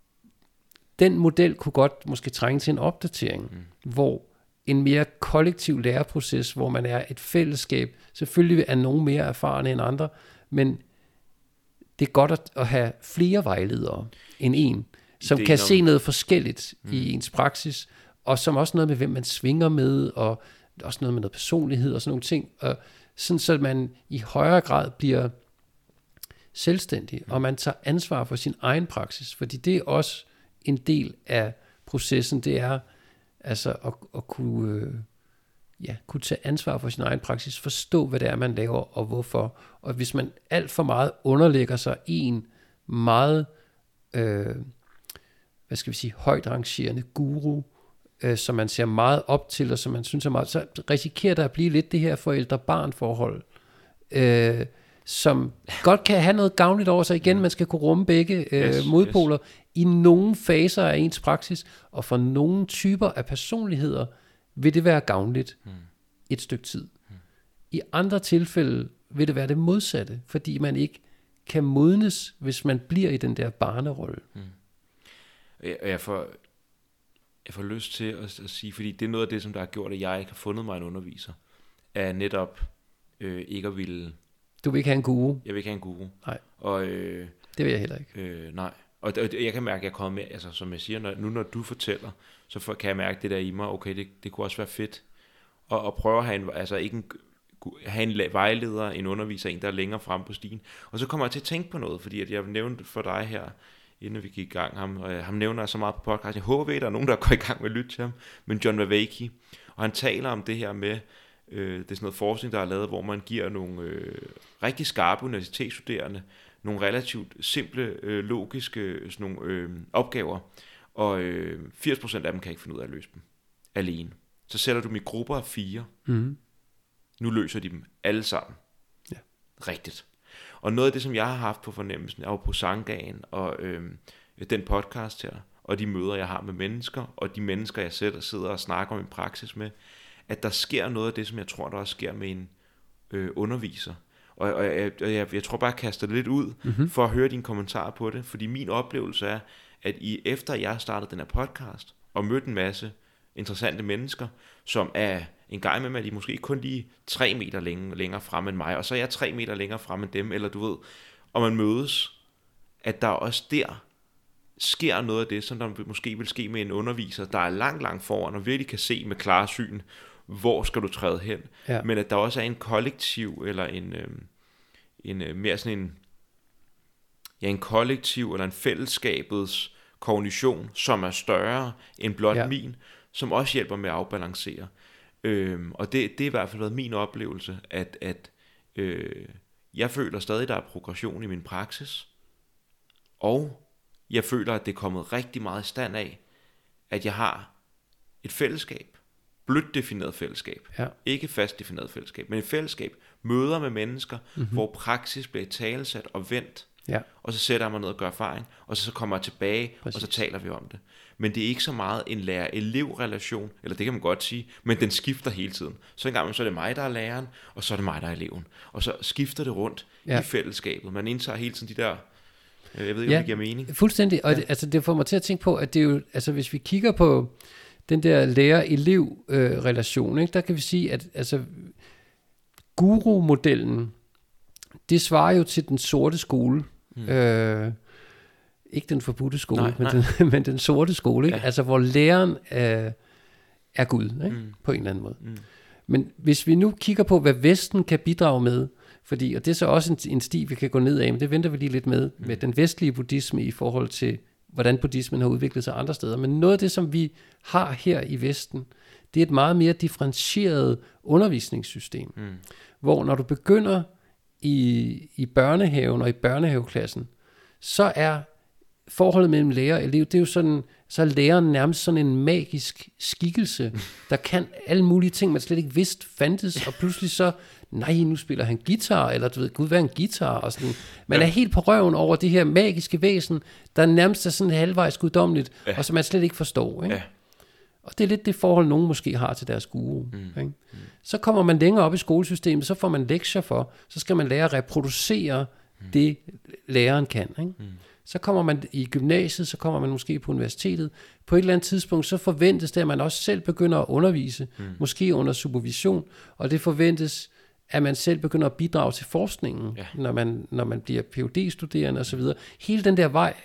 den model kunne godt måske trænge til en opdatering, mm. hvor en mere kollektiv læreproces, hvor man er et fællesskab, selvfølgelig er nogen mere erfarne end andre, men det er godt at, at have flere vejledere end en, som kan noget. se noget forskelligt mm. i ens praksis, og som også noget med, hvem man svinger med, og også noget med noget personlighed og sådan nogle ting, og sådan så man i højere grad bliver selvstændig, mm. og man tager ansvar for sin egen praksis, fordi det er også en del af processen, det er altså at, at kunne, øh, ja, kunne tage ansvar for sin egen praksis, forstå, hvad det er, man laver, og hvorfor. Og hvis man alt for meget underlægger sig i en meget, øh, hvad skal vi sige, højt rangerende guru, øh, som man ser meget op til, og som man synes er meget, så risikerer der at blive lidt det her forældre-barn-forhold, øh, som godt kan have noget gavnligt over sig igen. Man skal kunne rumme begge øh, yes, modpoler yes. i nogle faser af ens praksis, og for nogle typer af personligheder vil det være gavnligt hmm. et stykke tid. Hmm. I andre tilfælde vil det være det modsatte, fordi man ikke kan modnes, hvis man bliver i den der barnerolle. Hmm. Jeg, jeg, får, jeg får lyst til at, at sige, fordi det er noget af det, som der har gjort, at jeg ikke har fundet mig en underviser, er netop øh, ikke at ville... Du vil ikke have en guru? Jeg vil ikke have en guru. Nej, og, øh, det vil jeg heller ikke. Øh, nej, og, og jeg kan mærke, at jeg er kommet med, altså som jeg siger, når, nu når du fortæller, så for, kan jeg mærke det der i mig, okay, det, det kunne også være fedt, og, og prøve at have en, altså ikke en, have en vejleder, en underviser, en der er længere frem på stigen. Og så kommer jeg til at tænke på noget, fordi at jeg nævnte for dig her, inden vi gik i gang, ham, og ham nævner jeg så meget på podcasten, jeg håber, der er nogen, der går i gang med at lytte til ham, men John Vervaeke, og han taler om det her med, øh, det er sådan noget forskning, der er lavet, hvor man giver nogle øh, rigtig skarpe universitetsstuderende nogle relativt simple, øh, logiske sådan nogle, øh, opgaver, og øh, firs procent af dem kan ikke finde ud af at løse dem alene. Så sætter du dem i grupper af fire. Mm. Nu løser de dem alle sammen. Ja. Rigtigt. Og noget af det, som jeg har haft på fornemmelsen, er jo på Sangaen, og øh, den podcast her, og de møder, jeg har med mennesker, og de mennesker, jeg selv sidder og snakker om en praksis med, at der sker noget af det, som jeg tror, der også sker med en øh, underviser. Og, og, jeg, og jeg, jeg tror bare, jeg kaster det lidt ud, mm-hmm. for at høre dine kommentarer på det, fordi min oplevelse er, at I, efter jeg startede den her podcast, og mødte en masse interessante mennesker, som er en gang med mig, de er måske kun lige tre meter længere, længere frem end mig, og så er jeg tre meter længere frem end dem, eller du ved, og man mødes, at der også der sker noget af det, som der måske vil ske med en underviser, der er langt, langt foran, og virkelig kan se med klare syn, hvor skal du træde hen, ja. Men at der også er en kollektiv, eller en, øh, en øh, mere sådan en, ja, en kollektiv, eller en fællesskabets kognition, som er større end blot ja. min, som også hjælper med at afbalancere. Øhm, og det, det er i hvert fald været min oplevelse, at, at øh, jeg føler stadig, der er progression i min praksis, og jeg føler, at det er kommet rigtig meget i stand af, at jeg har et fællesskab, blødt defineret fællesskab, ja. ikke fast defineret fællesskab, men et fællesskab, møder med mennesker, mm-hmm. hvor praksis bliver talsat og vendt, ja. og så sætter jeg mig ned og gør erfaring, og så, så kommer jeg tilbage, Præcis. og så taler vi om det. Men det er ikke så meget en lærer-elev-relation, eller det kan man godt sige, men den skifter hele tiden. Så en gang så er det mig, der er læreren, og så er det mig, der er eleven. Og så skifter det rundt ja. i fællesskabet. Man indtager hele tiden de der, jeg ved ikke, ja, om det giver mening. Fuldstændig, og ja. det, altså, det får mig til at tænke på, at det er jo, altså hvis vi kigger på den der lærer-elev-relation, ikke, der kan vi sige, at altså, guru-modellen, det svarer jo til den sorte skole. Hmm. Øh, ikke den forbudte skole, nej, men, nej. Den, men den sorte skole, ikke? Ja. Altså hvor læreren øh, er Gud, ikke? Mm. På en eller anden måde. Mm. Men hvis vi nu kigger på, hvad Vesten kan bidrage med, fordi, og det er så også en, en sti, vi kan gå ned af, men det venter vi lige lidt med, mm. med den vestlige buddhisme i forhold til, hvordan buddhismen har udviklet sig andre steder. Men noget af det, som vi har her i Vesten, det er et meget mere differentieret undervisningssystem, mm. hvor når du begynder i, i børnehaven og i børnehaveklassen, så er forholdet mellem lærer og elev, det er jo sådan, så er læreren nærmest sådan en magisk skikkelse, der kan alle mulige ting, man slet ikke vidste fandtes, og pludselig så, nej, nu spiller han guitar, eller du ved, gud, hvad er en guitar, og sådan. Man ja. er helt på røven over det her magiske væsen, der nærmest er sådan halvvejs guddommeligt, ja. og som man slet ikke forstår, ikke? Ja. Og det er lidt det forhold, nogen måske har til deres guru. Mm. Ikke? Mm. Så kommer man længere op i skolesystemet, så får man lektier for, så skal man lære at reproducere mm. det, læreren kan. Ikke? Mm. Så kommer man i gymnasiet, så kommer man måske på universitetet. På et eller andet tidspunkt, så forventes det, at man også selv begynder at undervise, mm. måske under supervision, og det forventes, at man selv begynder at bidrage til forskningen, ja. når, man, når man bliver P H D-studerende osv. Hele den der vej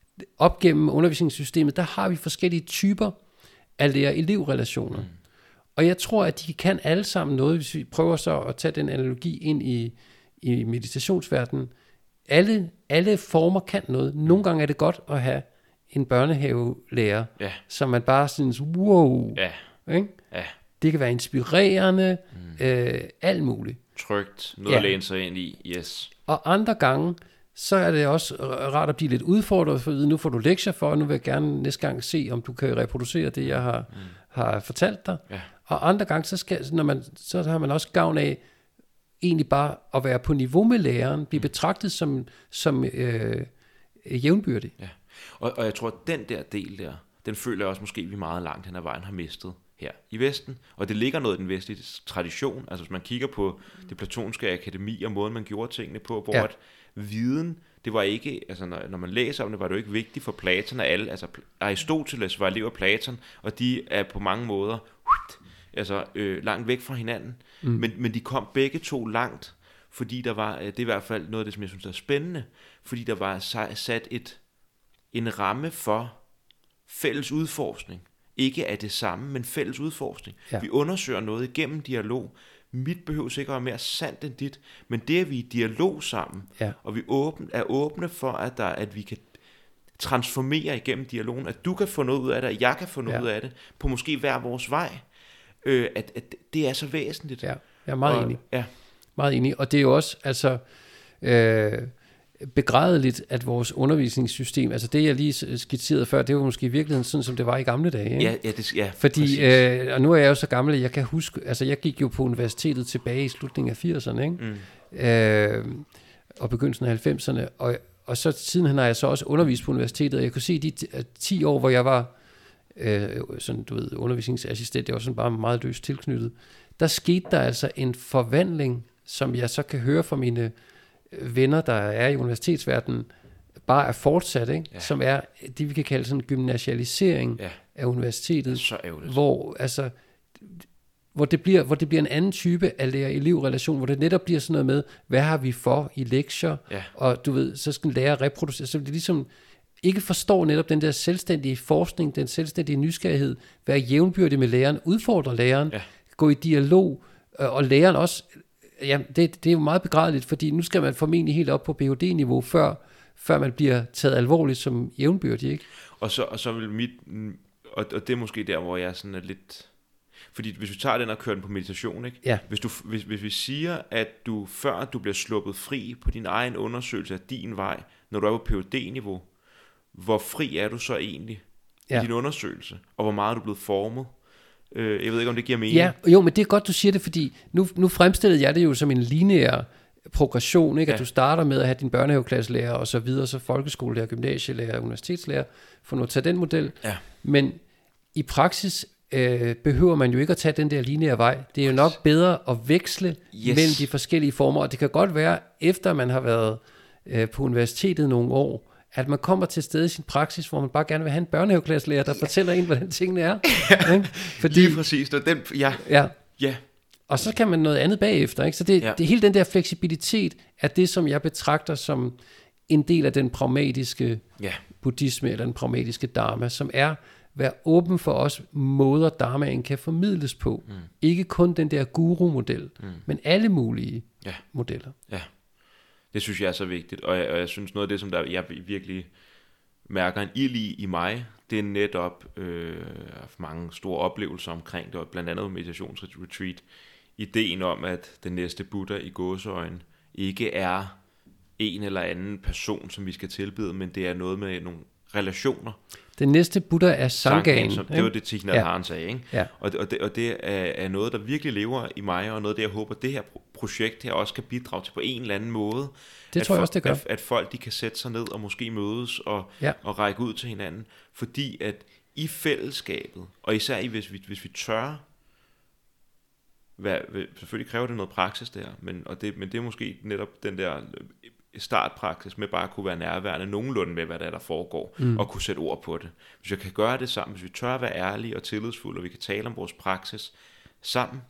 op gennem undervisningssystemet, der har vi forskellige typer af lærer-elev-relationer. Mm. Og jeg tror, at de kan alle sammen noget, hvis vi prøver så at tage den analogi ind i, i meditationsverdenen. Alle, alle former kan noget. Nogle gange er det godt at have en børnehavelærer, ja. som man bare synes, wow. Ja. Ikke? Ja. Det kan være inspirerende, mm. øh, alt muligt. Trygt, noget ja. at læne sig ind i, yes. Og andre gange, så er det også rart at blive lidt udfordret, for nu får du lektier for, og nu vil jeg gerne næste gang se, om du kan reproducere det, jeg har, mm. har fortalt dig. Ja. Og andre gange, så, skal, når man, så har man også gavn af, egentlig bare at være på niveau med læreren, blive betragtet som, som øh, jævnbyrdig. Ja. Og, og jeg tror, at den der del der, den føler jeg også måske, vi meget langt hen ad vejen har mistet her i Vesten. Og det ligger noget i den vestlige tradition. Altså hvis man kigger på det platonske akademi og måden, man gjorde tingene på, hvor ja. at viden, det var ikke, altså når, når man læser om det, var det jo ikke vigtigt for Platon og alle. Altså Aristoteles var elev af Platon, og de er på mange måder altså øh, langt væk fra hinanden. Mm. Men, men de kom begge to langt, fordi der var, det er i hvert fald noget af det, som jeg synes er spændende, fordi der var sat et, en ramme for fælles udforskning. Ikke af det samme, men fælles udforskning. Ja. Vi undersøger noget igennem dialog. Mit behøver ikke at være mere sandt end dit, men det er vi i dialog sammen, ja. og vi åbne, er åbne for, at, der, at vi kan transformere igennem dialogen, at du kan få noget ud af det, og jeg kan få noget ja. ud af det, på måske hver vores vej. Øh, at, at det er så væsentligt. Ja, jeg er meget og, enig. Ja. Meget enig, og det er jo også altså øh, begrædeligt, at vores undervisningssystem, altså det jeg lige skitserede før, det var måske i virkeligheden sådan, som det var i gamle dage. Ikke? Ja, ja, det, ja, fordi, øh, og nu er jeg jo så gammel, at jeg kan huske, altså jeg gik jo på universitetet tilbage i slutningen af firserne, ikke? Mm. Øh, og begyndelsen af halvfemserne, og, og så siden har jeg så også undervist på universitetet, og jeg kunne se de ti år, hvor jeg var øh, sådan, du ved, undervisningsassistent, det var sådan bare meget løst tilknyttet, der skete der altså en forvandling, som jeg så kan høre fra mine venner, der er i universitetsverdenen, bare er fortsat, ikke? Ja. Som er det, vi kan kalde sådan en gymnasialisering ja. af universitetet, så hvor, altså, hvor, det bliver, hvor det bliver en anden type af lærer-elev-relation, hvor det netop bliver sådan noget med, hvad har vi for i lektier, ja. og du ved, så skal en lærer reproducere, så det er ligesom ikke forstår netop den der selvstændige forskning, den selvstændige nysgerrighed, være jævnbyrdig med læreren, udfordre læreren, ja. gå i dialog, og læreren også, ja, det, det er jo meget begrædeligt, fordi nu skal man formentlig helt op på P H D-niveau, før, før man bliver taget alvorligt som jævnbyrdig, ikke? Og så, og så vil mit, og, og det er måske der, hvor jeg sådan er lidt, fordi hvis vi tager den og kører den på meditation, ikke? Ja. Hvis, du, hvis, hvis vi siger, at du før du bliver sluppet fri på din egen undersøgelse af din vej, når du er på P H D-niveau, hvor fri er du så egentlig ja. i din undersøgelse, og hvor meget er du blevet formet? Jeg ved ikke, om det giver mening. Ja, jo, men det er godt, du siger det, fordi nu, nu fremstillede jeg det jo som en lineær progression, ikke? At ja. du starter med at have din børnehaveklasselærer, og så videre, så folkeskolelærer, gymnasielærer, universitetslærer, for nu at tage den model. Ja. Men i praksis øh, behøver man jo ikke at tage den der lineære vej. Det er jo nok bedre at veksle yes. mellem de forskellige former, og det kan godt være, efter man har været øh, på universitetet nogle år, at man kommer til stede i sin praksis, hvor man bare gerne vil have en børnehaveklasselærer, der ja. fortæller en, hvordan tingene er. Ja. Fordi, lige præcis. Den, ja. Ja. ja. Og så kan man noget andet bagefter. Ikke? Så det, ja. det hele den der fleksibilitet er det, som jeg betragter som en del af den pragmatiske ja. buddhisme, eller den pragmatiske dharma, som er være åben for os måder, dharmaen kan formidles på. Mm. Ikke kun den der guru-model, mm. men alle mulige ja. modeller. Ja. Det synes jeg er så vigtigt, og jeg, og jeg synes noget af det, som der, jeg virkelig mærker en ild i i mig, det er netop øh, mange store oplevelser omkring det, blandt andet meditationsretreat, ideen om, at den næste Buddha i gåseøjne ikke er en eller anden person, som vi skal tilbede, men det er noget med nogle relationer. Den næste Buddha er Sanghaen. Som, det var det, Thich Nhat ja. Hanh sagde. Ikke? Ja. Og, og, det, og det er, er noget, der virkelig lever i mig, og noget, det jeg håber, det her projekt her også kan bidrage til på en eller anden måde. Det tror jeg for, også, det gør. At, at folk de kan sætte sig ned og måske mødes og, ja. og række ud til hinanden. Fordi at i fællesskabet, og især i, hvis vi, hvis vi tør, hvad, selvfølgelig kræver det noget praksis der, men, og det, men det er måske netop den der startpraksis med bare at kunne være nærværende nogenlunde med, hvad der er, der foregår, mm. og kunne sætte ord på det. Hvis vi kan gøre det sammen, hvis vi tør at være ærlige og tillidsfulde, og vi kan tale om vores praksis sammen,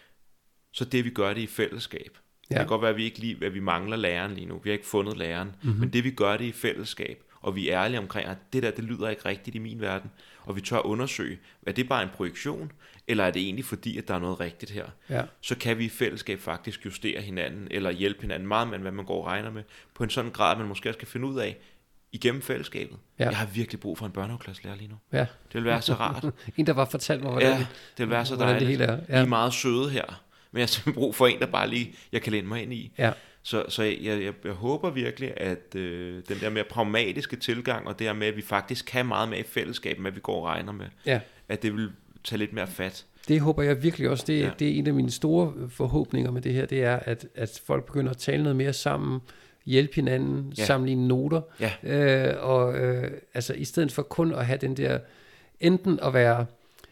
så det vi gør det i fællesskab. Ja. Det kan godt være, at vi ikke lige, at vi mangler læreren lige nu. Vi har ikke fundet læreren. Mm-hmm. Men det vi gør det i fællesskab, og vi er ærlige omkring, at det der, det lyder ikke rigtigt i min verden, og vi tør undersøge, er det bare en projektion, eller er det egentlig fordi, at der er noget rigtigt her? Ja. Så kan vi i fællesskab faktisk justere hinanden, eller hjælpe hinanden meget med, hvad man går og regner med, på en sådan grad, at man måske skal finde ud af, igennem fællesskabet. Ja. Jeg har virkelig brug for en børnehaveklasselærer lige nu. Ja. Det vil være så rart. En, der bare fortalte mig, hvordan, ja, det vil være så dejligt. Det hele er. Ja. I er meget søde her. Men jeg har simpelthen brug for en, der bare lige, jeg kan læne mig ind i. Ja. Så, så jeg, jeg, jeg håber virkelig, at øh, den der mere pragmatiske tilgang, og det her med, at vi faktisk kan meget mere i fællesskab, med at vi går og regner med, ja. At det vil tage lidt mere fat. Det håber jeg virkelig også. Det, ja. Det er en af mine store forhåbninger med det her, det er, at, at folk begynder at tale noget mere sammen, hjælpe hinanden, ja. Sammenligne noter, ja. øh, og øh, altså i stedet for kun at have den der, enten at være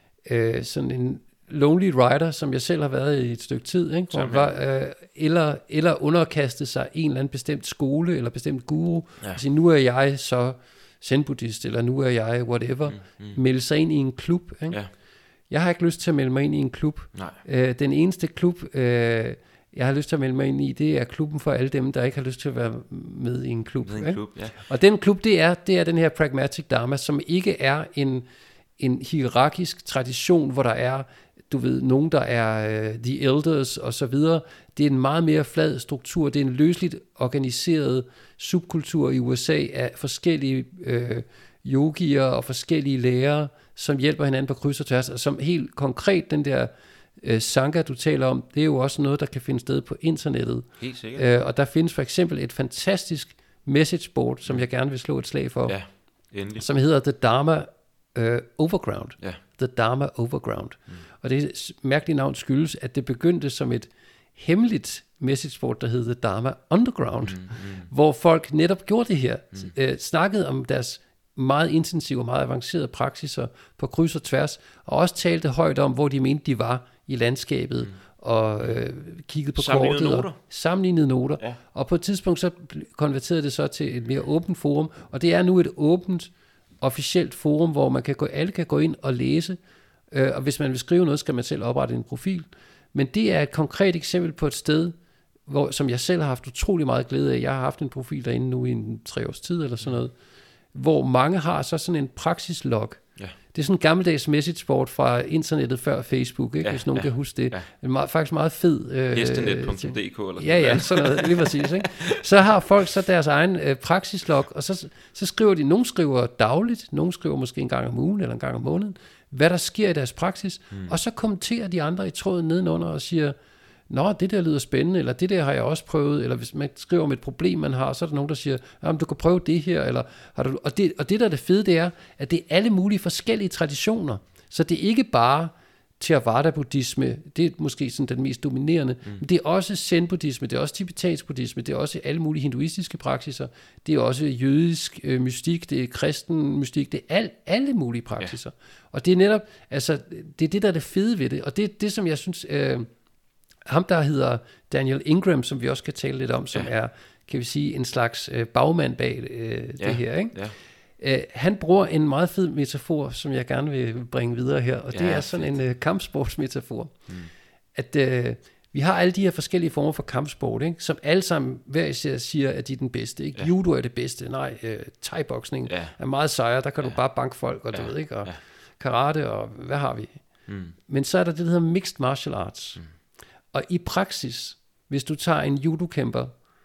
øh, sådan en lonely rider, som jeg selv har været i et stykke tid, ikke? Hvor var, øh, eller, eller underkaste sig en eller anden bestemt skole, eller bestemt guru, ja. Og sige, nu er jeg så zen-buddhist, eller nu er jeg whatever, mm, mm. melde sig ind i en klub. Ikke? Ja. Jeg har ikke lyst til at melde mig ind i en klub. Øh, den eneste klub, øh, jeg har lyst til at melde mig ind i, det er klubben for alle dem, der ikke har lyst til at være med i en klub. Med en klub, ja. Og den klub, det er, det er den her pragmatic dharma, som ikke er en, en hierarkisk tradition, hvor der er, du ved, nogen, der er uh, the elders og så videre. Det er en meget mere flad struktur. Det er en løsligt organiseret subkultur i U S A af forskellige øh, yogier og forskellige lærere, som hjælper hinanden på kryds og tværs, og som helt konkret, den der øh, sangha, du taler om, det er jo også noget, der kan finde sted på internettet. Helt sikkert. Øh, og der findes for eksempel et fantastisk messageboard, som jeg gerne vil slå et slag for, ja, endelig. Som hedder The Dharma øh, Overground. Ja. The Dharma Overground. Mm. Og det mærkelige navn skyldes, at det begyndte som et hemmeligt messageboard, der hed The Dharma Underground, mm, mm. hvor folk netop gjorde det her, mm. øh, snakkede om deres meget intensive og meget avancerede praksiser på kryds og tværs, og også talte højt om, hvor de mente, de var i landskabet, mm. og øh, kiggede på sammenlignede kortet, noter. og sammenlignede noter. Ja. Og på et tidspunkt så konverterede det så til et mere åbent forum, og det er nu et åbent, officielt forum, hvor man kan gå, alle kan gå ind og læse, øh, og hvis man vil skrive noget, skal man selv oprette en profil. Men det er et konkret eksempel på et sted, hvor, som jeg selv har haft utrolig meget glæde af. Jeg har haft en profil derinde nu i en tre års tid, eller sådan noget, hvor mange har så sådan en praksislog. Ja. Det er sådan en gammeldags messageboard fra internettet før Facebook, ikke? Ja, hvis nogen ja, kan huske det. Ja. En meget, faktisk meget fed. Øh, Hestenet punktum d k eller sådan Ja, ja, sådan noget, lige præcis. Ikke? Så har folk så deres egen øh, praksislog, og så, så skriver de, nogen skriver dagligt, nogen skriver måske en gang om ugen eller en gang om måneden, hvad der sker i deres praksis, hmm. og så kommenterer de andre i tråden nedenunder og siger, nå, det der lyder spændende, eller det der har jeg også prøvet, eller hvis man skriver om et problem, man har, så er der nogen, der siger, jamen, du kan prøve det her, eller har du... Og det, og det der er det fede, det er, at det er alle mulige forskellige traditioner, så det er ikke bare Theravada-buddhisme, det er måske sådan den mest dominerende, mm. men det er også zen-buddhisme, det er også tibetansk buddhisme, det er også alle mulige hinduistiske praksiser, det er også jødisk øh, mystik, det er kristen mystik, det er al, alle mulige praksiser. Ja. Og det er netop, altså, det er det, der er det fede ved det, og det er det, som jeg synes... Øh, ham, der hedder Daniel Ingram, som vi også kan tale lidt om, som ja. er, kan vi sige, en slags øh, bagmand bag øh, ja. det her. Ikke? Ja. Øh, han bruger en meget fed metafor, som jeg gerne vil bringe videre her, og ja, det er sådan fedt. en øh, kampsportsmetafor. Hmm. At øh, vi har alle de her forskellige former for kampsport, ikke? Som alle sammen hver især siger, at de er den bedste. Ikke? Ja. Judo er det bedste. Nej, øh, thai-boksning ja. er meget sejere. Der kan ja. du bare banke folk, og ja. du ved ikke, og ja. karate, og hvad har vi? Hmm. Men så er der det, der hedder mixed martial arts. Hmm. Og i praksis, hvis du tager en judokæmper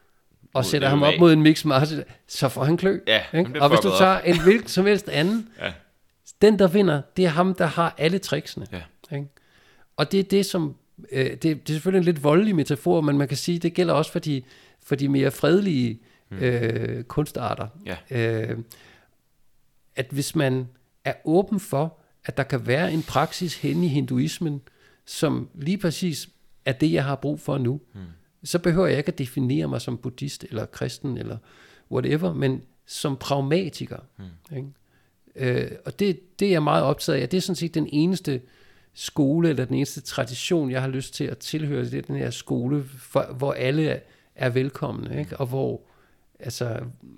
og sætter ham op mod en mixed martial, så får han klø. Ja, og hvis du tager en hvilken som helst anden, ja. den der vinder, det er ham, der har alle tricksene. Ja. Ikke? Og det er det, som, øh, det, det er selvfølgelig en lidt voldelig metafor, men man kan sige, det gælder også for de, for de mere fredelige øh, mm. kunstarter. Ja. Øh, at hvis man er åben for, at der kan være en praksis hen i hinduismen, som lige præcis er det, jeg har brug for nu, hmm. så behøver jeg ikke at definere mig som buddhist, eller kristen, eller whatever, men som pragmatiker. Hmm. Ikke? Øh, og det, det er jeg meget optaget af. Det er sådan set den eneste skole, eller den eneste tradition, jeg har lyst til at tilhøre. Det er den her skole, for, hvor alle er, er velkomne, ikke? Og hvor, altså,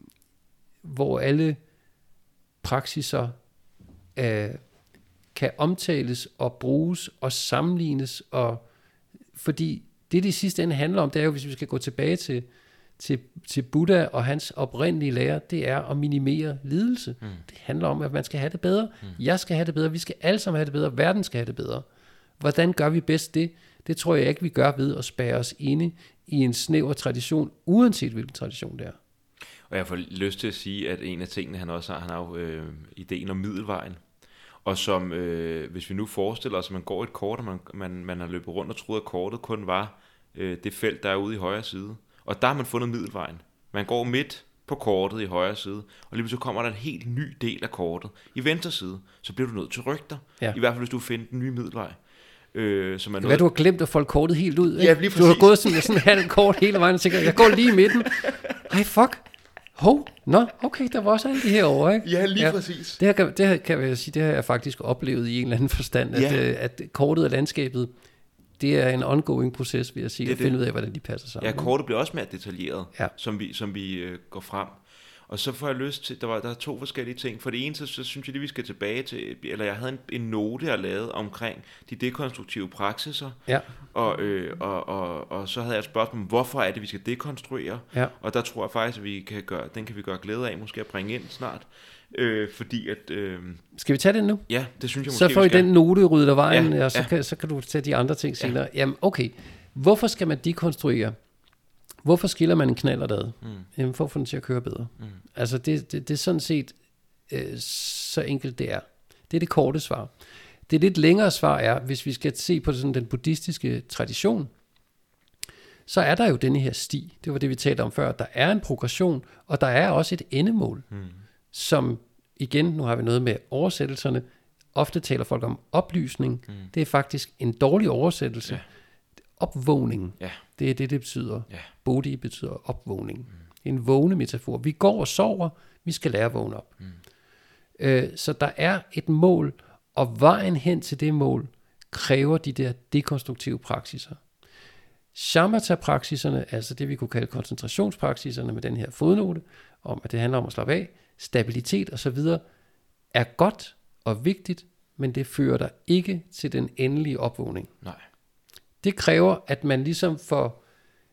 hvor alle praksiser øh, kan omtales og bruges og sammenlignes, og fordi det, det sidste ende handler om, det er jo, hvis vi skal gå tilbage til, til, til Buddha og hans oprindelige lære, det er at minimere lidelse. Mm. Det handler om, at man skal have det bedre. Mm. Jeg skal have det bedre. Vi skal alle sammen have det bedre. Verden skal have det bedre. Hvordan gør vi bedst det? Det tror jeg ikke, vi gør ved at spærre os inde i en snæver tradition, uanset hvilken tradition det er. Og jeg får lyst til at sige, at en af tingene, han også har, han har jo øh, ideen om middelvejen. Og som, øh, hvis vi nu forestiller os, at man går et kort, og man, man, man har løbet rundt og troede, at kortet kun var øh, det felt, der er ude i højre side. Og der har man fundet middelvejen. Man går midt på kortet i højre side, og lige så kommer der en helt ny del af kortet i venstre side. Så bliver du nødt til rygter. Ja. I hvert fald, hvis du finder den nye middelvej. Øh, som er noget... Hvad, du har glemt at folde kortet helt ud, ikke? Ja, lige præcis. Du har gået sådan, sådan halvt kort hele vejen og tænker, jeg går lige i midten. Ej, fuck. Hov, nå, okay, der var også alle de her over, ikke? Ja, lige ja. præcis. Det her, kan, det her kan jeg sige, det har jeg faktisk oplevet i en eller anden forstand, at, ja. øh, at kortet og landskabet, det er en ongoing proces, vil jeg sige, det at finde det. ud af, hvordan de passer sammen. Ja, kortet bliver også mere detaljeret, ja. som vi, som vi øh, går frem. Og så får jeg lyst til, der var der er to forskellige ting. For det ene, så, så synes jeg lige, vi skal tilbage til, eller jeg havde en, en note, jeg lavede omkring de dekonstruktive praksiser. Ja. Og, øh, og, og, og så havde jeg et spørgsmål om, hvorfor er det, vi skal dekonstruere? Ja. Og der tror jeg faktisk, at vi kan gøre, den kan vi gøre glæde af, måske at bringe ind snart. Øh, fordi at... Øh, skal vi tage den nu? Ja, det synes jeg måske, så får I den note ryddet af vejen, ja, og så, ja. kan, så kan du tage de andre ting senere. Ja. Jamen, okay. Hvorfor skal man dekonstruere? Hvorfor skiller man en knallert ad? Mm. Jamen, for at få den til at køre bedre. Mm. Altså, det, det, det er sådan set øh, så enkelt det er. Det er det korte svar. Det lidt længere svar er, hvis vi skal se på sådan den buddhistiske tradition, så er der jo denne her sti. Det var det, vi talte om før. Der er en progression, og der er også et endemål, mm. som igen, nu har vi noget med oversættelserne, ofte taler folk om oplysning. Mm. Det er faktisk en dårlig oversættelse. Ja. Opvågning. Ja. Det er det, det betyder. Ja. Bodhi betyder opvågning. Mm. En vågne metafor. Vi går og sover, vi skal lære at vågne op. Mm. Øh, så der er et mål, og vejen hen til det mål kræver de der dekonstruktive praksiser. Shamatha-praksiserne, altså det vi kunne kalde koncentrationspraksiserne med den her fodnote, om at det handler om at slappe af, stabilitet osv., er godt og vigtigt, men det fører dig ikke til den endelige opvågning. Nej. Det kræver, at man ligesom får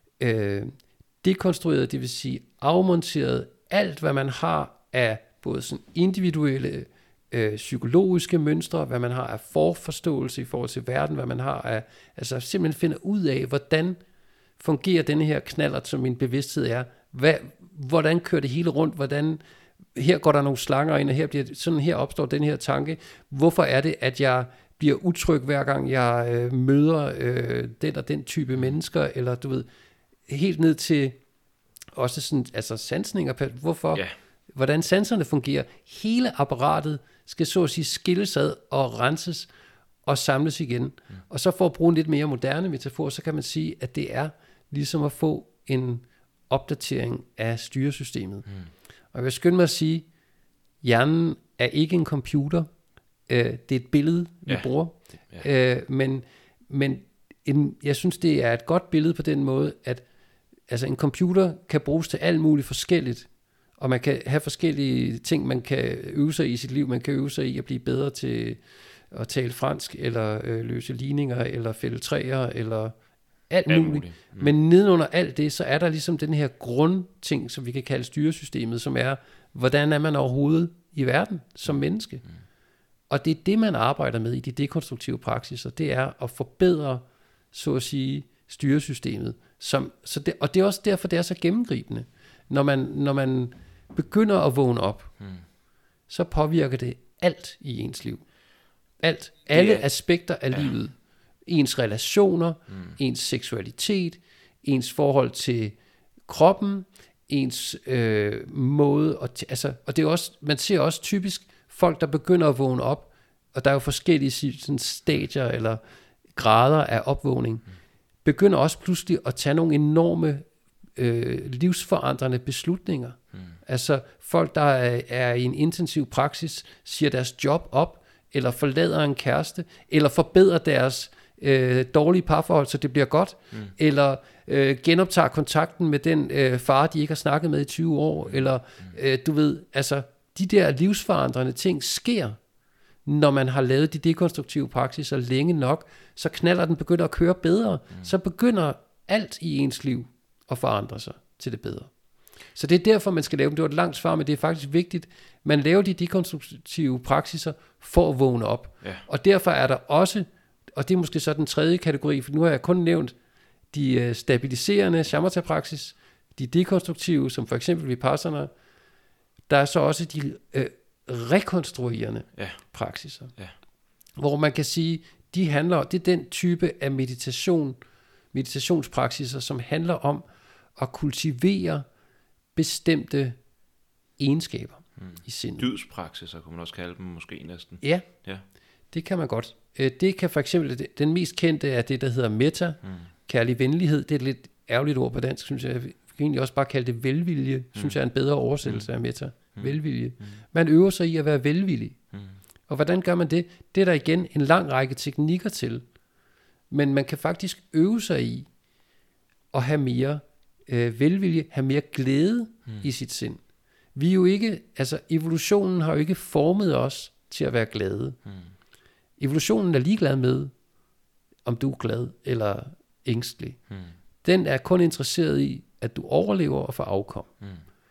øh, dekonstrueret, det vil sige afmonteret alt, hvad man har af både sådan individuelle øh, psykologiske mønstre, hvad man har af forforståelse i forhold til verden, hvad man har af, altså simpelthen finder ud af, hvordan fungerer denne her knallert, som min bevidsthed er, hvad, hvordan kører det hele rundt, hvordan, her går der nogle slanger ind, og her, bliver, sådan her opstår den her tanke, hvorfor er det, at jeg bliver utryg hver gang jeg øh, møder øh, den og den type mennesker, eller du ved, helt ned til også sådan, altså sansninger, hvorfor, yeah. hvordan sanserne fungerer. Hele apparatet skal så at sige skilles ad og renses og samles igen. Mm. Og så for at bruge en lidt mere moderne metafor, så kan man sige, at det er ligesom at få en opdatering af styresystemet. Mm. Og jeg vil skynde mig at sige, hjernen er ikke en computer. Øh, det er et billede, vi yeah. bruger. Yeah. Øh, men men en, jeg synes, det er et godt billede på den måde, at altså en computer kan bruges til alt muligt forskelligt, og man kan have forskellige ting, man kan øve sig i sit liv. Man kan øve sig i at blive bedre til at tale fransk, eller øh, løse ligninger, eller fælde træer, eller alt, alt muligt. muligt. Mm. Men nedenunder alt det, så er der ligesom den her grundting, som vi kan kalde styresystemet, som er, hvordan er man overhovedet i verden som menneske? Mm. Og det er det, man arbejder med i de dekonstruktive praksiser, det er at forbedre, så at sige, styresystemet. Som, så det, og det er også derfor, det er så gennemgribende. Når man, når man begynder at vågne op, hmm. så påvirker det alt i ens liv. Alt. Alle er, aspekter af ja. livet. Ens relationer, hmm. ens seksualitet, ens forhold til kroppen, ens øh, måde. At, altså, og det er også, man ser også typisk folk, der begynder at vågne op, og der er jo forskellige sådan, stadier eller grader af opvågning, hmm. begynder også pludselig at tage nogle enorme øh, livsforandrende beslutninger. Hmm. Altså folk, der er, er i en intensiv praksis, siger deres job op, eller forlader en kæreste, eller forbedrer deres øh, dårlige parforhold, så det bliver godt, mm. eller øh, genoptager kontakten med den øh, far, de ikke har snakket med i tyve år, eller øh, du ved, altså de der livsforandrende ting sker, når man har lavet de dekonstruktive praksiser længe nok, så knaller den begynder at køre bedre, mm. så begynder alt i ens liv at forandre sig til det bedre. Så det er derfor, man skal lave dem. Det var et langt svar, men det er faktisk vigtigt. Man laver de dekonstruktive praksiser for at vågne op. Ja. Og derfor er der også, og det er måske så den tredje kategori, for nu har jeg kun nævnt de stabiliserende shamatha-praksis, de dekonstruktive, som for eksempel Vipassana. Der er så også de øh, rekonstruerende ja. praksiser, ja. hvor man kan sige, de handler, det er den type af meditation, meditationspraksiser, som handler om at kultivere bestemte egenskaber hmm. i sindet. Dydspraksiser, kunne man også kalde dem måske næsten. Ja, ja, det kan man godt. Det kan for eksempel, den mest kendte er det, der hedder metta, hmm. kærlig venlighed. Det er et lidt ærgerligt ord på dansk, synes jeg. Jeg kan egentlig også bare kalde det velvilje, hmm. synes jeg er en bedre oversættelse hmm. af metta. Hmm. Velvilje. Hmm. Man øver sig i at være velvillig. Hmm. Og hvordan gør man det? Det er der igen en lang række teknikker til. Men man kan faktisk øve sig i at have mere øh, velvilje, have mere glæde hmm. i sit sind. Vi er jo ikke, altså evolutionen har jo ikke formet os til at være glade. Hmm. Evolutionen er ligeglad med, om du er glad eller ængstelig. Hmm. Den er kun interesseret i, at du overlever og får afkom. Hmm.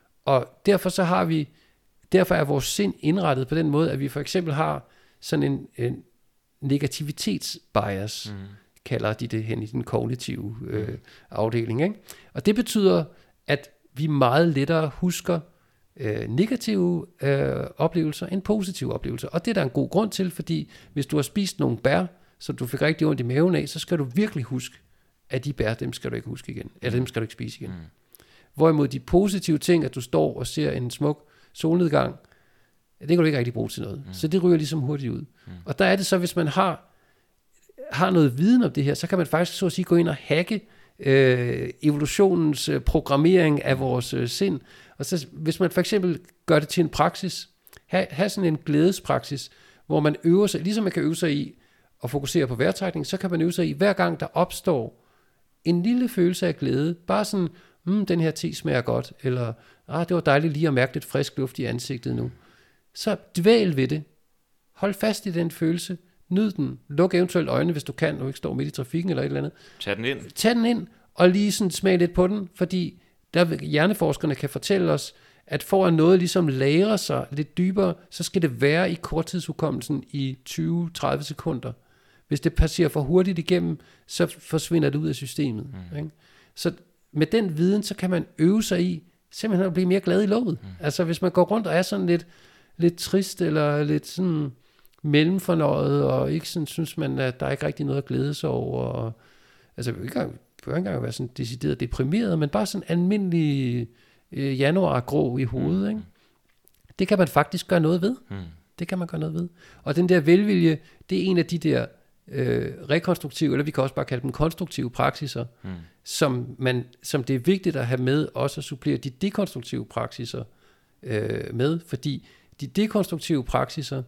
Og derfor så har vi, derfor er vores sind indrettet på den måde, at vi for eksempel har sådan en, en negativitetsbias, mm. kalder de det hen i den kognitive øh, mm. afdeling. Ikke? Og det betyder, at vi meget lettere husker øh, negative øh, oplevelser end positive oplevelser. Og det er der en god grund til, fordi hvis du har spist nogle bær, som du fik rigtig ondt i maven af, så skal du virkelig huske, at de bær, dem skal du ikke huske igen. Eller dem skal du ikke spise igen. Mm. Hvorimod de positive ting, at du står og ser en smuk solnedgang, det kan du ikke rigtig bruge til noget. Mm. Så det ryger ligesom hurtigt ud. Mm. Og der er det så, hvis man har, har noget viden om det her, så kan man faktisk så at sige gå ind og hacke øh, evolutionens øh, programmering af vores øh, sind. Og så hvis man for eksempel gør det til en praksis, have, have sådan en glædespraksis, hvor man øver sig, ligesom man kan øve sig i at fokusere på vejrtrækning, så kan man øve sig i, hver gang der opstår en lille følelse af glæde, bare sådan, mm, den her te smager godt, eller ah, det var dejligt lige at mærke lidt frisk luft i ansigtet nu. Så dvæl ved det. Hold fast i den følelse. Nyd den. Luk eventuelt øjnene, hvis du kan, og ikke står midt i trafikken eller et eller andet. Tag den ind. Tag den ind, og lige sådan smag lidt på den, fordi der hjerneforskerne kan fortælle os, at for at noget ligesom lagrer sig lidt dybere, så skal det være i korttidshukommelsen i tyve til tredive sekunder. Hvis det passerer for hurtigt igennem, så forsvinder det ud af systemet. Mm. Ikke? Så med den viden, så kan man øve sig i simpelthen at blive mere glad i låget. Mm. Altså hvis man går rundt og er sådan lidt, lidt trist, eller lidt sådan mellemfornøjet, og ikke sådan synes man, at der er ikke rigtig noget at glæde sig over. Og, altså vi kan ikke engang være sådan decideret deprimeret, men bare sådan almindelig øh, januar-grå i hovedet. Ikke? Det kan man faktisk gøre noget ved. Mm. Det kan man gøre noget ved. Og den der velvilje, det er en af de der øh, rekonstruktive, eller vi kan også bare kalde dem konstruktive praksiser, mm. som, man, som det er vigtigt at have med, også at supplere de dekonstruktive praksiser øh, med, fordi de dekonstruktive praksiser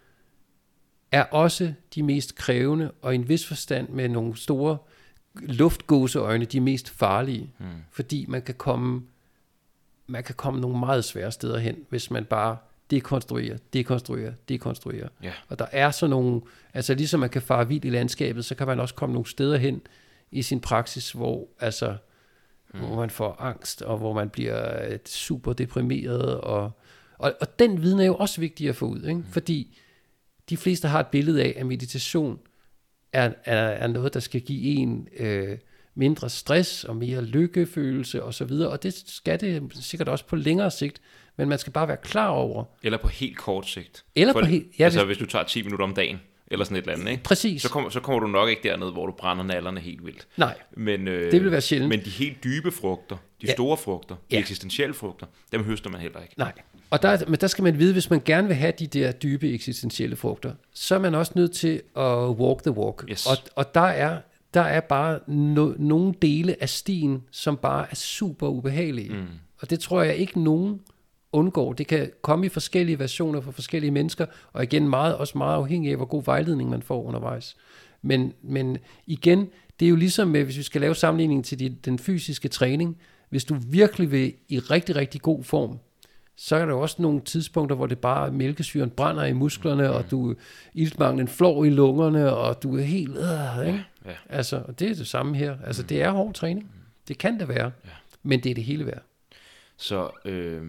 er også de mest krævende, og i en vis forstand med nogle store luftgåseøjne, de mest farlige, mm. fordi man kan komme man kan komme nogle meget svære steder hen, hvis man bare dekonstruerer, dekonstruerer, dekonstruerer. Yeah. Og der er så nogle, altså ligesom man kan fare vild i landskabet, så kan man også komme nogle steder hen i sin praksis, hvor altså mm. hvor man får angst, og hvor man bliver super deprimeret, og, og, og den viden er jo også vigtig at få ud, ikke? Mm. Fordi de fleste har et billede af, at meditation er, er, er noget, der skal give en øh, mindre stress og mere lykkefølelse og så videre, og det skal det sikkert også på længere sigt, men man skal bare være klar over. Eller på helt kort sigt. Eller For, på helt, ja, altså hvis, hvis du tager ti minutter om dagen, eller sådan et eller andet, ikke? Præcis. Så kommer, så kommer du nok ikke derned, hvor du brænder nallerne helt vildt. Nej, men, øh, det vil være sjældent. Men de helt dybe frugter, de ja. store frugter, de ja. eksistentielle frugter, dem høster man heller ikke. Nej, og der, men der skal man vide, hvis man gerne vil have de der dybe eksistentielle frugter, så er man også nødt til at walk the walk. Yes. Og, og der er der er bare no, nogle dele af stien, som bare er super ubehagelige. Mm. Og det tror jeg ikke nogen undgår. Det kan komme i forskellige versioner for forskellige mennesker, og igen meget, også meget afhængig af, hvor god vejledning man får undervejs. Men, men igen, det er jo ligesom med, hvis vi skal lave sammenligning til de, den fysiske træning, hvis du virkelig vil i rigtig, rigtig god form, så er der også nogle tidspunkter, hvor det bare mælkesyren brænder i musklerne, mm. og du iltmanglen flår i lungerne, og du er helt... Øh, ikke? Ja, ja. Altså, og det er det samme her. Altså, mm. det er hård træning. Det kan det være, ja. Men det er det hele værd. Så øh,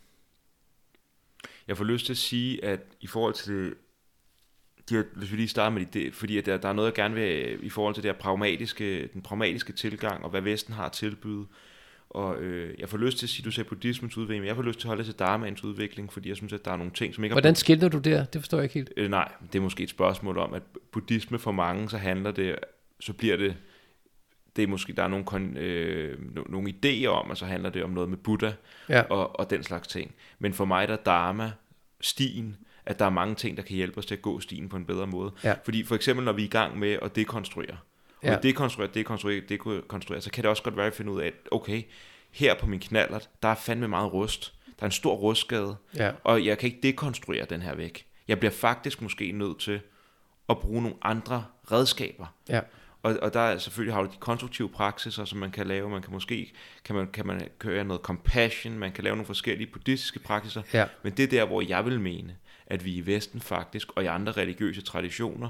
jeg får lyst til at sige, at i forhold til det, de her, hvis vi lige starter med det, fordi at der, der er noget, jeg gerne vil i forhold til det her pragmatiske, den pragmatiske tilgang, og hvad Vesten har at tilbyde. Og øh, jeg får lyst til at sige, du sagde buddhismens udvikling, men jeg får lyst til at holde det til dharmaens udvikling, fordi jeg synes, at der er nogle ting, som ikke... Hvordan skilter du der? Det forstår jeg ikke helt. Øh, nej, det er måske et spørgsmål om, at buddhisme for mange, så handler det, så bliver det, det er måske, der er nogle, kon, øh, no, nogle idéer om, og så handler det om noget med Buddha, ja. og, og den slags ting. Men for mig, der er dharma, stien, at der er mange ting, der kan hjælpe os til at gå stien på en bedre måde. Ja. Fordi for eksempel, når vi er i gang med at dekonstruere, og ja. dekonstruere, dekonstruere, dekonstruere, så kan det også godt være at finde ud af, at okay, her på min knallert, der er fandme meget rust. Der er en stor rustskade, ja. og jeg kan ikke dekonstruere den her væk. Jeg bliver faktisk måske nødt til at bruge nogle andre redskaber. Ja. Og, og der er selvfølgelig har du de konstruktive praksiser, som man kan lave. Man kan måske kan man, kan man køre noget compassion, man kan lave nogle forskellige buddhistiske praksiser. Ja. Men det er der, hvor jeg vil mene, at vi i Vesten faktisk, og i andre religiøse traditioner,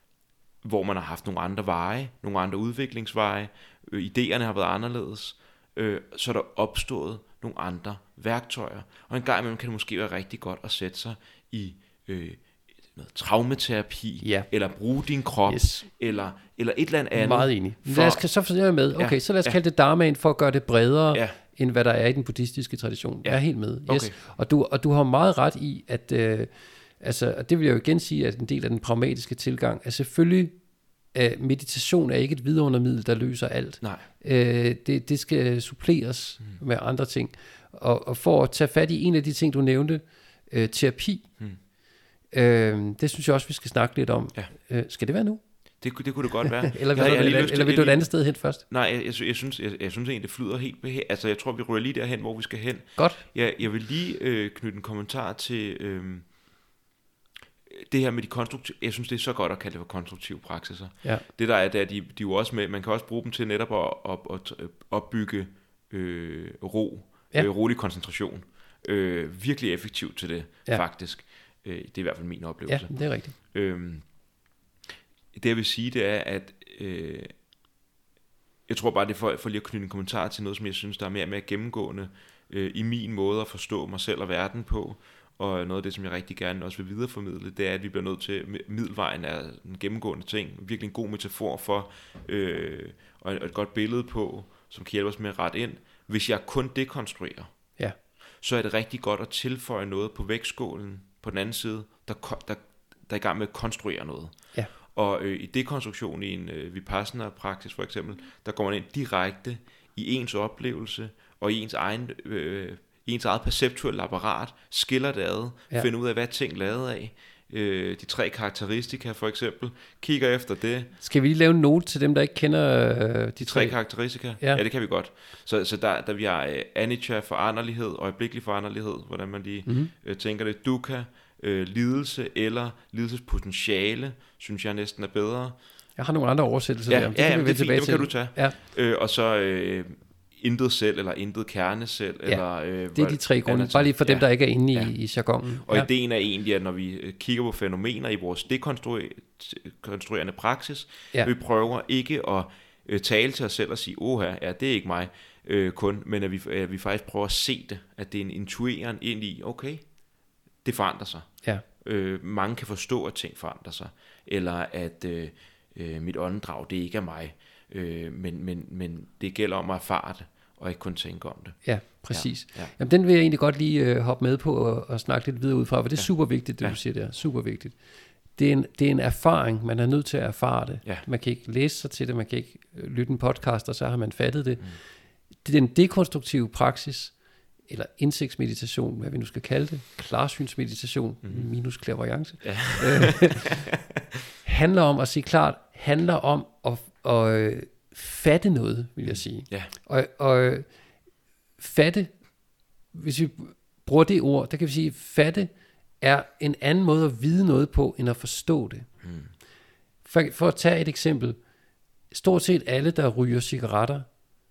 hvor man har haft nogle andre veje, nogle andre udviklingsveje, øh, idéerne har været anderledes, øh, så er der opstået nogle andre værktøjer. Og en gang imellem kan det måske være rigtig godt at sætte sig i øh, noget traumaterapi, ja. eller bruge din krop, yes. eller, eller et eller andet. Meget enig. For, lad os så forstå med. Okay, ja, så lad os ja. kalde det dharmaen for at gøre det bredere, ja. end hvad der er i den buddhistiske tradition. Ja. Jeg er helt med. Yes. Okay. Og, du, og du har meget ret i, at øh, altså, og det vil jeg jo igen sige, at en del af den pragmatiske tilgang er selvfølgelig, Uh, meditation er ikke et vidundermiddel, der løser alt. Nej. Uh, det, det skal suppleres mm. med andre ting. Og, og for at tage fat i en af de ting, du nævnte, uh, terapi, mm. uh, det synes jeg også, vi skal snakke lidt om. Ja. Uh, skal det være nu? Det, det kunne det godt være. eller vil, jeg, du, jeg, eller vil du et andet sted hen først? Nej, jeg, jeg, jeg, synes, jeg, jeg synes egentlig, det flyder helt beha- Altså, jeg tror, vi ryger lige derhen, hvor vi skal hen. Godt. Jeg, jeg vil lige øh, knytte en kommentar til... Øh, det her med de konstruktive, jeg synes det er så godt at kalde det for konstruktive praksiser. Ja. Det der er, det er de, de er jo også med, man kan også bruge dem til netop at, at, at opbygge øh, ro, ja. øh, rolig koncentration. Øh, virkelig effektivt til det, ja. faktisk. Øh, det er i hvert fald min oplevelse. Ja, det er rigtigt. Øh, det jeg vil sige, det er, at øh, jeg tror bare, det er for, for lige at knytte en kommentar til noget, som jeg synes, der er mere og mere gennemgående øh, i min måde at forstå mig selv og verden på. Og noget af det, som jeg rigtig gerne også vil videreformidle, det er, at vi bliver nødt til, middelvejen er en gennemgående ting, virkelig en god metafor for, øh, og et godt billede på, som kan hjælpe os med at rette ind. Hvis jeg kun dekonstruerer, ja. så er det rigtig godt at tilføje noget på vægtskålen på den anden side, der, der, der er i gang med at konstruere noget. Ja. Og øh, i dekonstruktion i en øh, Vipassana-praksis for eksempel, der går man ind direkte i ens oplevelse og i ens egen... Øh, ens eget perceptuelle apparat, skiller det ad, ja. finder ud af, hvad ting er lavet af, øh, de tre karakteristika for eksempel, kigger efter det. Skal vi lige lave en note til dem, der ikke kender øh, de tre? Tre karakteristika? Ja. ja, det kan vi godt. Så, så der, der vi har øh, anicca, foranderlighed, øjeblikkelig foranderlighed, hvordan man lige mm-hmm. øh, tænker det, dukkha, øh, lidelse eller lidelsespotentiale, synes jeg næsten er bedre. Jeg har nogle andre oversættelser ja, der. Det ja, kan vi det er fint, dem kan du tage. Ja. Øh, og så... Øh, intet selv, eller intet kerne selv. Ja, eller, øh, det er de tre grunde. Bare lige for dem, ja. der ikke er inde i, ja. i jargonen. Og ja. ideen er egentlig, at når vi kigger på fænomener i vores dekonstruerende praksis, ja. vi prøver ikke at øh, tale til os selv og sige, åh her, ja, det er ikke mig øh, kun, men at vi, at vi faktisk prøver at se det, at det er en intueren ind i, okay, det forandrer sig. Ja. Øh, mange kan forstå, at ting forandrer sig, eller at øh, øh, mit åndedrag, det ikke er mig. Øh, men, men, men det gælder om at erfare det, og ikke kun tænke om det. Ja, præcis. Ja, ja. Jamen, den vil jeg egentlig godt lige øh, hoppe med på og, og snakke lidt videre ud fra, for det er ja. super vigtigt, det ja. du siger der. Super vigtigt. Det er, en, det er en erfaring, man er nødt til at erfare det. Ja. Man kan ikke læse sig til det, man kan ikke lytte en podcast, og så har man fattet det. Mm. Det er den dekonstruktive praksis, eller indsigtsmeditation, hvad vi nu skal kalde det, klarsynsmeditation, mm. minus clairvoyance, ja. handler om at se klart, handler om at, at, at fatte noget, vil jeg sige. Ja. Og, og fatte, hvis vi bruger det ord, der kan vi sige, fatte er en anden måde at vide noget på, end at forstå det. Mm. For, for at tage et eksempel, stort set alle, der ryger cigaretter,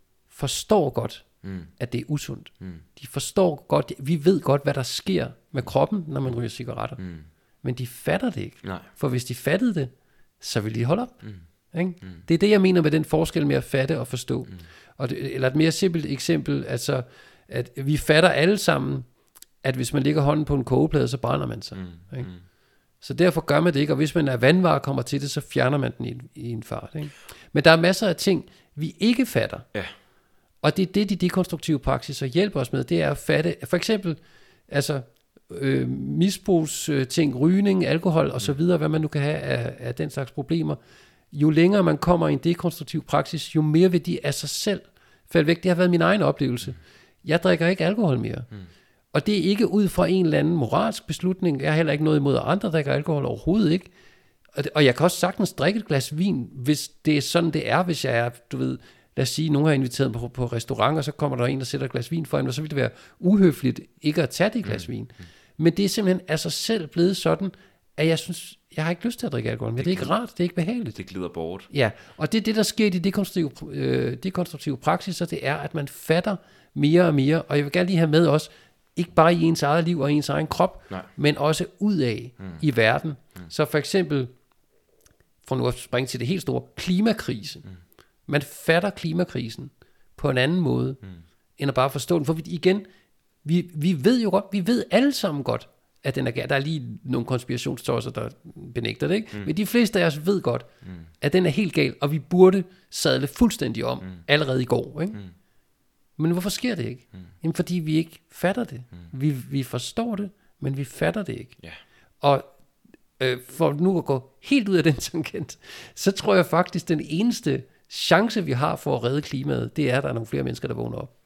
forstår godt, mm. at det er usundt. Mm. De forstår godt, vi ved godt, hvad der sker med kroppen, når man ryger cigaretter. Mm. Men de fatter det ikke. Nej. For hvis de fattede det, så ville de holde op. Mm. Ikke? Mm. Det er det, jeg mener med den forskel med at fatte og forstå. Mm. Og det, eller et mere simpelt eksempel, altså, at vi fatter alle sammen, at hvis man lægger hånden på en kogeplade, så brænder man sig. Mm. Ikke? Mm. Så derfor gør man det ikke, og hvis man er vandvarer kommer til det, så fjerner man den i, i en fart. Ikke? Men der er masser af ting, vi ikke fatter. Ja. Og det er det, de dekonstruktive praksiser hjælper os med, det er at fatte, for eksempel, altså, øh, misbrugsting, øh, rygning, alkohol og så videre, hvad man nu kan have af, af den slags problemer. Jo længere man kommer i en dekonstruktiv praksis, jo mere vil de af sig selv falde væk. Det har været min egen oplevelse. Jeg drikker ikke alkohol mere. Mm. Og det er ikke ud fra en eller anden moralsk beslutning. Jeg har heller ikke noget imod, at andre drikker alkohol overhovedet ikke. Og, det, og jeg kan også sagtens drikke et glas vin, hvis det er sådan, det er, hvis jeg er, du ved, lad os sige, nogen har inviteret mig på, på restaurant, og så kommer der en, der sætter et glas vin for en, og så vil det være uhøfligt ikke at tage det glas vin. Mm. Men det er simpelthen af sig selv blevet sådan, at jeg synes, jeg har ikke lyst til at drikke alkohol, men det, det er ikke rart, det er ikke behageligt. Det glider bort. Ja, og det er det, der sker i de dekonstruktive, øh, dekonstruktive praksiser, det er, at man fatter mere og mere, og jeg vil gerne lige have med også, ikke bare i ens eget liv og ens egen krop, Nej. men også udad mm. i verden. Mm. Så for eksempel, for nu at springe til det helt store, klimakrise. Mm. Man fatter klimakrisen på en anden måde, mm. end at bare forstå den. For vi, igen, vi, vi ved jo godt, vi ved alle sammen godt, at den er gal. Der er lige nogle konspirationstosser, der benægter det, ikke? Mm. Men de fleste af os ved godt, mm. at den er helt gal, og vi burde sadle fuldstændig om, mm. allerede i går, ikke? Mm. Men hvorfor sker det ikke? Mm. Jamen, fordi vi ikke fatter det. Mm. Vi, vi forstår det, men vi fatter det ikke. Yeah. Og øh, for nu at gå helt ud af den tangent, så tror jeg faktisk, den eneste chance, vi har for at redde klimaet, det er, at der er nogle flere mennesker, der vågner op.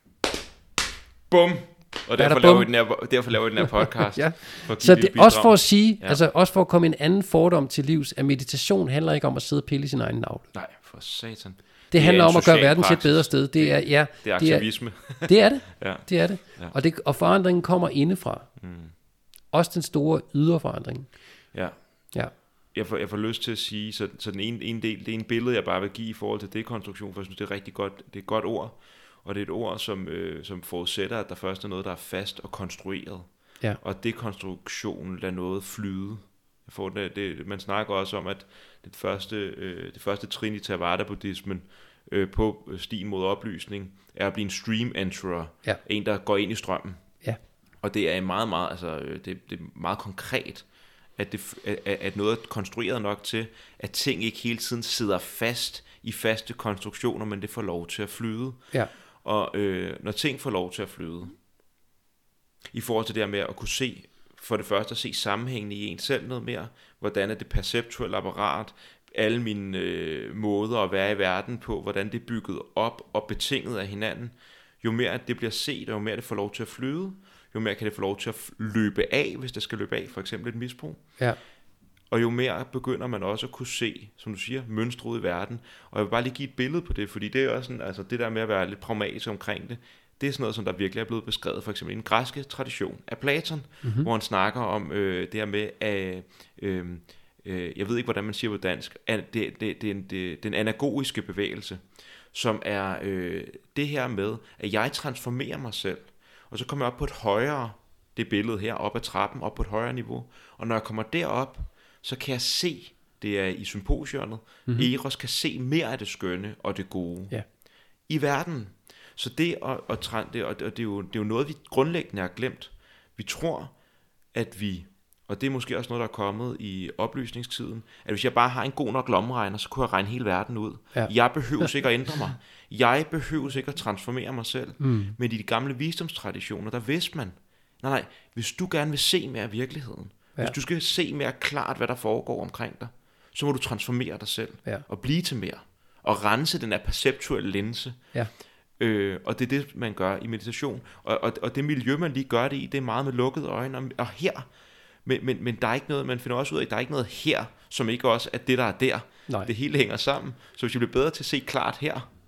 Bum! Og derfor laver, vi den her, derfor laver vi den her podcast. Ja. Så det er også for at sige, ja. altså også for at komme en anden fordom til livs, at meditation handler ikke om at sidde og pille i sin egen navle. Nej, for satan. Det, det handler om at gøre verden til et bedre sted. Det er, ja, det er aktivisme. Det er det. Er det. Ja. det, er det. Ja. Og, det og forandringen kommer indefra. Mm. Også den store ydre forandring. Ja. Ja. Jeg får, jeg får lyst til at sige, så, så den ene, ene del, det er en billede, jeg bare vil give i forhold til dekonstruktion, for jeg synes, det er rigtig godt, det er et godt ord. Og det er et ord, som, øh, som forudsætter, at der først er noget, der er fast og konstrueret. Ja. Og dekonstruktionen lader noget flyde. Jeg får det, det, man snakker også om, at det første, øh, det første trin i Theravada-buddhismen øh, på stien mod oplysning, er at blive en stream enterer. Ja. En, der går ind i strømmen. Ja. Og det er meget, meget, altså, det, det er meget konkret, at, det, at, at noget er konstrueret nok til, at ting ikke hele tiden sidder fast i faste konstruktioner, men det får lov til at flyde. Ja. Og øh, når ting får lov til at flyde, i forhold til det her med at kunne se, for det første at se sammenhængen i en selv noget mere, hvordan er det perceptuelle apparat, alle mine øh, måder at være i verden på, hvordan det er bygget op og betinget af hinanden, jo mere at det bliver set, og jo mere det får lov til at flyde, jo mere kan det få lov til at løbe af, hvis det skal løbe af, for eksempel et misbrug. Ja. Og jo mere begynder man også at kunne se, som du siger, mønstre ud i verden. Og jeg vil bare lige give et billede på det, fordi det er også sådan, altså det der med at være lidt pragmatisk omkring det, det er sådan noget, som der virkelig er blevet beskrevet, for eksempel i den græske tradition af Platon, mm-hmm. hvor han snakker om øh, det her med, at, øh, øh, jeg ved ikke, hvordan man siger på dansk, at det, det, det, det, den anagogiske bevægelse, som er øh, det her med, at jeg transformerer mig selv, og så kommer jeg op på et højere, det billede her, op ad trappen, op på et højere niveau, og når jeg kommer derop, så kan jeg se, det er i symposionerne, mm-hmm. Eros kan se mere af det skønne og det gode ja. i verden. Så det, og, og, det, og det, er jo, det er jo noget, vi grundlæggende har glemt. Vi tror, at vi, og det er måske også noget, der er kommet i oplysningstiden, at hvis jeg bare har en god nok lommeregner, så kunne jeg regne hele verden ud. Ja. Jeg behøver ikke at ændre mig. Jeg behøver ikke at transformere mig selv. Mm. Men i de gamle visdomstraditioner, der vidste man, nej nej, hvis du gerne vil se mere af virkeligheden, ja. hvis du skal se mere klart, hvad der foregår omkring dig, så må du transformere dig selv, ja. og blive til mere, og rense den her perceptuelle linse. Ja. Øh, og det er det, man gør i meditation. Og, og, og det miljø, man lige gør det i, det er meget med lukkede øjne. Og, og her, men, men, men der er ikke noget, man finder også ud af, der er ikke noget her, som ikke også er det, der er der. Nej. Det hele hænger sammen. Så hvis jeg bliver bedre til at se klart her,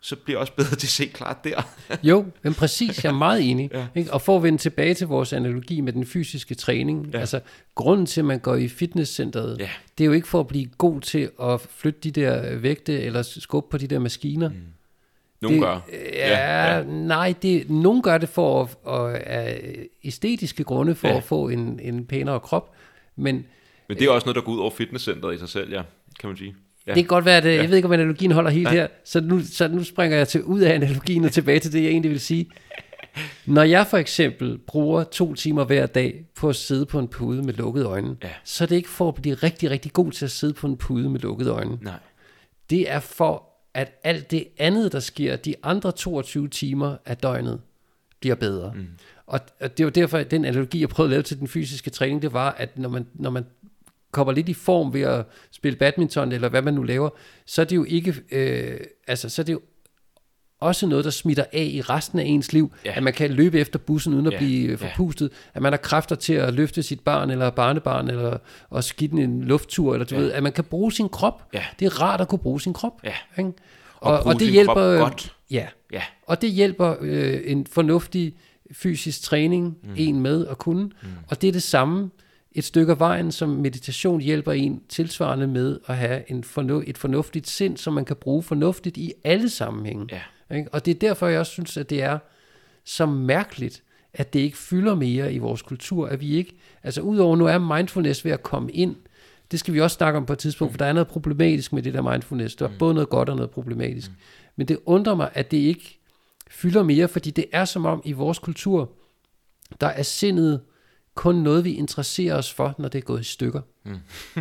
så bliver jeg også bedre til at se klart der. Jo, men præcis, jeg er meget enig. Ja. Ikke? Og for at vende tilbage til vores analogi med den fysiske træning, ja. altså grunden til, at man går i fitnesscenteret, ja. det er jo ikke for at blive god til at flytte de der vægte, eller skubbe på de der maskiner. Mm. Nogle det, gør. Ja, ja. Nej, det, nogen gør det for at, at, at æstetiske grunde, for ja. at få en, en pænere krop, men... Men det er også noget, der går ud over fitnesscenteret i sig selv, ja, kan man sige. Ja. Det kan godt være, at ja. jeg ved ikke, om analogien holder helt ja. her, så nu, så nu springer jeg til ud af analogien og tilbage til det, jeg egentlig vil sige. Når jeg for eksempel bruger to timer hver dag på at sidde på en pude med lukkede øjne, ja. så er det ikke for at blive rigtig, rigtig god til at sidde på en pude med lukkede øjne. Nej. Det er for, at alt det andet, der sker, de andre toogtyve timer af døgnet, bliver bedre. Mm. Og, og det var derfor, at den analogi, jeg prøvede at lave til den fysiske træning, det var, at når man, når man kommer lidt i form ved at spille badminton, eller hvad man nu laver, så er det jo ikke, øh, altså, så er det jo også noget, der smitter af i resten af ens liv, ja. at man kan løbe efter bussen, uden at ja. blive forpustet, ja. at man har kræfter til at løfte sit barn, eller barnebarn, eller også give den en lufttur, eller du ja. ved, at man kan bruge sin krop. Ja. Det er rart at kunne bruge sin krop. Ja. Ikke? Og, og, og det hjælper godt. Ja. ja, og det hjælper øh, en fornuftig fysisk træning mm. en med at kunne, mm. og det er det samme et stykke af vejen, som meditation hjælper en tilsvarende med at have en fornu- et fornuftigt sind, som man kan bruge fornuftigt i alle sammenhænge. Ja. Ikke? Og det er derfor, jeg også synes, at det er så mærkeligt, at det ikke fylder mere i vores kultur, at vi ikke, altså udover nu er mindfulness ved at komme ind, det skal vi også snakke om på et tidspunkt, mm. for der er noget problematisk med det der mindfulness, der er mm. både noget godt og noget problematisk. Mm. Men det undrer mig, at det ikke fylder mere, fordi det er som om i vores kultur, der er sindet kun noget, vi interesserer os for, når det er gået i stykker. Mm.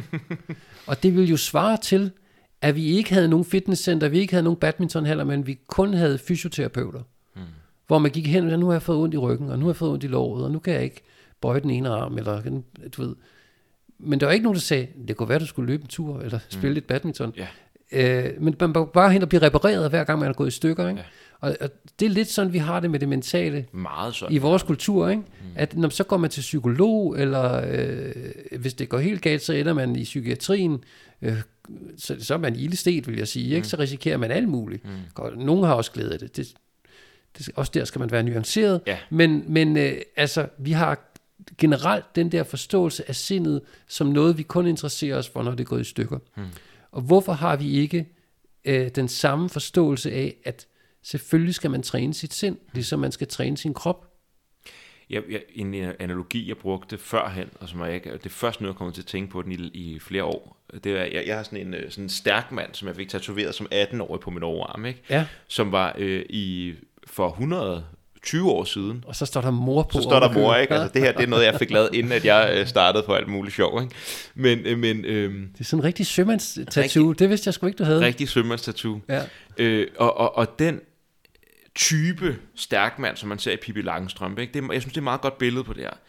Og det vil jo svare til, at vi ikke havde nogen fitnesscenter, vi ikke havde nogen badmintonhaller, men vi kun havde fysioterapeuter. Mm. Hvor man gik hen, og nu har jeg fået ondt i ryggen, og nu har jeg fået ondt i låret, og nu kan jeg ikke bøje den ene arm, eller du ved. Men der var ikke nogen, der sagde, det kunne være, du skulle løbe en tur, eller spille mm. lidt badminton. Yeah. Øh, men man bare hen og blive repareret, hver gang man er gået i stykker, ikke? Yeah. Og, og det er lidt sådan, vi har det med det mentale meget sådan, i vores kultur, ikke? Mm. At når så går man til psykolog, eller øh, hvis det går helt galt, så ender man i psykiatrien, øh, så, så er man ildestet, vil jeg sige, ikke? Mm. Så risikerer man alt muligt. Mm. Nogle har også glæde af det. det, det også der skal man være nuanceret, yeah. men, men øh, altså, vi har generelt den der forståelse af sindet, som noget, vi kun interesserer os for, når det er gået i stykker. Mm. Og hvorfor har vi ikke øh, den samme forståelse af, at selvfølgelig skal man træne sit sind, ligesom man skal træne sin krop? Ja, ja, en analogi, jeg brugte førhen, og som jeg ikke, det første nu, jeg kommer til at tænke på den i, i flere år, det er, jeg, jeg har sådan en sådan en stærk mand, som jeg fik tatoveret som atten-årig på min overarm, ikke? Ja. Som var øh, i for hundrede tyve år siden. Og så står der mor på. Så står der mor, ikke? Altså det her, det er noget, jeg fik lavet, inden at jeg startede på alt muligt sjov, ikke? Men, men, øhm, det er sådan en rigtig sømandstattoo. Det vidste jeg sgu ikke, du havde. Rigtig sømandstattoo. Ja. Øh, og, og, og den type stærkmand, som man ser i Pippi Langstrømpe, ikke? Det, jeg synes, det er et meget godt billede på det her.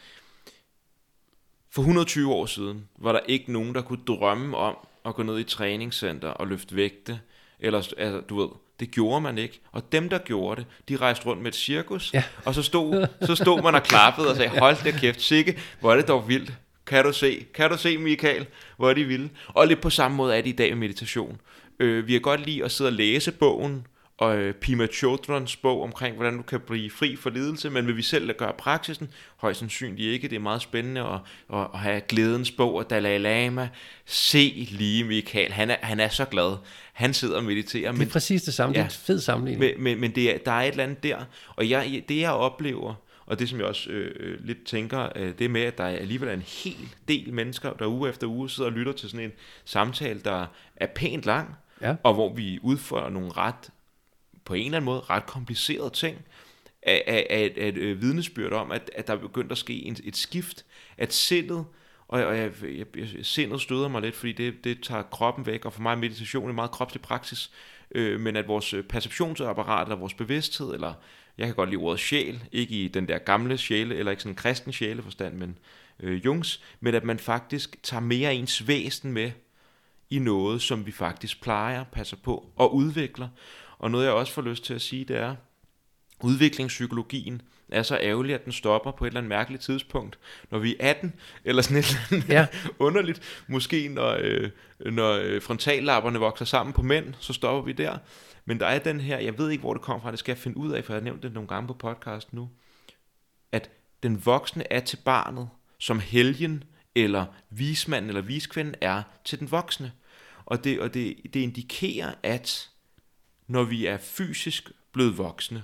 For hundrede og tyve år siden var der ikke nogen, der kunne drømme om at gå ned i træningscenter og løfte vægte. Eller, altså, du ved, det gjorde man ikke. Og dem, der gjorde det, de rejste rundt med et cirkus, ja. Og så stod, så stod man og klappede og sagde, hold da kæft, sikke, hvor er det dog vildt. Kan du se, kan du se, Michael, hvor er de vilde. Og lidt på samme måde er det i dag med meditation. Øh, vi kan godt lide at sidde og læse bogen, og øh, Pema Chodrons bog omkring, hvordan du kan blive fri for lidelse, men vil vi selv gøre praksisen? Højst sandsynligt ikke. Det er meget spændende at, at, at have glædens bog og Dalai Lama. Se lige Michael, han er, han er så glad. Han sidder og mediterer. Det er men, præcis det samme, ja, det er en fed sammenligning. Men, men, men det er, der er et eller andet der, og jeg, det jeg oplever, og det som jeg også øh, lidt tænker, øh, det med, at der alligevel er en hel del mennesker, der uge efter uge sidder og lytter til sådan en samtale, der er pænt lang, ja. Og hvor vi udfører nogle ret, på en eller anden måde, ret komplicerede ting, af, af, af, af et øh, vidnesbyrd om, at, at der er begyndt at ske en, et skift, at sindet, og, og jeg, jeg, jeg, sindet støder mig lidt, fordi det, det tager kroppen væk, og for mig er meditation en meget kropslig praksis, øh, men at vores perceptionsapparat, eller vores bevidsthed, eller jeg kan godt lide ordet sjæl, ikke i den der gamle sjæle, eller ikke sådan en kristen sjæleforstand, men øh, Jungs, men at man faktisk tager mere ens væsen med i noget, som vi faktisk plejer, passer på og udvikler. Og noget jeg også får lyst til at sige, det er, udviklingspsykologien er så ærgerlig, at den stopper på et eller andet mærkeligt tidspunkt, når vi er atten, eller sådan et eller andet Ja. underligt. Måske når, øh, når øh, frontallapperne vokser sammen på mænd, så stopper vi der. Men der er den her, jeg ved ikke, hvor det kommer fra, det skal jeg finde ud af, for jeg har nævnt det nogle gange på podcast nu, at den voksne er til barnet, som helgen, eller vismanden, eller viskvinden er til den voksne. Og det, og det, det indikerer, at når vi er fysisk blevet voksne,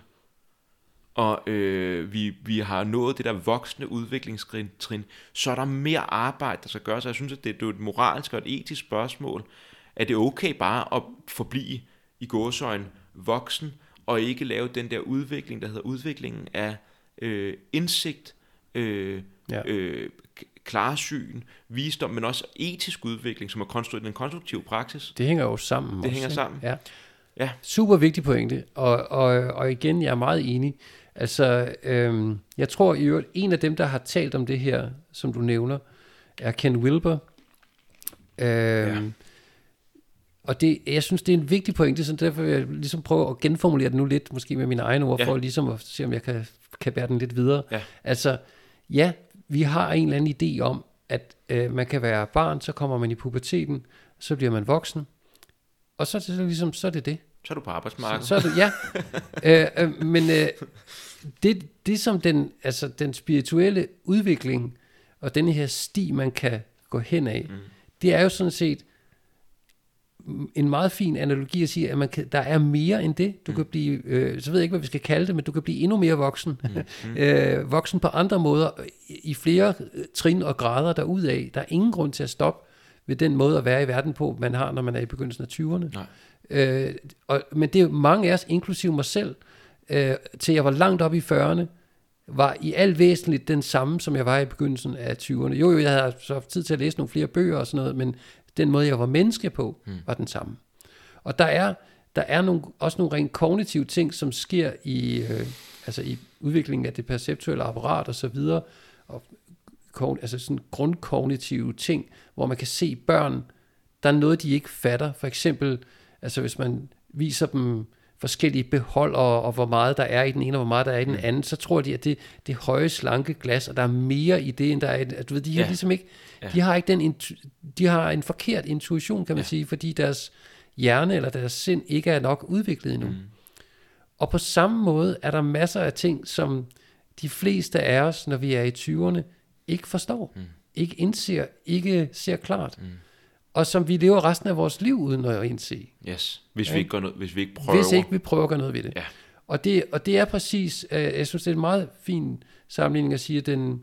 og øh, vi, vi har nået det der voksne udviklingstrin, så er der mere arbejde, der skal gøres. Jeg synes, at det, det er et moralsk og et etisk spørgsmål. Er det okay bare at forblive i gåseøjne voksen, og ikke lave den der udvikling, der hedder udviklingen af øh, indsigt, øh, Ja. øh, klarsyn, visdom, men også etisk udvikling, som er konstrueret en konstruktiv praksis. Det hænger jo sammen. Det også, hænger ikke? sammen. Ja. Ja. Super vigtig pointe, og, og, og igen, jeg er meget enig. Altså, øhm, jeg tror i øvrigt, en af dem, der har talt om det her, som du nævner, er Ken Wilber. Øhm, ja. Og det, jeg synes, det er en vigtig pointe, så derfor vil jeg ligesom prøve at genformulere det nu lidt, måske med mine egne ord, ja. For ligesom at se, om jeg kan, kan bære den lidt videre. Ja. Altså, ja, vi har en eller anden idé om, at øh, man kan være barn, så kommer man i puberteten, så bliver man voksen, og så er det ligesom, så er det det. Så er du på arbejdsmarkedet. Så, så er du, ja. øh, øh, men øh, det, det som den, altså den spirituelle udvikling, og den her sti, man kan gå hen af, mm. det er jo sådan set en meget fin analogi at sige, at man kan, der er mere end det. Du mm. kan blive, øh, så ved jeg ikke, hvad vi skal kalde det, men du kan blive endnu mere voksen. Mm. Mm. øh, voksen på andre måder, i flere trin og grader derudaf. Der er ingen grund til at stoppe ved den måde at være i verden på, man har, når man er i begyndelsen af tyverne. Nej. Øh, og, men det er mange af os, inklusive mig selv, øh, til jeg var langt op i fyrrerne, var i alt væsentligt den samme, som jeg var i begyndelsen af tyverne. Jo, jo, jeg havde så haft tid til at læse nogle flere bøger og sådan noget, men den måde, jeg var menneske på, hmm. var den samme. Og der er, der er nogle, også nogle rent kognitive ting, som sker i, øh, altså i udviklingen af det perceptuelle apparat og så videre, og altså sådan grundkognitive ting, hvor man kan se børn, der er noget, de ikke fatter. For eksempel, altså hvis man viser dem forskellige beholdere, og hvor meget der er i den ene, og hvor meget der er i den anden, så tror de, at det, det er høje, slanke glas, og der er mere i det, end der er i det. Du ved, de har ja. ligesom ikke, ja. de har ikke den, intu- de har en forkert intuition, kan man ja. sige, fordi deres hjerne eller deres sind ikke er nok udviklet endnu. Mm. Og på samme måde er der masser af ting, som de fleste af os, når vi er i tyverne, ikke forstår, mm. ikke indser, ikke ser klart. Mm. Og som vi lever resten af vores liv uden at indse. Yes. Hvis, ja. vi ikke gør noget, hvis vi ikke prøver. Hvis ikke vi prøver at gøre noget ved det. Ja. Og, det og det er præcis, øh, jeg synes det er en meget fin sammenligning at sige, at den,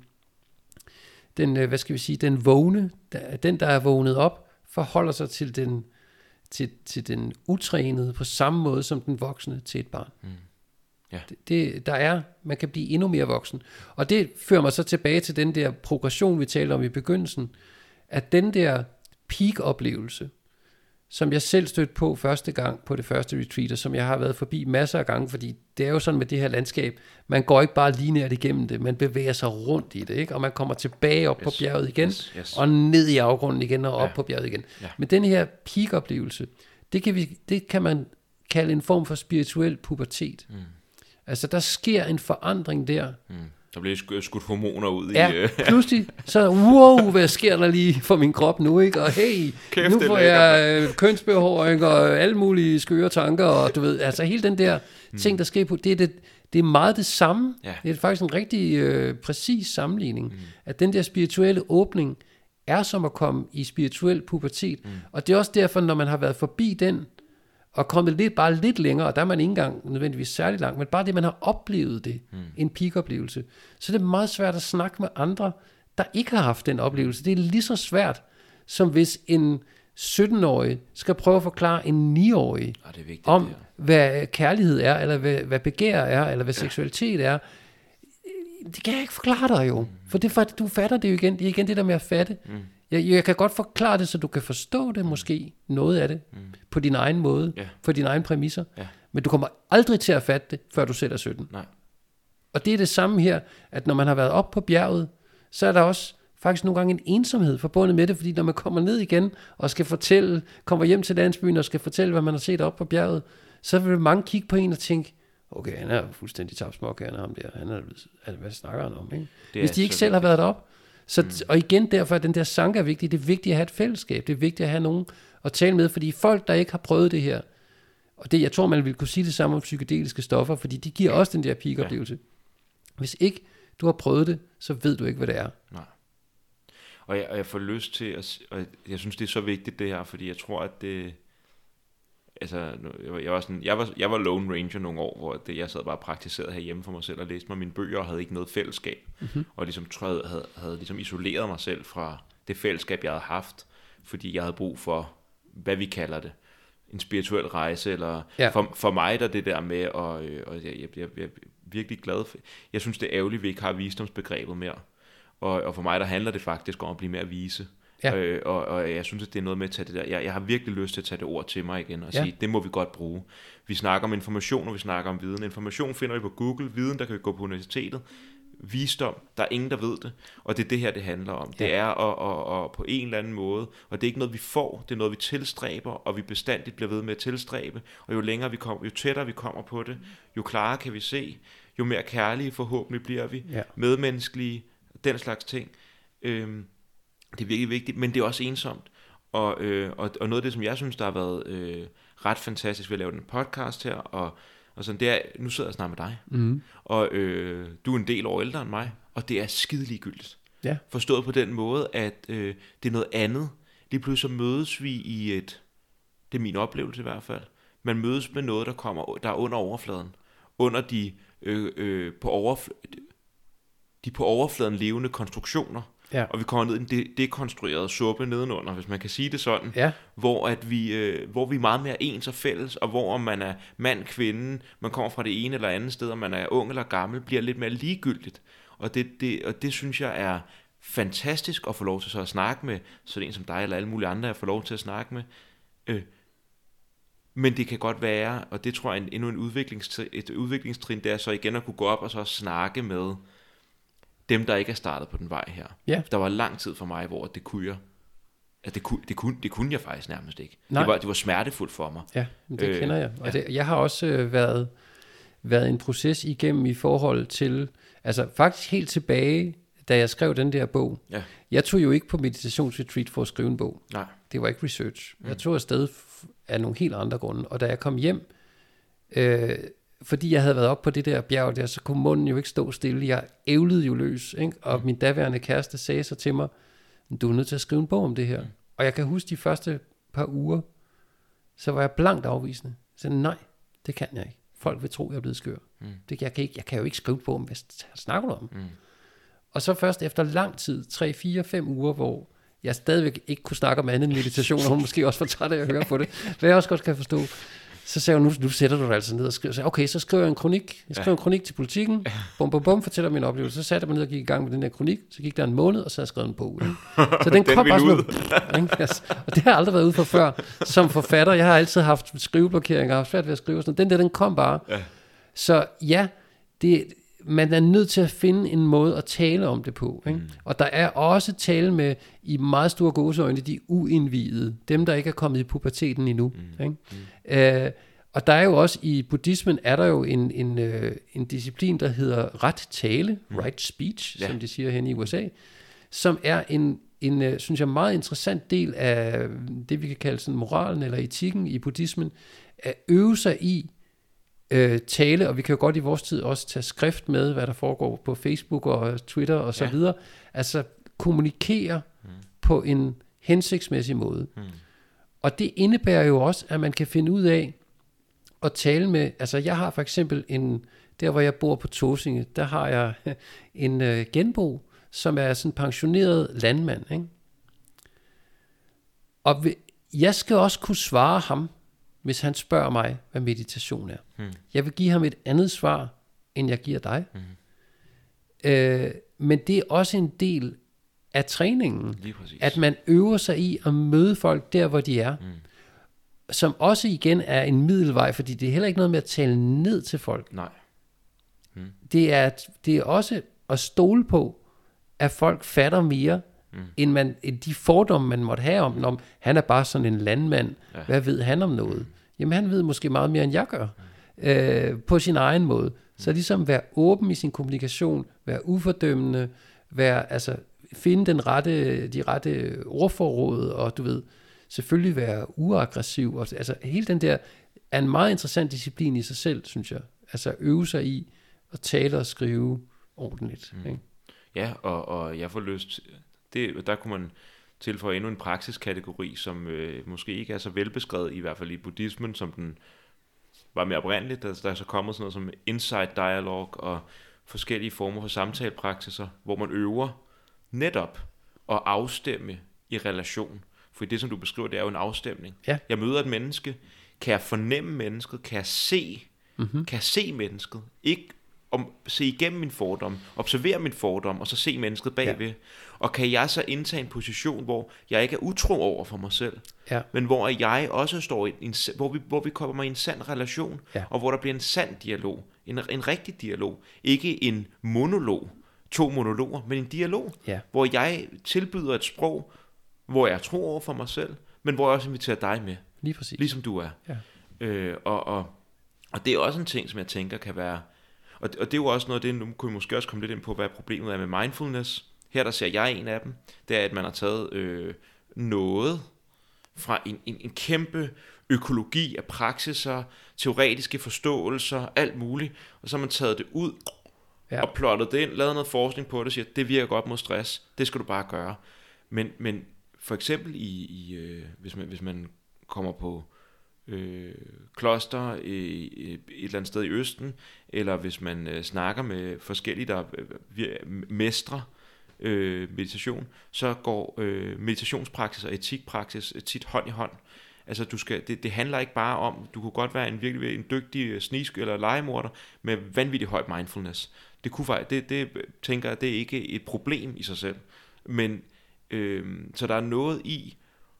den øh, hvad skal vi sige, den vågne, der, den der er vågnet op, forholder sig til den, til, til den utrænede på samme måde som den voksne til et barn. Mm. Ja. Det, det, der er, man kan blive endnu mere voksen. Og det fører mig så tilbage til den der progression, vi talte om i begyndelsen, at den der peak-oplevelse, som jeg selv stødte på første gang på det første retreat, og som jeg har været forbi masser af gange, fordi det er jo sådan med det her landskab, man går ikke bare lineært igennem det, man bevæger sig rundt i det, ikke? Og man kommer tilbage op yes. på bjerget igen, yes. Yes. og ned i afgrunden igen, og op ja. på bjerget igen. Ja. Men den her peak-oplevelse, det kan, vi, det kan man kalde en form for spirituel pubertet. Mm. Altså, der sker en forandring der. Mm. Der bliver skudt hormoner ud ja, i... Ja, pludselig, så wow, hvad sker der lige for min krop nu, ikke? Og hey, kæft, nu får jeg øh, kønsbehåring og alle mulige skøre tanker, og du ved, altså hele den der mm. ting, der sker på, det er, det, det er meget det samme. Ja. Det er faktisk en rigtig øh, præcis sammenligning, mm. at den der spirituelle åbning er som at komme i spirituel pubertet. Mm. Og det er også derfor, når man har været forbi den, og kommet lidt, bare lidt længere, og der er man ikke engang nødvendigvis særlig langt, men bare det, man har oplevet det, mm. en peak-oplevelse, så det er meget svært at snakke med andre, der ikke har haft den oplevelse. Det er lige så svært, som hvis en sytten-årig skal prøve at forklare en ni-årig ja, det er vigtigt, om, det hvad kærlighed er, eller hvad, hvad begær er, eller hvad ja. seksualitet er. Det kan jeg ikke forklare dig jo, mm. for det, du fatter det jo igen. Det er igen det der med at fatte. Mm. Jeg, jeg kan godt forklare det, så du kan forstå det måske, noget af det, mm. på din egen måde, yeah. på dine egne præmisser. Yeah. Men du kommer aldrig til at fatte det, før du selv er sytten. Nej. Og det er det samme her, at når man har været op på bjerget, så er der også faktisk nogle gange en ensomhed forbundet med det, fordi når man kommer ned igen og skal fortælle, kommer hjem til landsbyen og skal fortælle, hvad man har set op på bjerget, så vil mange kigge på en og tænke, okay, han er fuldstændig tabt småkærne, ham der, han er, altså, hvad snakker han om, ikke? Det Hvis de ikke selv vigtigt. har været derop. Så, mm. Og igen, derfor er den der sanke er vigtig. Det er vigtigt at have et fællesskab. Det er vigtigt at have nogen at tale med, fordi folk, der ikke har prøvet det her, og det, jeg tror, man vil kunne sige det samme om psykedeliske stoffer, fordi de giver også den der peak-oplevelse. Ja. Hvis ikke du har prøvet det, så ved du ikke, hvad det er. Nej. Og jeg, og jeg får lyst til at, og jeg synes, det er så vigtigt det her, fordi jeg tror, at det, altså, jeg var, jeg var sådan, jeg var, jeg var Lone Ranger nogle år, hvor det, jeg sad bare og praktiserede herhjemme for mig selv og læste mig mine bøger og havde ikke noget fællesskab. Mm-hmm. Og ligesom tror jeg, havde, havde ligesom isoleret mig selv fra det fællesskab, jeg havde haft, fordi jeg havde brug for, hvad vi kalder det, en spirituel rejse, eller ja. for, for mig der det der med, og, og jeg, jeg, jeg, jeg er virkelig glad for, jeg synes det er ærgerligt, at vi ikke har visdomsbegrebet mere. Og, og for mig der handler det faktisk om at blive mere vise. Ja. Øh, og, og jeg synes at det er noget med at tage det der, jeg, jeg har virkelig lyst til at tage det ord til mig igen og ja. sige, det må vi godt bruge. Vi snakker om information, og vi snakker om viden. Information finder vi på Google, viden der kan vi gå på universitetet, visdom, der er ingen der ved det, og det er det her det handler om. Ja. Det er at, at, at på en eller anden måde, og det er ikke noget vi får, det er noget vi tilstræber, og vi bestandigt bliver ved med at tilstræbe, og jo længere vi kommer, jo tættere vi kommer på det, jo klarere kan vi se, jo mere kærlige forhåbentlig bliver vi, ja. medmenneskelige, den slags ting. Øhm, det er virkelig vigtigt, men det er også ensomt. Og, øh, og, og noget af det, som jeg synes, der har været øh, ret fantastisk ved at lave den podcast her, og, og sådan, det er, nu sidder jeg snart med dig, mm. og øh, du er en del år ældre end mig, og det er skide ligegyldigt. Ja. Forstået på den måde, at øh, det er noget andet. Lige pludselig så mødes vi i et, det er min oplevelse i hvert fald, man mødes med noget, der kommer, der er under overfladen, under de, øh, øh, på overfladen, de på overfladen levende konstruktioner, ja. og vi kommer ned i en de- dekonstrueret suppe nedenunder, hvis man kan sige det sådan, ja. hvor, at vi, øh, hvor vi er meget mere ens og fælles, og hvor man er mand, kvinde, man kommer fra det ene eller andet sted, og man er ung eller gammel, bliver lidt mere ligegyldigt. Og det, det, og det synes jeg er fantastisk at få lov til så at snakke med, sådan en som dig eller alle mulige andre, jeg får lov til at snakke med. Øh, men det kan godt være, og det tror jeg er endnu en udviklingstrin, et udviklingstrin, det er så igen at kunne gå op og så snakke med dem, der ikke er startet på den vej her. Ja. Der var lang tid for mig, hvor det kunne jeg, at det kunne, det kunne, det kunne jeg faktisk nærmest ikke. Det var, det var smertefuldt for mig. Ja, det øh, kender jeg. Og ja. det, jeg har også øh, været, været en proces igennem i forhold til, altså faktisk helt tilbage, da jeg skrev den der bog. Ja. Jeg tog jo ikke på meditationsretreat for at skrive en bog. Nej. Det var ikke research. Mm. Jeg tog afsted af nogle helt andre grunde. Og da jeg kom hjem, øh, fordi jeg havde været op på det der bjerg der, så kunne munden jo ikke stå stille. Jeg ævlede jo løs, ikke? Og mm. min daværende kæreste sagde så til mig, du er nødt til at skrive en bog om det her. Mm. Og jeg kan huske de første par uger, så var jeg blankt afvisende. Så nej, det kan jeg ikke. Folk vil tro, jeg er blevet skør. Mm. Det, jeg, kan ikke, jeg kan jo ikke skrive på om, hvad snakker du om? Mm. Og så først efter lang tid, tre, fire, fem uger, hvor jeg stadigvæk ikke kunne snakke om andet end meditation, og hun måske også var træt af at høre på det, hvad jeg også godt kan forstå. Så sagde hun, nu, nu sætter du dig altså ned og skriver. Så sagde, okay, så skriver jeg en kronik. Jeg skriver ja. en kronik til Politikken. Bum, bum, bum, fortæller min oplevelse. Så satte jeg mig ned og gik i gang med den her kronik. Så gik der en måned, og så havde jeg skrevet en bog. Ikke? Så den, den kom bare sådan noget. Altså, og det har jeg aldrig været ude for før. Som forfatter, jeg har altid haft skriveblokeringer, og haft svært ved at skrive. Sådan. Den der, den kom bare. Ja. Så ja, det, man er nødt til at finde en måde at tale om det på. Ikke? Mm. Og der er også tale med, i meget store gåseøjne, de uindvidede. Dem, der ikke er kommet i puberteten endnu. Mm. Ikke? Mm. Øh, og der er jo også, i buddhismen, er der jo en, en, øh, en disciplin, der hedder ret tale, mm. right speech, yeah. som de siger hen i U S A, som er en, en øh, synes jeg, meget interessant del af det, vi kan kalde sådan moralen eller etikken i buddhismen, at øve sig i Øh, tale, og vi kan jo godt i vores tid også tage skrift med, hvad der foregår på Facebook og Twitter og så ja. videre. Altså kommunikere mm. på en hensigtsmæssig måde. Mm. Og det indebærer jo også, at man kan finde ud af at tale med, altså jeg har for eksempel en, der hvor jeg bor på Tåsinge, der har jeg en øh, genbo, som er sådan en pensioneret landmand, ikke? Og jeg skal også kunne svare ham, hvis han spørger mig, hvad meditation er. Hmm. Jeg vil give ham et andet svar, end jeg giver dig. Hmm. Øh, men det er også en del af træningen, at man øver sig i at møde folk der, hvor de er. Hmm. Som også igen er en middelvej, fordi det er heller ikke noget med at tale ned til folk. Nej. Hmm. Det, er, det er også at stole på, at folk fatter mere, Mm. end, man, end de fordomme, man måtte have om, om han er bare sådan en landmand, ja. Hvad ved han om noget? Mm. Jamen han ved måske meget mere, end jeg gør. øh, på sin egen måde. Så ligesom være åben i sin kommunikation, være ufordømmende, være, altså, finde den rette, de rette ordforråd, og du ved, selvfølgelig være uaggressiv. Og, altså hele den der er en meget interessant disciplin i sig selv, synes jeg. Altså øve sig i at tale og skrive ordentligt. Mm. Ikke? Ja, og, og jeg får lyst, det, der kunne man tilføje endnu en praksiskategori, som øh, måske ikke er så velbeskrevet, i hvert fald i buddhismen, som den var mere oprindeligt. Der, der er så kommet sådan noget som insight dialogue og forskellige former for samtalepraksiser, hvor man øver netop at afstemme i relation. For det, som du beskriver, det er jo en afstemning. Ja. Jeg møder et menneske, kan jeg fornemme mennesket, kan jeg se, mm-hmm. kan jeg se mennesket, ikke om, se igennem min fordom, observere min fordom, og så se mennesket bagved. Ja. Og kan jeg så indtage en position, hvor jeg ikke er utro over for mig selv, ja. men hvor jeg også står i en, hvor vi, hvor vi kommer i en sand relation, ja. og hvor der bliver en sand dialog, en, en rigtig dialog, ikke en monolog, to monologer, men en dialog, ja. hvor jeg tilbyder et sprog, hvor jeg tror over for mig selv, men hvor jeg også inviterer dig med. Lige præcis. Ligesom du er. Ja. Øh, og, og, og det er også en ting, som jeg tænker kan være, og det, og det er jo også noget af det, nu kunne vi måske også komme lidt ind på, hvad problemet er med mindfulness. Her der ser jeg en af dem, det er, at man har taget øh, noget fra en, en, en kæmpe økologi af praksiser, teoretiske forståelser, alt muligt, og så har man taget det ud, ja. og plottet det ind, lavet noget forskning på det, og siger, det virker godt mod stress, det skal du bare gøre. Men, men for eksempel i, i øh, hvis, man, hvis man kommer på øh, kloster i, i et eller andet sted i Østen, eller hvis man øh, snakker med forskellige, der øh, mestrer øh, meditation, så går øh, meditationspraksis og etikpraksis tit hånd i hånd. Altså du skal, det, det handler ikke bare om, du kunne godt være en virkelig en dygtig snisk eller legemorder med vanvittig høj mindfulness. Det kunne faktisk, det, det tænker jeg, det er ikke et problem i sig selv, men Øhm, så der er noget i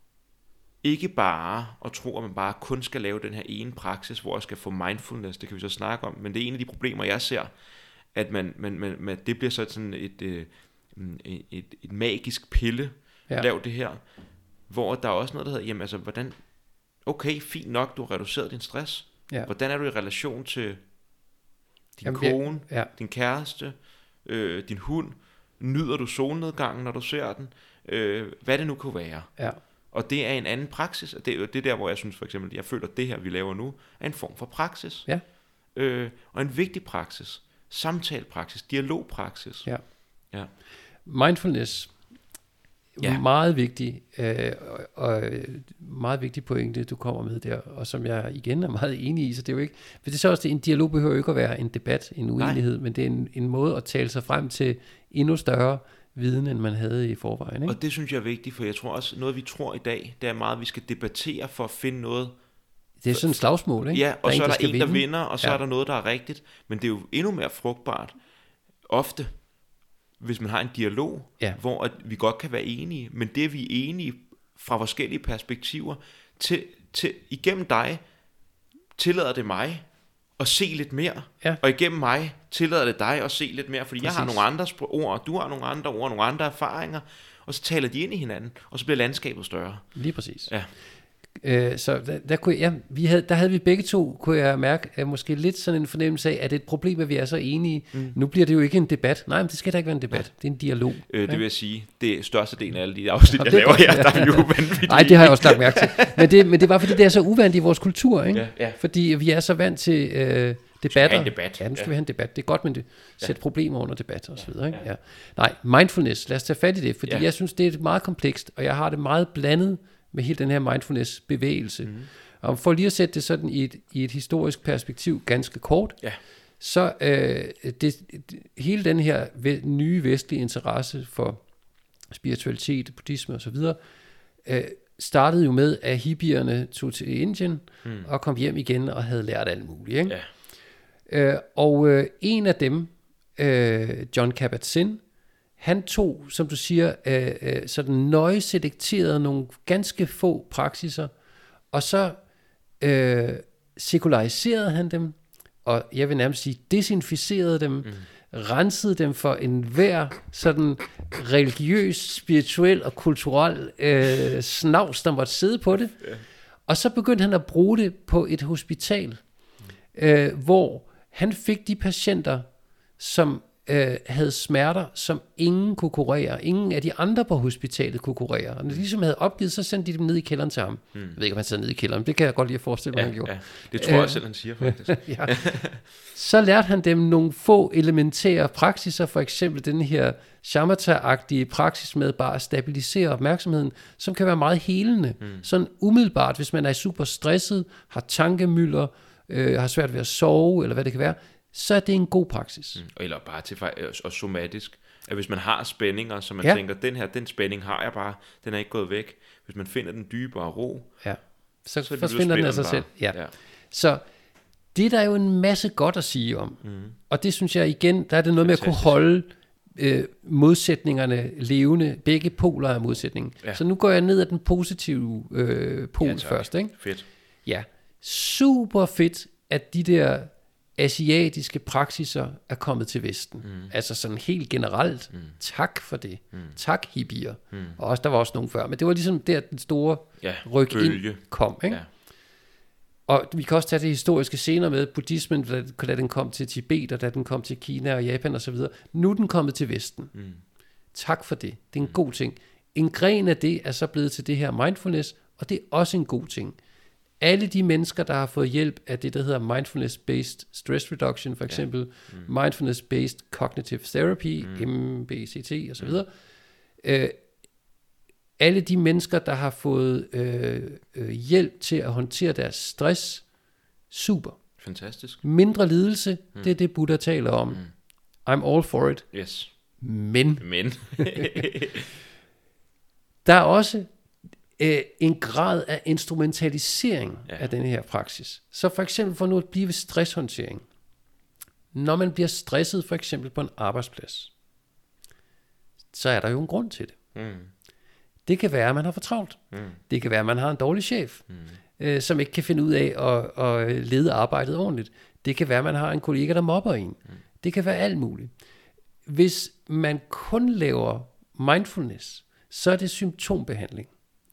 ikke bare at tro, at man bare kun skal lave den her ene praksis, hvor jeg skal få mindfulness, det kan vi så snakke om, men det er en af de problemer, jeg ser, at man, man, man, man, det bliver sådan et, et, et, et magisk pille, ja. Lav det her, hvor der er også noget, der hedder, jamen altså, hvordan, okay, fint nok, du har reduceret din stress, ja. Hvordan er du i relation til din jamen, kone, ja. Din kæreste, øh, din hund, nyder du solnedgangen, når du ser den, øh, hvad det nu kunne være. Ja. Og det er en anden praksis, og det, det er der, hvor jeg synes for eksempel, jeg føler, at det her, vi laver nu, er en form for praksis. Ja. Øh, og en vigtig praksis. Samtalepraksis, dialogpraksis. Ja. Ja. Mindfulness, ja. Meget vigtig, øh, og meget vigtig pointe, du kommer med der, og som jeg igen er meget enig i, så det er jo ikke, for det er så også, det, en dialog behøver jo ikke at være en debat, en uenighed, Nej. Men det er en, en måde at tale sig frem til endnu større viden, end man havde i forvejen. Ikke? Og det synes jeg er vigtigt, for jeg tror også, noget vi tror i dag, det er meget, at vi skal debattere for at finde noget. Det er sådan et slagsmål, ikke? Ja, og der så er der en, der, en, vinde. der vinder, og så ja. Er der noget, der er rigtigt, men det er jo endnu mere frugtbart, ofte, hvis man har en dialog, ja. Hvor at vi godt kan være enige, men det vi er enige fra forskellige perspektiver, til, til igennem dig, tillader det mig at se lidt mere, ja. Og igennem mig tillader det dig at se lidt mere, fordi Præcis. Jeg har nogle andre ord, du har nogle andre ord, nogle andre erfaringer, og så taler de ind i hinanden, og så bliver landskabet større. Lige præcis. Ja. Øh, så der, der, kunne, ja, vi havde, der havde vi begge to, kunne jeg mærke, at måske lidt sådan en fornemmelse af, at det er et problem, at vi er så enige. Mm. Nu bliver det jo ikke en debat. Nej, men det skal da ikke være en debat. Det er en dialog. Øh, det ja. vil jeg sige, det er største del af alle de afsnit, jeg laver her, der er jo vanvittigt. Nej, det har jeg også lagt mærke til. Men det, men det var, fordi det er så uvandt i vores kultur, ikke? Ja, ja. Fordi vi er så vant til øh, debatter. En debat. Ja, nu skal ja. vi have en debat. Det er godt, men det sætter ja. problemer under debat og så videre. Ikke? Ja. Ja. Nej, mindfulness, lad os tage fat i det, fordi ja. Jeg synes, det er meget komplekst, og jeg har det meget blandet med hele den her mindfulness-bevægelse. Mm. Og for lige at sætte det sådan i et, i et historisk perspektiv ganske kort, ja. Så øh, det, det, hele den her ve- nye vestlige interesse for spiritualitet, buddhisme osv., øh, startede jo med, at hippierne tog til Indien mm. og kom hjem igen og havde lært alt muligt. Ikke? Ja. Øh, og øh, en af dem, øh, John Kabat-Zinn, han tog, som du siger, øh, øh, sådan nøje selekterede nogle ganske få praksiser, og så øh, sekulariserede han dem, og jeg vil nærmest sige, desinficerede dem, mm. rensede dem for enhver sådan religiøs, spirituel og kulturel øh, snavs, der måtte sidde på det. Yeah. Og så begyndte han at bruge det på et hospital. øh, hvor han fik de patienter, som øh, havde smerter, som ingen kunne kurere. Ingen af de andre på hospitalet kunne kurere. Og når de ligesom havde opgivet, så sendte de dem ned i kælderen til ham. Hmm. Jeg ved ikke, om han sad ned i kælderen, det kan jeg godt lige forestille mig, ja, han gjorde. Ja. Det tror jeg øh, selv, han siger faktisk. ja. Så lærte han dem nogle få elementære praksiser, for eksempel den her shamatha-agtige praksis med bare at stabilisere opmærksomheden, som kan være meget helende. Hmm. Sådan umiddelbart, hvis man er super stresset, har tankemylder, øh, har svært ved at sove, eller hvad det kan være, så er det en god praksis. Mm. Eller bare til og somatisk. At hvis man har spændinger, så man ja. tænker, den her, den spænding har jeg bare, den er ikke gået væk. Hvis man finder den dybere ro, ja. så, så forsvinder den af sig selv. Ja. Ja. Så det er der jo en masse godt at sige om. Mm. Og det synes jeg igen, der er det noget Fantastisk. Med at kunne holde øh, modsætningerne levende. Begge poler er modsætningen. Ja. Så nu går jeg ned ad den positive øh, pol ja, først. Ikke? Fedt. Ja, super fedt, at de der asiatiske praksiser er kommet til Vesten. Mm. Altså sådan helt generelt. Mm. Tak for det. Mm. Tak, hippier. Mm. Og også, der var også nogen før. Men det var ligesom der, den store ja, ryg bølge. ind kom. Ikke? Ja. Og vi kan også tage det historiske senere med buddhismen, da den kom til Tibet, og da den kom til Kina og Japan osv. Nu er den kommet til Vesten. Mm. Tak for det. Det er en mm. god ting. En gren af det er så blevet til det her mindfulness, og det er også en god ting. Alle de mennesker, der har fået hjælp af det, der hedder Mindfulness-Based Stress Reduction, for eksempel ja. mm. Mindfulness-Based Cognitive Therapy, mm. M B C T osv., mm. øh, alle de mennesker, der har fået øh, øh, hjælp til at håndtere deres stress, super. Fantastisk. Mindre lidelse, mm. det er det, Buddha taler om. Mm. I'm all for it. Yes. Men, Men. der er også øh, en grad af instrumentalisering ja. Af den her praksis. Så for eksempel for nu at blive ved stresshåndtering. Når man bliver stresset for eksempel på en arbejdsplads, så er der jo en grund til det. Mm. Det kan være, at man har for travlt. Mm. Det kan være, at man har en dårlig chef, mm. øh, som ikke kan finde ud af at, at lede arbejdet ordentligt. Det kan være, at man har en kollega, der mobber en. Mm. Det kan være alt muligt. Hvis man kun laver mindfulness, så er det symptombehandling.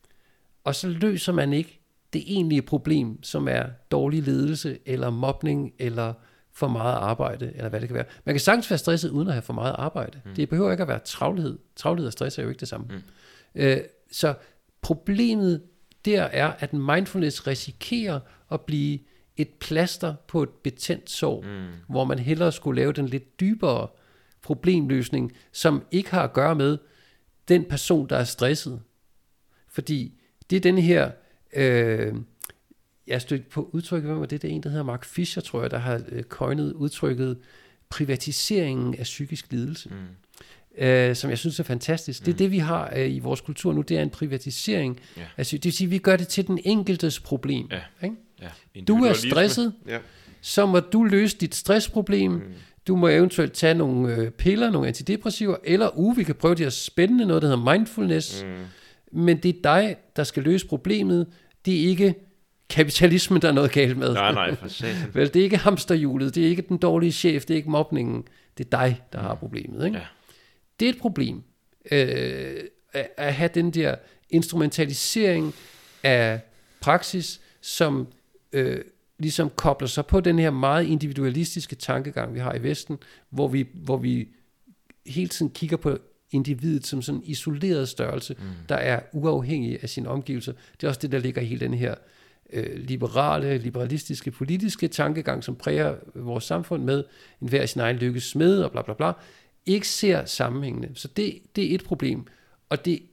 Og så løser man ikke det egentlige problem, som er dårlig ledelse, eller mobning, eller for meget arbejde, eller hvad det kan være. Man kan sagtens være stresset, uden at have for meget arbejde. Mm. Det behøver ikke at være travlhed. Travlhed og stress er jo ikke det samme. Mm. Øh, så problemet der er, at mindfulness risikerer at blive et plaster på et betændt sår, mm. hvor man hellere skulle lave den lidt dybere problemløsning, som ikke har at gøre med den person, der er stresset. Fordi det er den her, øh, jeg stødte på udtrykket, hvem var det? Det er en, der hedder Mark Fisher, tror jeg, der har øh, coinet udtrykket privatiseringen af psykisk lidelse. Mm. Uh, som jeg synes er fantastisk. Mm. Det er det, vi har uh, i vores kultur nu, det er en privatisering. Yeah. Altså, det vil sige, at vi gør det til den enkeltes problem. Yeah. Ikke? Yeah. Du er stresset, yeah. så må du løse dit stressproblem. Mm. Du må eventuelt tage nogle uh, piller, nogle antidepressiver, eller uh, vi kan prøve det her spændende, noget der hedder mindfulness. Mm. Men det er dig, der skal løse problemet. Det er ikke kapitalismen, der er noget galt med. Nej, nej, for satan. Vel, det er ikke hamsterhjulet, det er ikke den dårlige chef, det er ikke mobningen. Det er dig, der mm. har problemet, ikke? Yeah. Det er et problem, øh, at have den der instrumentalisering af praksis, som øh, ligesom kobler sig på den her meget individualistiske tankegang, vi har i Vesten, hvor vi, hvor vi hele tiden kigger på individet som sådan en isoleret størrelse, mm. der er uafhængig af sine omgivelser. Det er også det, der ligger i hele den her øh, liberale, liberalistiske, politiske tankegang, som præger vores samfund med en hver sin egen lykkes smed og bla bla bla, ikke ser sammenhængende. Så det, det er et problem. Og det,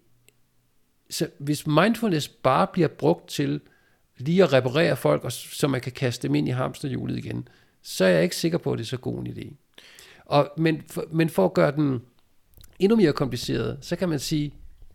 så hvis mindfulness bare bliver brugt til lige at reparere folk, og så man kan kaste dem ind i hamsterhjulet igen, så er jeg ikke sikker på, at det er så god en idé. Og, men, for, men for at gøre den endnu mere kompliceret, så kan man sige,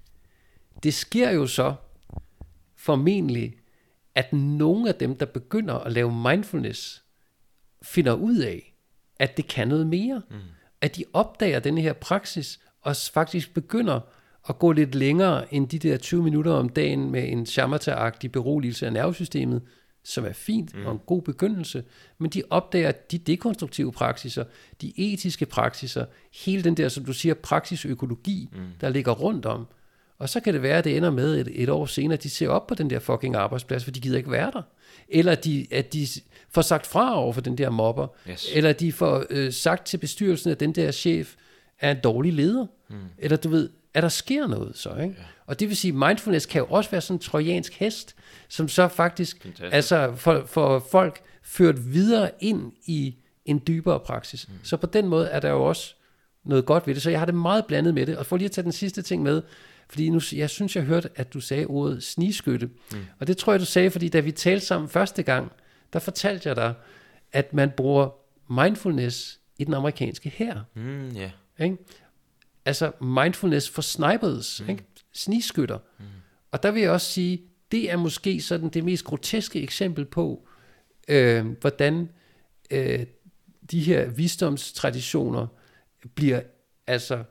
det sker jo så formentlig, at nogle af dem, der begynder at lave mindfulness, finder ud af, at det kan noget mere. Mm. At de opdager denne her praksis, og faktisk begynder at gå lidt længere end de der tyve minutter om dagen med en shamatha-agtig beroligelse af nervesystemet, som er fint mm. og en god begyndelse, men de opdager de dekonstruktive praksiser, de etiske praksiser, hele den der, som du siger, praksisøkologi, mm. der ligger rundt om. Og så kan det være, at det ender med et, et år senere, at de ser op på den der fucking arbejdsplads, for de gider ikke være der. Eller de, at de får sagt fra over for den der mobber. Yes. Eller de får øh, sagt til bestyrelsen, at den der chef er en dårlig leder. Mm. Eller du ved, at der sker noget så. Ikke? Ja. Og det vil sige, mindfulness kan jo også være sådan en trojansk hest, som så faktisk altså for, for folk ført videre ind i en dybere praksis. Mm. Så på den måde er der jo også noget godt ved det. Så jeg har det meget blandet med det. Og for lige at tage den sidste ting med, fordi nu, jeg synes, jeg hørte, at du sagde ordet snigskytte. Mm. Og det tror jeg, du sagde, fordi da vi talte sammen første gang, der fortalte jeg dig, at man bruger mindfulness i den amerikanske hær. Mm, yeah. Ikke? Altså mindfulness for snipers, mm. ikke? Snigskytter. Mm. Og der vil jeg også sige, det er måske sådan det mest groteske eksempel på, øh, hvordan øh, de her visdomstraditioner bliver altså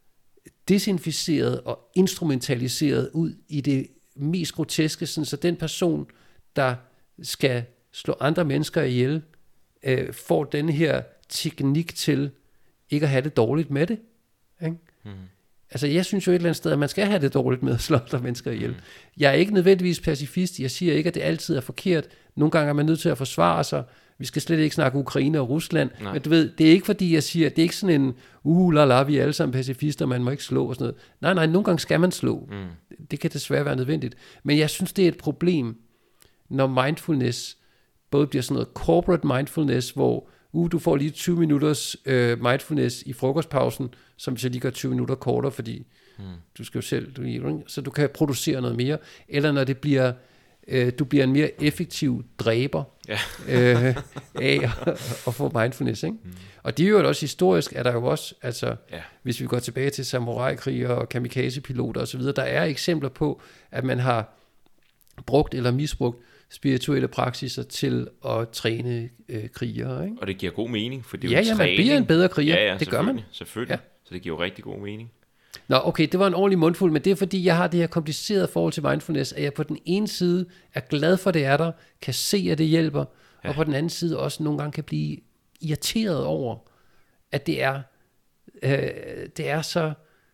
desinficeret og instrumentaliseret ud i det mest groteske, sådan så den person, der skal slå andre mennesker ihjel, øh, får den her teknik til ikke at have det dårligt med det. Ikke? Mm. Altså jeg synes jo et eller andet sted, at man skal have det dårligt med at slå andre mennesker ihjel. Mm. Jeg er ikke nødvendigvis pacifist, jeg siger ikke, at det altid er forkert. Nogle gange er man nødt til at forsvare sig. Vi skal slet ikke snakke Ukraine og Rusland. Nej. Men du ved, det er ikke fordi, jeg siger, det er ikke sådan en, uh, la la, vi er alle sammen pacifister, man må ikke slå og sådan noget. Nej, nej, nogle gange skal man slå. Mm. Det kan desværre være nødvendigt. Men jeg synes, det er et problem, når mindfulness både bliver sådan noget corporate mindfulness, hvor uh, du får lige tyve minutters øh, mindfulness i frokostpausen, som hvis jeg lige gør tyve minutter kortere, fordi mm. du skal jo selv, du, så du kan producere noget mere. Eller når det bliver, øh, du bliver en mere effektiv dræber ja. øh, af at få mindfulness. Ikke? Mm. Og det er jo også historisk, er der jo også, altså ja. Hvis vi går tilbage til samurai-krigere og kamikaze-piloter osv., der er eksempler på, at man har brugt eller misbrugt spirituelle praksiser til at træne øh, krigere. Ikke? Og det giver god mening, for det er ja, jo ja, man bliver en bedre kriger. Ja, ja, det gør man. Selvfølgelig, ja. Så det giver jo rigtig god mening. Nå, okay, det var en ordentlig mundfuld, men det er fordi, jeg har det her komplicerede forhold til mindfulness, at jeg på den ene side er glad for, det er der, kan se, at det hjælper, ja. Og på den anden side også nogle gange kan blive irriteret over, at det er, øh, det er så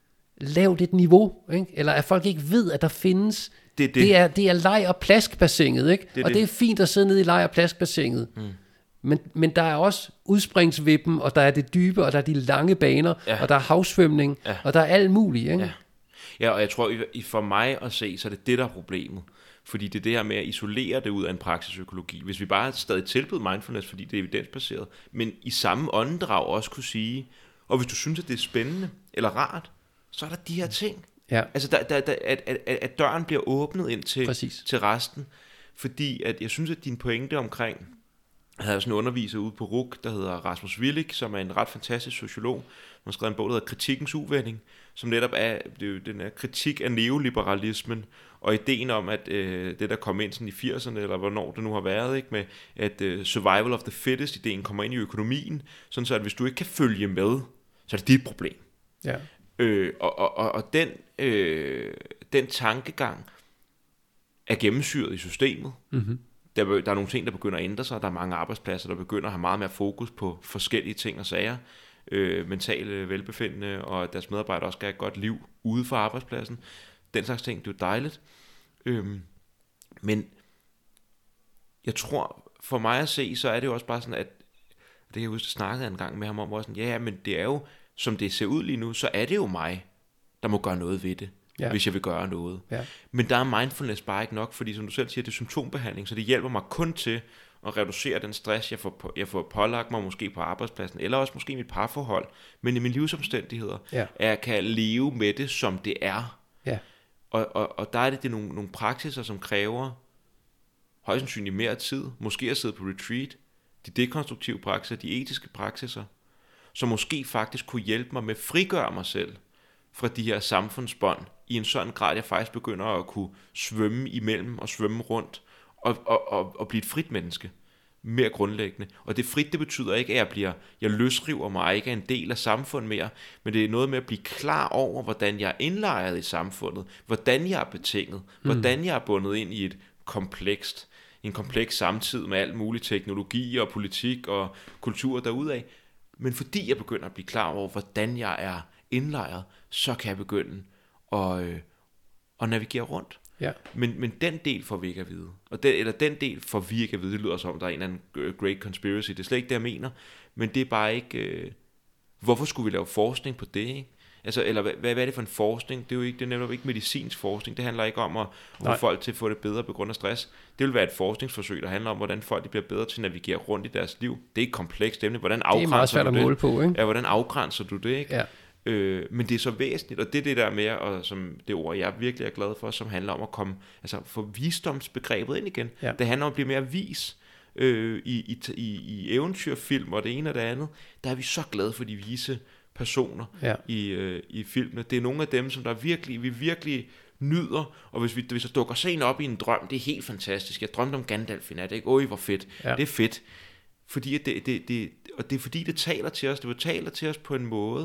lavt et niveau, ikke? Eller at folk ikke ved, at der findes. Det, det. det er, det er leg- og plaskbassinet, ikke? Det, og det. det er fint at sidde nede i leg- og plaskbassinet. Mm. Men, men der er også udspringsvippen, og der er det dybe, og der er de lange baner, ja. Og der er havsvømning, ja. Og der er alt muligt. Ikke? Ja. ja, og jeg tror, for mig at se, så er det det, der er problemet. Fordi det er det her med at isolere det ud af en praksisøkologi. Hvis vi bare stadig tilbyder mindfulness, fordi det er evidensbaseret, men i samme åndedrag også kunne sige, og hvis du synes, at det er spændende eller rart, så er der de her ting. Ja. Altså, der, der, der, at, at, at døren bliver åbnet ind til, til resten. Fordi at jeg synes, at din pointe omkring, jeg havde sådan en underviser ude på R U C, der hedder Rasmus Willig, som er en ret fantastisk sociolog. Han har skrevet en bog, der hedder Kritikkens Uvending, som netop er den er kritik af neoliberalismen, og ideen om, at øh, det der kom ind sådan i firserne, eller hvornår det nu har været, ikke, med at øh, survival of the fittest, ideen kommer ind i økonomien, sådan så at hvis du ikke kan følge med, så er det dit problem. Ja. Øh, og, og, og, og den, øh, den tankegang er gennemsyret i systemet. Mm-hmm. Der, der er nogle ting, der begynder at ændre sig. Der er mange arbejdspladser, der begynder at have meget mere fokus på forskellige ting og sager. Øh, mentale velbefindende, og at deres medarbejdere også skal have et godt liv ude for arbejdspladsen. Den slags ting, det er jo dejligt. Øhm, men jeg tror, for mig at se, så er det jo også bare sådan, at det kan jeg huske, at snakkede en gang med ham om, og sådan, ja, men det er jo, som det ser ud lige nu, så er det jo mig, der må gøre noget ved det. Ja. Hvis jeg vil gøre noget. Ja. Men der er mindfulness bare ikke nok, fordi som du selv siger, det er symptombehandling, så det hjælper mig kun til at reducere den stress, jeg får, jeg får pålagt mig måske på arbejdspladsen, eller også måske mit parforhold, men i mine livsomstændigheder, ja. At jeg kan leve med det, som det er. Ja. Og, og, og der er det, det er nogle, nogle praksiser, som kræver højst sandsynligt mere tid, måske at sidde på retreat, de dekonstruktive praksiser, de etiske praksiser, som måske faktisk kunne hjælpe mig med at frigøre mig selv fra de her samfundsbånd, i en sådan grad, jeg faktisk begynder at kunne svømme imellem og svømme rundt, og, og, og, og blive et frit menneske, mere grundlæggende. Og det frit, det betyder ikke, at jeg bliver, jeg løsriver mig, ikke er en del af samfundet mere, men det er noget med at blive klar over, hvordan jeg er indlejret i samfundet, hvordan jeg er betinget, mm. hvordan jeg er bundet ind i et komplekst, en kompleks samtid med alt muligt teknologi og politik og kultur derudaf. Men fordi jeg begynder at blive klar over, hvordan jeg er indlejret, så kan jeg begynde at, øh, og navigere rundt. Ja. Men, men den del får vi ikke at vide. Og den, eller den del får vi ikke at vide. Det lyder som, der er en eller anden great conspiracy. Det er slet ikke det, jeg mener. Men det er bare ikke... Øh, hvorfor skulle vi lave forskning på det, ikke? Altså, eller hvad, hvad er det for en forskning? Det er jo ikke, det er nemlig ikke medicinsk forskning. Det handler ikke om at få folk til at få det bedre på grund af stress. Det vil være et forskningsforsøg, der handler om, hvordan folk de bliver bedre til at navigere rundt i deres liv. Det er ikke komplekst emne. Hvordan afgrænser det er meget svært at måle på, ikke? Ja, hvordan afgrænser du det, ikke? Ja. Øh, men det er så væsentligt, og det er det der med, og som det ord, jeg virkelig er glad for, som handler om at komme, altså få visdomsbegrebet ind igen. Ja. Det handler om at blive mere vis. Øh, i, i, i, i eventyrfilm og det ene og det andet, der er vi så glade for de vise personer ja. i, øh, i filmene. Det er nogle af dem, som der virkelig, vi virkelig nyder, og hvis vi hvis der dukker sen op i en drøm, det er helt fantastisk. Jeg drømte om Gandalf i nat, ikke? Oj, hvor fedt. Ja. Det er fedt. Fordi det, det, det, og det er fordi, det taler til os, det taler til os på en måde,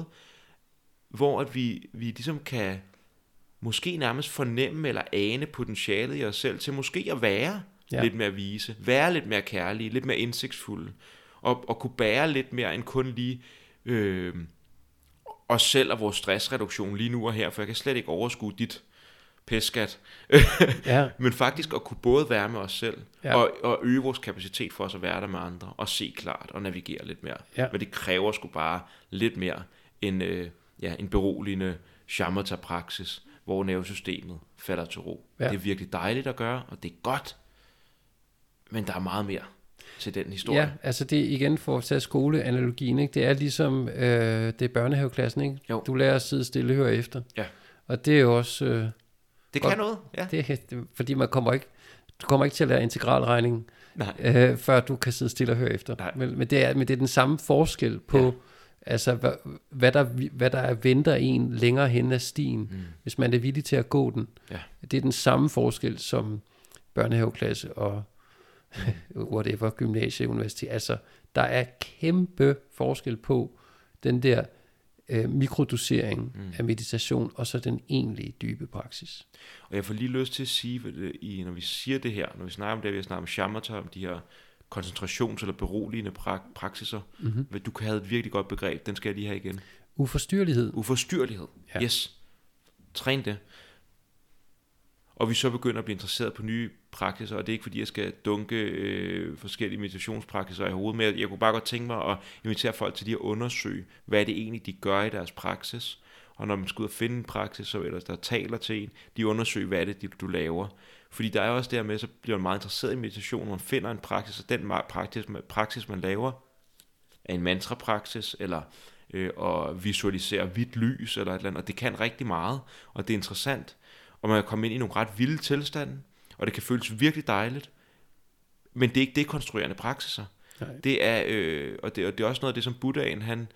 hvor at vi, vi ligesom kan måske nærmest fornemme eller ane potentialet i os selv til måske at være ja. lidt mere vise, være lidt mere kærlige, lidt mere indsigtsfulde, og, og kunne bære lidt mere end kun lige øh, os selv og vores stressreduktion lige nu og her, for jeg kan slet ikke overskue dit pæskat, ja. men faktisk at kunne både være med os selv, ja. og, og øge vores kapacitet for os at være der med andre, og se klart, og navigere lidt mere. Ja. Men det kræver sgu bare lidt mere en, øh, ja, en beroligende shamatha-praksis, hvor nervesystemet falder til ro. Ja. Det er virkelig dejligt at gøre, og det er godt, men der er meget mere til den historie. Ja, altså det igen for at tage skoleanalogien, ikke? Det er ligesom øh, det er børnehaveklassen, ikke? Jo. Du lærer at sidde stille og høre efter. Ja. Og det er jo også øh, det godt, kan noget, ja. Det, det, fordi man kommer ikke du kommer ikke til at lære integralregning, øh, før du kan sidde stille og høre efter. Men, men, det er, men det er den samme forskel på ja. altså hvad, hvad, der, hvad der venter en længere hen ad stien, mm. hvis man er villig til at gå den. Ja. Det er den samme forskel som børnehaveklasse og whatever, gymnasie, universitet. Altså, der er kæmpe forskel på den der øh, mikrodosering mm. af meditation, og så den egentlige dybe praksis. Og jeg får lige lyst til at sige, når vi siger det her, når vi snakker om det, vi har snakket om shamatha, om de her koncentrations- eller beroligende prak- praksiser, mm-hmm. du kan have et virkelig godt begreb, den skal jeg lige have igen. Uforstyrrelighed. Uforstyrrelighed, ja. Yes. Træn det. Og vi så begynder at blive interesseret på nye praksiser, og det er ikke fordi, jeg skal dunke øh, forskellige meditationspraksiser i hovedet, men jeg, jeg kunne bare godt tænke mig at invitere folk til lige at undersøge, hvad det egentlig, de gør i deres praksis. Og når man skal ud og finde en praksis, så ellers der taler til en, de undersøger, hvad det er, du laver. Fordi der er også dermed, så bliver man meget interesseret i meditation, man finder en praksis, og den praksis, praksis man laver, er en mantra-praksis, eller øh, at visualisere hvidt lys, eller et eller andet, og det kan rigtig meget, og det er interessant. Og man kan komme ind i nogle ret vilde tilstande, og det kan føles virkelig dejligt, men det er ikke dekonstruerende praksiser. Nej. Det er, øh, og, det, og det er også noget af det, som Buddhaen han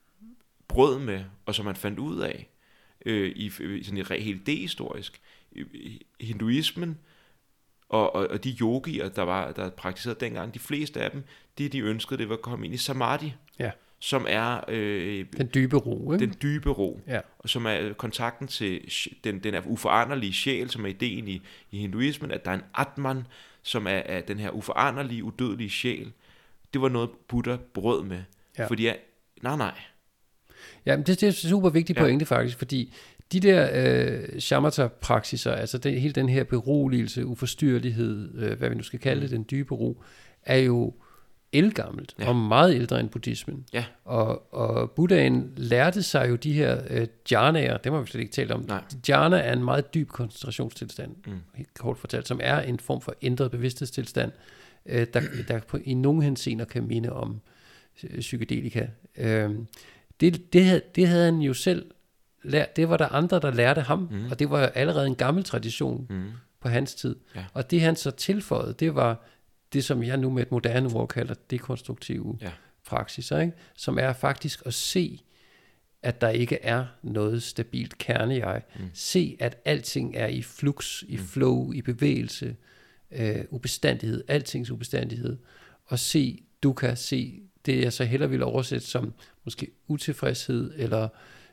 brød med, og som man fandt ud af, øh, i, sådan i helt dehistorisk. Hinduismen og, og, og de yogier, der var der praktiserede dengang, de fleste af dem, det de ønskede, det var at komme ind i samadhi. Ja. Som er øh, den dybe ro, ikke? Den dybe ro, ja. Og som er kontakten til den, den er uforanderlige sjæl, som er ideen i, i hinduismen, at der er en atman, som er, er den her uforanderlige, udødelige sjæl. Det var noget, Buddha brød med, ja. Fordi jeg, nej, nej. Ja, det, det er super vigtigt ja. Pointe faktisk, fordi de der øh, shamatha-praksiser, altså den, hele den her beroligelse, uforstyrrelighed, øh, hvad vi nu skal kalde det, den dybe ro, er jo ældgammelt, ja. Og meget ældre end buddhismen. Ja. Og, og Buddhaen lærte sig jo de her øh, jhanaer, det må vi slet ikke tale om. Nej. Jhana er en meget dyb koncentrationstilstand, mm. helt kort fortalt, som er en form for ændret bevidsthedstilstand, øh, der, der på, i nogle henseender kan minde om øh, psykedelika. Øh, det, det, havde, det havde han jo selv lært, det var der andre, der lærte ham, mm. og det var allerede en gammel tradition mm. på hans tid. Ja. Og det han så tilføjede, det var det, som jeg nu med et moderne ord kalder dekonstruktive ja. Praksiser, ikke? Som er faktisk at se, at der ikke er noget stabilt kerne-jeg. Mm. Se, at alting er i flux, i mm. flow, i bevægelse, øh, ubestandighed, altings ubestandighed. Og se, du kan se det, jeg så hellere vil oversætte som måske utilfredshed, eller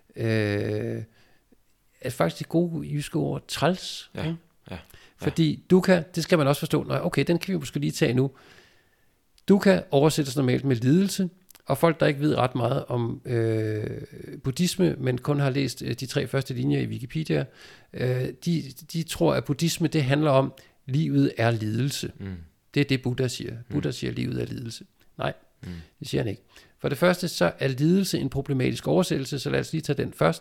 øh, er faktisk det gode jyske ord, træls. Ja. Ikke? Ja. Fordi du kan, det skal man også forstå, nej, okay, den kan vi måske lige tage nu. Du kan oversættes normalt med lidelse, Og folk, der ikke ved ret meget om øh, buddhisme, men kun har læst øh, de tre første linjer i Wikipedia, øh, de, de tror, at buddhisme, det handler om, livet er lidelse. Mm. Det er det, Buddha siger. Mm. Buddha siger, at livet er lidelse. Nej, mm. det siger han ikke. For det første, så er lidelse en problematisk oversættelse, så lad os lige tage den først.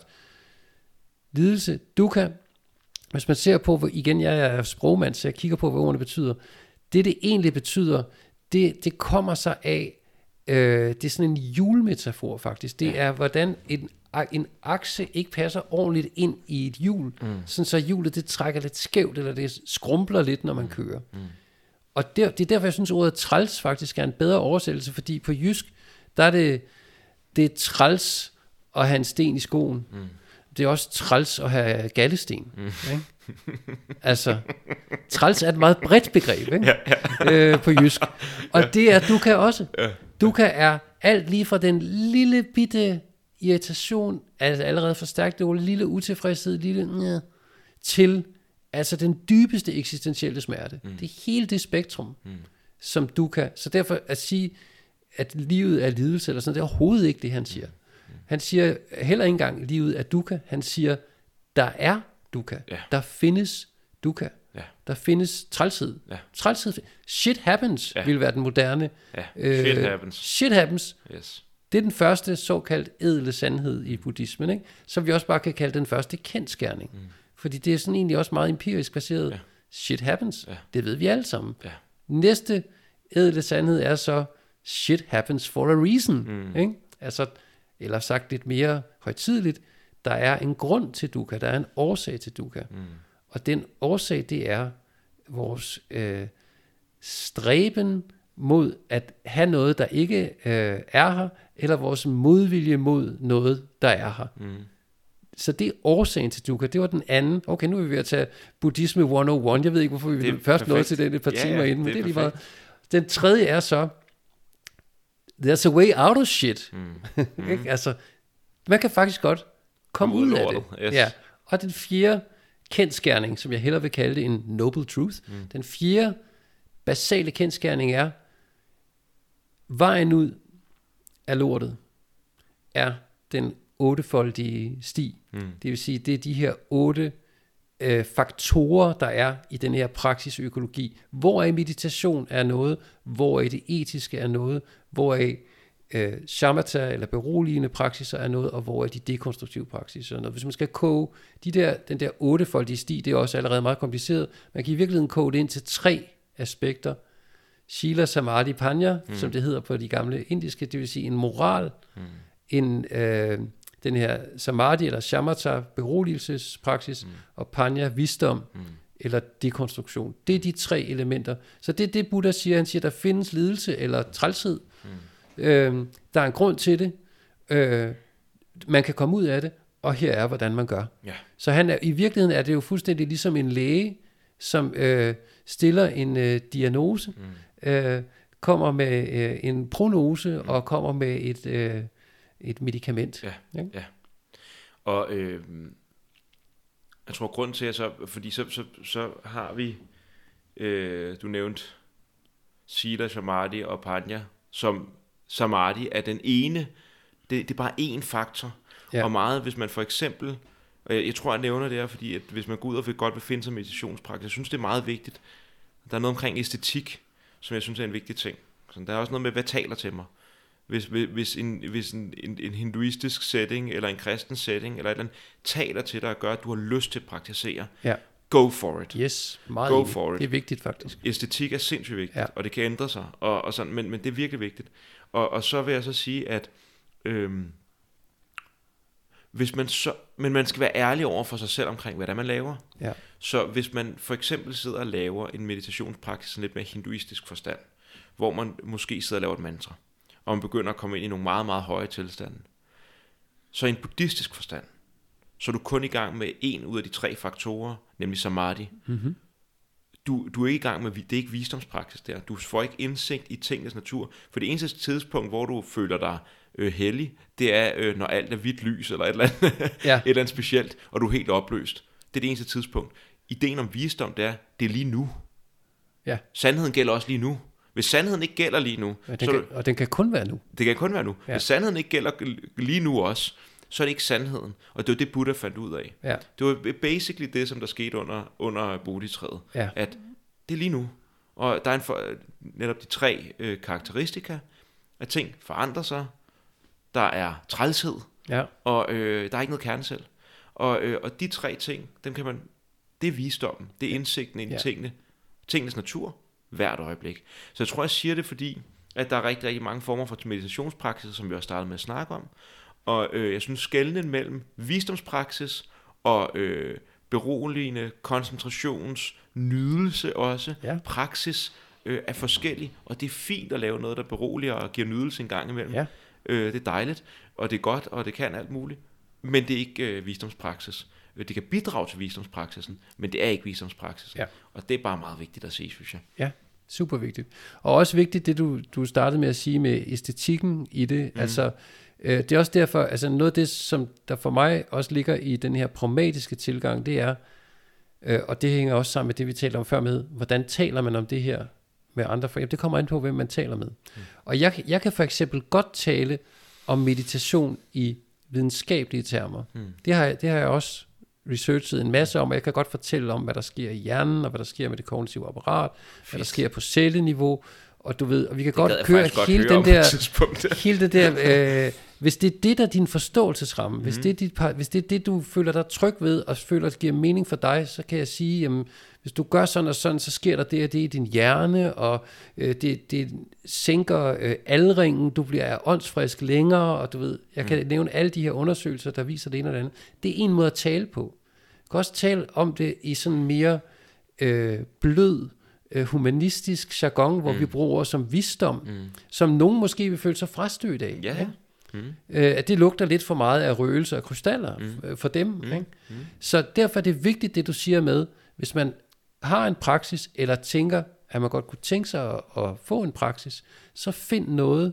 Lidelse, dukkha. Hvis man ser på, hvor, igen, jeg er sprogmand, så jeg kigger på, hvad ordene betyder. Det, det egentlig betyder, det, det kommer sig af, øh, det er sådan en hjulmetafor faktisk. Det ja. er, hvordan en, en akse ikke passer ordentligt ind i et hjul, mm. sådan så hjulet det trækker lidt skævt, eller det skrumpler lidt, når man mm. kører. Mm. Og det, det er derfor, jeg synes, ordet træls faktisk er en bedre oversættelse, fordi på jysk, der er det, det er træls at have en sten i skoen. Mm. Det er også træls at have gallesten. Mm. Ikke? Altså, træls er et meget bredt begreb, ikke? Ja, ja. Øh, på jysk. Og ja. det er dukkha også. Ja. Dukkha er alt lige fra den lille bitte irritation, altså allerede forstærkt ord, lille utilfredshed, lille ja, til altså den dybeste eksistentielle smerte. Mm. Det er hele det spektrum, mm. som dukkha. Så derfor at sige, at livet er lidelse, eller sådan, det er overhovedet ikke det, han siger. Mm. Han siger heller ikke engang, at livet er dukkha. Han siger, der er dukkha. Ja. Der findes dukkha. Ja. Der findes trælshed. Ja. Trælshed. Shit happens, ja. vil være den moderne. Ja. Shit øh, happens. Shit happens. Yes. Det er den første såkaldt ædle sandhed i buddhismen, ikke? Som vi også bare kan kalde den første kendsgerning. Mm. Fordi det er sådan egentlig også meget empirisk baseret. Ja. Shit happens. Ja. Det ved vi alle sammen. Ja. Næste ædle sandhed er så, shit happens for a reason. Mm. Ikke? Altså, eller sagt lidt mere højtideligt, der er en grund til dukkha, der er en årsag til dukkha. Mm. Og den årsag, det er vores øh, stræben mod at have noget, der ikke øh, er her, eller vores modvilje mod noget, der er her. Mm. Så det er årsagen til dukkha. Det var den anden. Okay, nu er vi ved at tage buddhisme et nul et. Jeg ved ikke, hvorfor vi først perfekt. nåede til den et par ja, timer ja, inden, men det er, det er lige meget. Den tredje er så, there's a way out of shit. Mm. Mm. Altså, man kan faktisk godt komme ud, ud af det. Yes. Ja. Og den fjerde kendsgerning, som jeg hellere vil kalde det en noble truth, mm. den fjerde basale kendsgerning er, vejen ud af lortet er den ottefoldige sti. Mm. Det vil sige, det er de her otte øh, faktorer, der er i den her praksisøkologi, hvoraf meditation er noget, hvoraf det etiske er noget, hvoraf øh, shamatha eller beroligende praksiser er noget, og hvoraf de dekonstruktive praksiser er noget. Hvis man skal koge de der, den der ottefoldige sti, det er også allerede meget kompliceret. Man kan i virkeligheden koge det ind til tre aspekter. Shila, Samadhi, Panya, mm. som det hedder på de gamle indiske, det vil sige en moral, mm. en, øh, den her Samadhi eller Shamatha, beroligelsespraksis, mm. og Panya, visdom, mm. eller dekonstruktion. Det er de tre elementer. Så det er det, Buddha siger. Han siger, der findes lidelse eller trælshed. Mm. Øh, der er en grund til det. Øh, man kan komme ud af det, og her er, hvordan man gør. Yeah. Så han er, i virkeligheden er det jo fuldstændig ligesom en læge, som øh, stiller en øh, diagnose, mm. øh, kommer med øh, en prognose, mm. og kommer med et, øh, et medicament. Ja, ja. ja. Og øh, jeg tror grund til, at så, fordi så, så, så har vi, øh, du nævnte Sila, Samadhi og Panya, som Samadhi er den ene, det, det er bare én faktor, ja. Og meget, hvis man for eksempel, og jeg, jeg tror, jeg nævner det her, fordi at hvis man går ud og vil godt vil finde sig meditationspraksis, jeg synes, det er meget vigtigt. Der er noget omkring æstetik, som jeg synes er en vigtig ting. Så der er også noget med, hvad taler til mig. Hvis, hvis, en, hvis en, en, en hinduistisk setting, eller en kristen setting, eller et eller andet, taler til dig og gør, at du har lyst til at praktisere, ja. Go for it. Yes, meget Go for it. Det er vigtigt faktisk. Æstetik er sindssygt vigtigt, ja. Og det kan ændre sig, og, og sådan, men, men det er virkelig vigtigt. Og, og så vil jeg så sige, at øhm, hvis man så, men man skal være ærlig over for sig selv omkring, hvad det er, man laver. Ja. Så hvis man for eksempel sidder og laver en meditationspraksis sådan lidt mere hinduistisk forstand, hvor man måske sidder og laver et mantra, og man begynder at komme ind i nogle meget, meget høje tilstande, så i en buddhistisk forstand, så er du kun i gang med en ud af de tre faktorer, nemlig samadhi. Mm-hmm. Du, du er ikke i gang med, det er ikke visdomspraksis der. Du får ikke indsigt i tingens natur. For det eneste tidspunkt, hvor du føler dig øh, hellig, det er, øh, når alt er hvidt lys, eller et eller, andet, ja. et eller andet specielt, og du er helt opløst. Det er det eneste tidspunkt. Ideen om visdom, det er, det er lige nu. Ja. Sandheden gælder også lige nu. Hvis sandheden ikke gælder lige nu... Ja, den så kan, og den kan kun være nu. Det kan kun være nu. Ja. Hvis sandheden ikke gælder lige nu også, så er det ikke sandheden. Og det var det, Buddha fandt ud af. Ja. Det var basically det, som der skete under, under Bodhi-træet. Ja. At det er lige nu. Og der er en for, netop de tre øh, karakteristika, at ting forandrer sig. Der er trælshed, Ja. og øh, der er ikke noget kernesel. Og, øh, og de tre ting, dem kan man, det er visdommen, det er indsigten ind i Ja. tingene, tingenes natur, hvert øjeblik. Så jeg tror, jeg siger det, fordi at der er rigtig, rigtig mange former for meditationspraksis, som vi har startet med at snakke om. Og øh, jeg synes, skelnen mellem visdomspraksis og øh, beroligende koncentrations, nydelse også, Ja. praksis øh, er forskellig, og det er fint at lave noget, der beroliger og giver nydelse en gang imellem. Ja. Øh, det er dejligt, og det er godt, og det kan alt muligt. Men det er ikke øh, visdomspraksis. Det kan bidrage til visdomspraksisen, men det er ikke visdomspraksisen. Ja. Og det er bare meget vigtigt at se, synes jeg. Ja, super vigtigt. Og også vigtigt, det du, du startede med at sige med æstetikken i det. Mm. Altså, øh, det er også derfor, altså noget af det, som der for mig også ligger i den her pragmatiske tilgang, det er, øh, og det hænger også sammen med det, vi talte om før med, hvordan taler man om det her med andre? For det kommer an på, hvem man taler med. Mm. Og jeg, jeg kan for eksempel godt tale om meditation i videnskabelige termer. Mm. Det, har jeg, det har jeg også researchet en masse om, og jeg kan godt fortælle om, hvad der sker i hjernen, og hvad der sker med det kognitive apparat, Fist. hvad der sker på celleniveau, og du ved, og vi kan det godt køre godt hele, den der, hele det der, øh, hvis det er det, der er din forståelsesramme, mm. hvis, det er dit, hvis det er det, du føler dig tryg ved, og føler, det giver mening for dig, så kan jeg sige, jamen, hvis du gør sådan og sådan, så sker der det og det i din hjerne, og øh, det, det sænker øh, aldringen, du bliver åndsfrisk længere, og du ved, jeg kan mm. nævne alle de her undersøgelser, der viser det ene og det andet. Det er en måde at tale på. Du kan også tale om det i sådan mere øh, blød, øh, humanistisk jargon, hvor mm. vi bruger som visdom, mm. som nogen måske vil føle sig frastødt af. Ja. Ikke? Mm. Øh, at det lugter lidt for meget af røgelse og krystaller mm. f- for dem. Mm. Ikke? Mm. Så derfor er det vigtigt, det du siger med, hvis man har en praksis, eller tænker, at man godt kunne tænke sig at, at få en praksis, så find noget,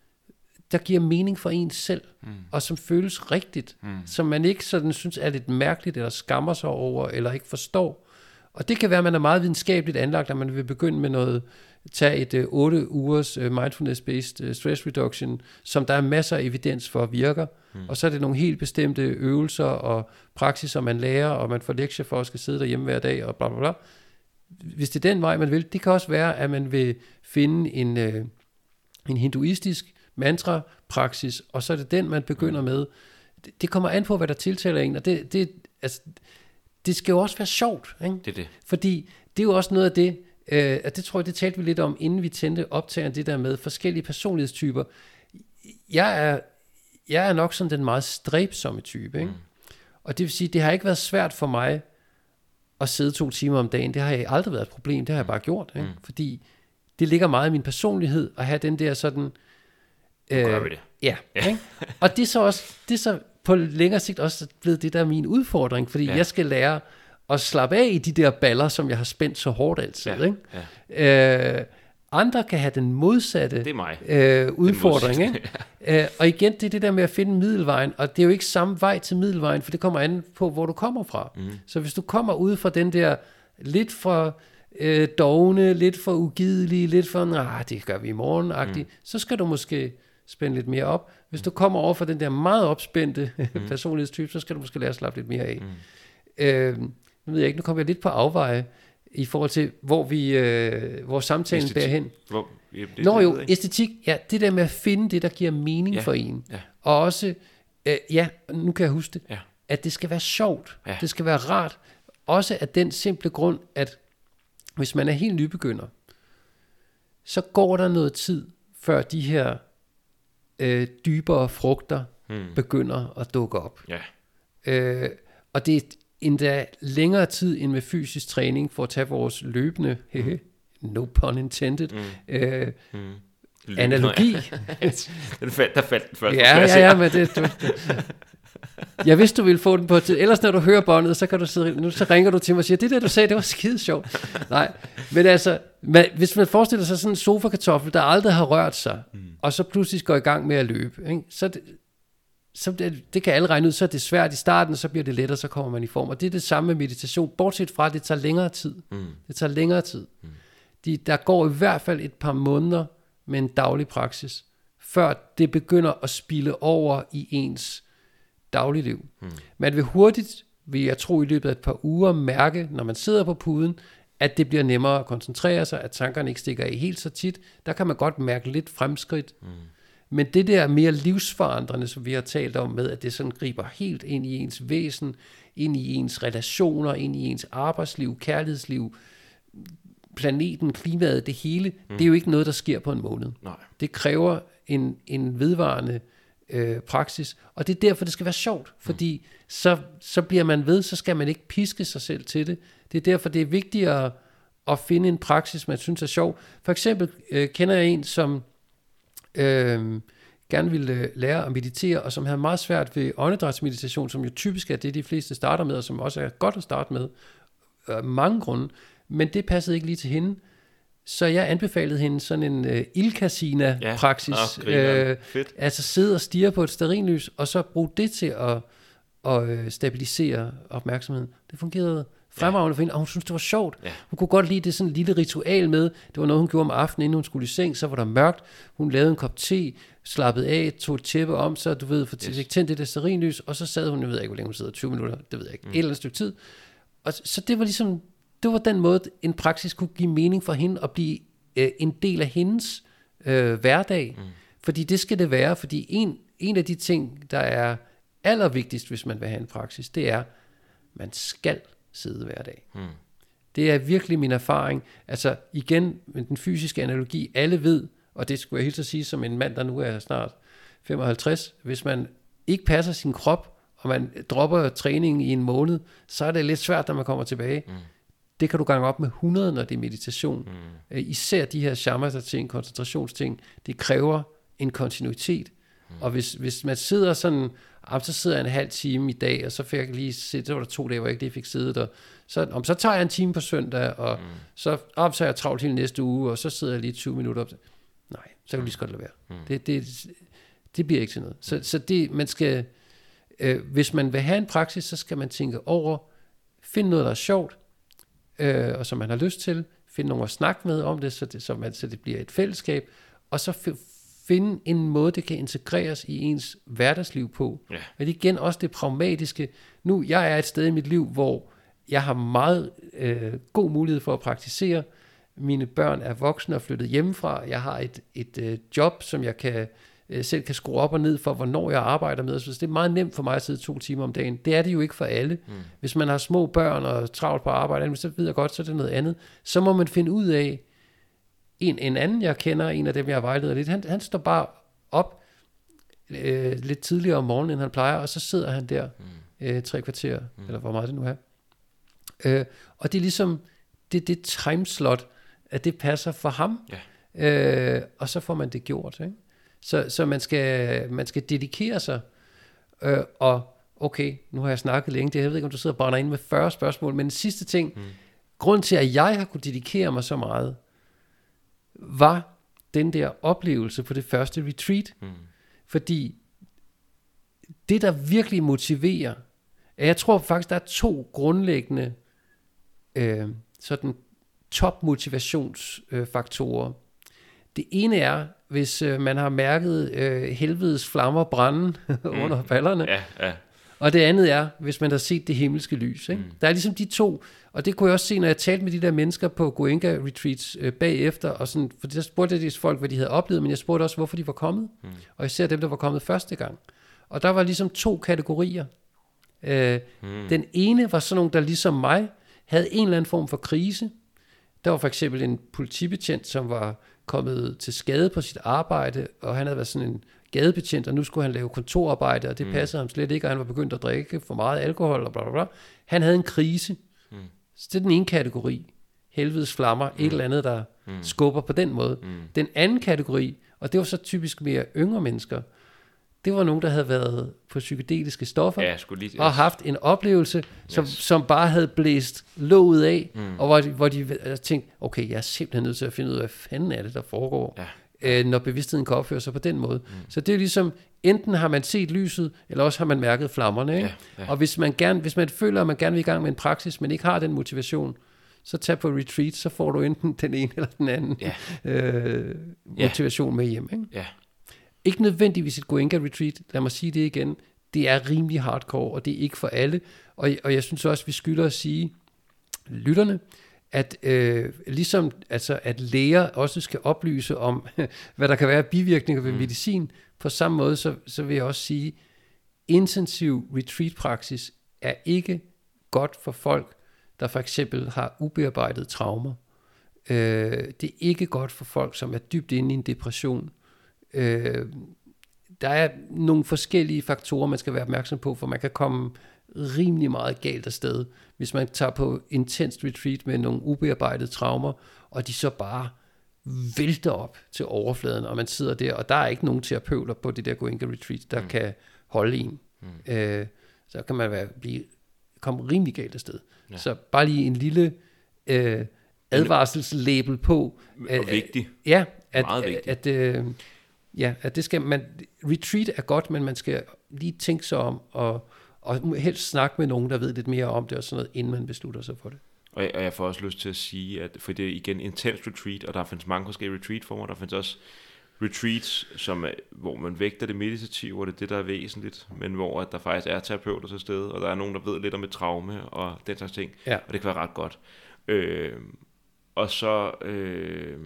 der giver mening for en selv, mm. og som føles rigtigt, mm. som man ikke sådan synes er lidt mærkeligt, eller skammer sig over, eller ikke forstår. Og det kan være, at man er meget videnskabeligt anlagt, at man vil begynde med noget, tage et uh, otte ugers uh, mindfulness-based uh, stress reduction, som der er masser af evidens for virker, mm. og så er det nogle helt bestemte øvelser og praksiser, man lærer, og man får lektier for at skal sidde derhjemme hver dag, og bla bla bla. Hvis det er den vej, man vil, det kan også være, at man vil finde en, uh, en hinduistisk mantra-praksis, og så er det den, man begynder med. Det, det kommer an på, hvad der tiltaler en, og det, det, altså, det skal jo også være sjovt, ikke? Det er det. Fordi det er jo også noget af det, øh, og det tror jeg, det talte vi lidt om, inden vi tændte optageren, det der med forskellige personlighedstyper. Jeg er, jeg er nok sådan den meget stræbsomme type, ikke? Mm. Og det vil sige, det har ikke været svært for mig at sidde to timer om dagen. Det har jeg aldrig været et problem, det har jeg bare gjort, ikke? Mm. Fordi det ligger meget i min personlighed, at have den der sådan... Øh, gør vi det. Ja, ja. Ikke? Og det er så også, det er så på længere sigt også blevet det, der er min udfordring, fordi ja. jeg skal lære at slappe af i de der baller, som jeg har spændt så hårdt altid. Ja. Ikke? Ja. Øh, andre kan have den modsatte det er mig. Øh, udfordring. Ikke? ja. øh, og igen, det er det der med at finde middelvejen, og det er jo ikke samme vej til middelvejen, for det kommer an på, hvor du kommer fra. Mm. Så hvis du kommer ud fra den der lidt for øh, dogne, lidt for ugidelige, lidt for, nej, det gør vi i morgen-agtigt, mm. så skal du måske spænde lidt mere op. Hvis du kommer over for den der meget opspændte mm. personlighedstype, så skal du måske lære at slappe lidt mere af. Mm. Øh, nu ved jeg ikke, nu kommer jeg lidt på afveje i forhold til, hvor vi, øh, hvor samtalen æstetik. bærer hen. Hvor, ja, det, Nå det, jo, æstetik, ja, det der med at finde det, der giver mening ja. for en. Ja. Og også, øh, ja, nu kan jeg huske det, ja. at det skal være sjovt. Ja. Det skal være rart. Også af den simple grund, at hvis man er helt nybegynder, så går der noget tid, før de her øh, dybere frugter hmm. begynder at dukke op. Ja. Øh, og det er endda længere tid end med fysisk træning, for at tage vores løbende, mm. no pun intended, mm. Øh, mm. analogi. den faldt, der faldt den første. Ja, ja, ja, men det... Du, jeg vidste, du ville få den på til. Ellers når du hører båndet, så kan du sidde, nu så ringer du til mig og siger, det der du sagde, det var skide sjovt. Nej, men altså, man, hvis man forestiller sig sådan en sofakartoffel, der aldrig har rørt sig, mm. og så pludselig går i gang med at løbe, ikke? Så, det, så det, det kan alle regne ud, så er det svært i starten, og så bliver det lettere, så kommer man i form. Og det er det samme med meditation, bortset fra, at det tager længere tid. Mm. Det tager længere tid. Mm. De, der går i hvert fald et par måneder med en daglig praksis, før det begynder at spille over i ens dagligliv. Mm. Man vil hurtigt, vil jeg tro i løbet af et par uger, mærke, når man sidder på puden, at det bliver nemmere at koncentrere sig, at tankerne ikke stikker af helt så tit. Der kan man godt mærke lidt fremskridt. Mm. Men det der mere livsforandrende, som vi har talt om med, at det sådan griber helt ind i ens væsen, ind i ens relationer, ind i ens arbejdsliv, kærlighedsliv, planeten, klimaet, det hele, mm. det er jo ikke noget, der sker på en måned. Nej. Det kræver en, en vedvarende øh, praksis, og det er derfor, det skal være sjovt, fordi mm. så, så bliver man ved, så skal man ikke piske sig selv til det. Det er derfor, det er vigtigere at finde en praksis, man synes er sjov. For eksempel øh, kender jeg en, som øh, gerne ville lære at meditere, og som havde meget svært ved åndedrætsmeditation, som jo typisk er det, de fleste starter med, og som også er godt at starte med, af mange grunde. Men det passede ikke lige til hende. Så jeg anbefalede hende sådan en uh, Ilkasina-praksis. Ja, øh, altså sidde og stirre på et stearinlys, og så bruge det til at, at uh, stabilisere opmærksomheden. Det fungerede fremragende for hende, og hun synes det var sjovt. Ja. Hun kunne godt lide det sådan en lille ritual med. Det var noget, hun gjorde om aftenen, inden hun skulle i seng. Så var der mørkt. Hun lavede en kop te, slappede af, tog et tæppe om, så du ved, for yes. tændte det der stearinlys, og så sad hun, jeg ved ikke, hvor længe hun sidder, tyve minutter, det ved jeg ikke, mm. et eller andet stykke tid. Og så det var ligesom, det var den måde, en praksis kunne give mening for hende at blive øh, en del af hendes øh, hverdag. Mm. Fordi det skal det være, fordi en, en af de ting, der er allervigtigst, hvis man vil have en praksis, det er, man skal sidde hver dag. Mm. Det er virkelig min erfaring. Altså igen, med den fysiske analogi, alle ved, og det skulle jeg helt at sige som en mand, der nu er snart femoghalvtreds, hvis man ikke passer sin krop, og man dropper træningen i en måned, så er det lidt svært, når man kommer tilbage. Mm. Det kan du gange op med hundrede, når det er meditation. Mm. Især de her shamatha-ting, koncentrationsting, det kræver en kontinuitet. Mm. Og hvis, hvis man sidder sådan, så sidder jeg en halv time i dag, og så fik jeg lige set, så var der to dage, hvor jeg ikke lige fik siddet der. Så, om, så tager jeg en time på søndag, og mm. så, op, så er jeg travlt hele næste uge, og så sidder jeg lige tyve minutter op. Nej, så kan du lige så godt lade være. Mm. Det, det, det bliver ikke til noget. Så, så det, man skal, øh, hvis man vil have en praksis, så skal man tænke over, finde noget, der er sjovt, øh, og som man har lyst til, finde nogen at snakke med om det, så det, så man, så det bliver et fællesskab, og så f- finde en måde, det kan integreres i ens hverdagsliv på. Ja. Men igen også det pragmatiske. Nu, jeg er et sted i mit liv, hvor jeg har meget øh, god mulighed for at praktisere. Mine børn er voksne og flyttet hjemmefra. Jeg har et, et øh, job, som jeg kan, øh, selv kan skrue op og ned for, hvornår jeg arbejder med. Så det er meget nemt for mig at sidde to timer om dagen. Det er det jo ikke for alle. Mm. Hvis man har små børn og travlt på arbejde, så ved jeg godt, så er det noget andet. Så må man finde ud af, en, en anden jeg kender, en af dem jeg vejleder lidt, han, han står bare op øh, lidt tidligere om morgenen, end han plejer, og så sidder han der mm. øh, tre kvarter, mm. eller hvor meget det nu er. Øh, og det er ligesom, det, det timeslot, at det passer for ham, yeah. øh, og så får man det gjort. Ikke? Så, så man, skal, man skal dedikere sig, øh, og okay, nu har jeg snakket længe, det, jeg ved ikke, om du sidder og brænder ind med fyrre spørgsmål, men den sidste ting, mm. grund til, at jeg har kunnet dedikere mig så meget, var den der oplevelse på det første retreat. Mm. Fordi det, der virkelig motiverer, jeg tror faktisk, der er to grundlæggende øh, sådan top motivationsfaktorer. Øh, det ene er, hvis øh, man har mærket øh, helvedes flammer brænde under ballerne. Ja, ja. Og det andet er, hvis man har set det himmelske lys. Ikke? Mm. Der er ligesom de to, og det kunne jeg også se, når jeg talte med de der mennesker på Goenka Retreats øh, bagefter, og sådan, for der spurgte jeg de folk, hvad de havde oplevet, men jeg spurgte også, hvorfor de var kommet. Mm. Og især dem, der var kommet første gang. Og der var ligesom to kategorier. Øh, mm. Den ene var sådan nogle, der ligesom mig, havde en eller anden form for krise. Der var for eksempel en politibetjent, som var kommet til skade på sit arbejde, og han havde været sådan en gadebetjent, og nu skulle han lave kontorarbejde, og det mm. passede ham slet ikke, og han var begyndt at drikke for meget alkohol, og bla bla bla. Han havde en krise. Mm. Så det er den ene kategori. Helvedes flammer, mm. et eller andet, der mm. skubber på den måde. Mm. Den anden kategori, og det var så typisk mere yngre mennesker, det var nogen, der havde været på psykedeliske stoffer, ja, lige, yes. og haft en oplevelse, som, yes. som bare havde blæst låget af, mm. og hvor de, hvor de tænkte, okay, jeg er simpelthen nødt til at finde ud af, hvad fanden er det, der foregår, ja. øh, når bevidstheden kan opføre sig på den måde. Mm. Så det er ligesom, enten har man set lyset, eller også har man mærket flammerne. Ikke? Ja, ja. Og hvis man, gerne, hvis man føler, at man gerne vil i gang med en praksis, men ikke har den motivation, så tag på retreat, så får du enten den ene eller den anden Ja. øh, motivation med hjem. Ikke? Ja. Ikke nødvendigvis et Goenka retreat, lad mig sige det igen, det er rimelig hardcore, og det er ikke for alle, og, og jeg synes også, vi skylder at sige, lytterne, at øh, ligesom altså, at læger også skal oplyse om, hvad der kan være bivirkninger ved mm. medicin, på samme måde, så, så vil jeg også sige, intensiv retreat-praksis er ikke godt for folk, der for eksempel har ubearbejdet traumer. Øh, det er ikke godt for folk, som er dybt inde i en depression. Øh, der er nogle forskellige faktorer, man skal være opmærksom på, for man kan komme rimelig meget galt afsted, hvis man tager på intens retreat med nogle ubearbejdede traumer, og de så bare vælter op til overfladen, og man sidder der, og der er ikke nogen terapeuter på det der Goenka retreat, der mm. kan holde en. Mm. Øh, så kan man være, blive, komme rimelig galt afsted. Ja. Så bare lige en lille øh, advarselslabel på. Og øh, vigtig. Ja, at, meget vigtigt. At, at, øh, ja, at det skal man, retreat er godt, men man skal lige tænke sig om, og, og helst snakke med nogen, der ved lidt mere om det, og sådan noget, inden man beslutter sig for det. Og jeg, og jeg får også lyst til at sige, at for det er igen intens retreat, og der findes mange forskellige retreat-former, der findes også retreats, som er, hvor man vægter det meditative, og det er det, der er væsentligt, men hvor at der faktisk er terapeuter til stede, og der er nogen, der ved lidt om et traume, og den slags ting, ja. Og det kan være ret godt. Øh, og så, øh,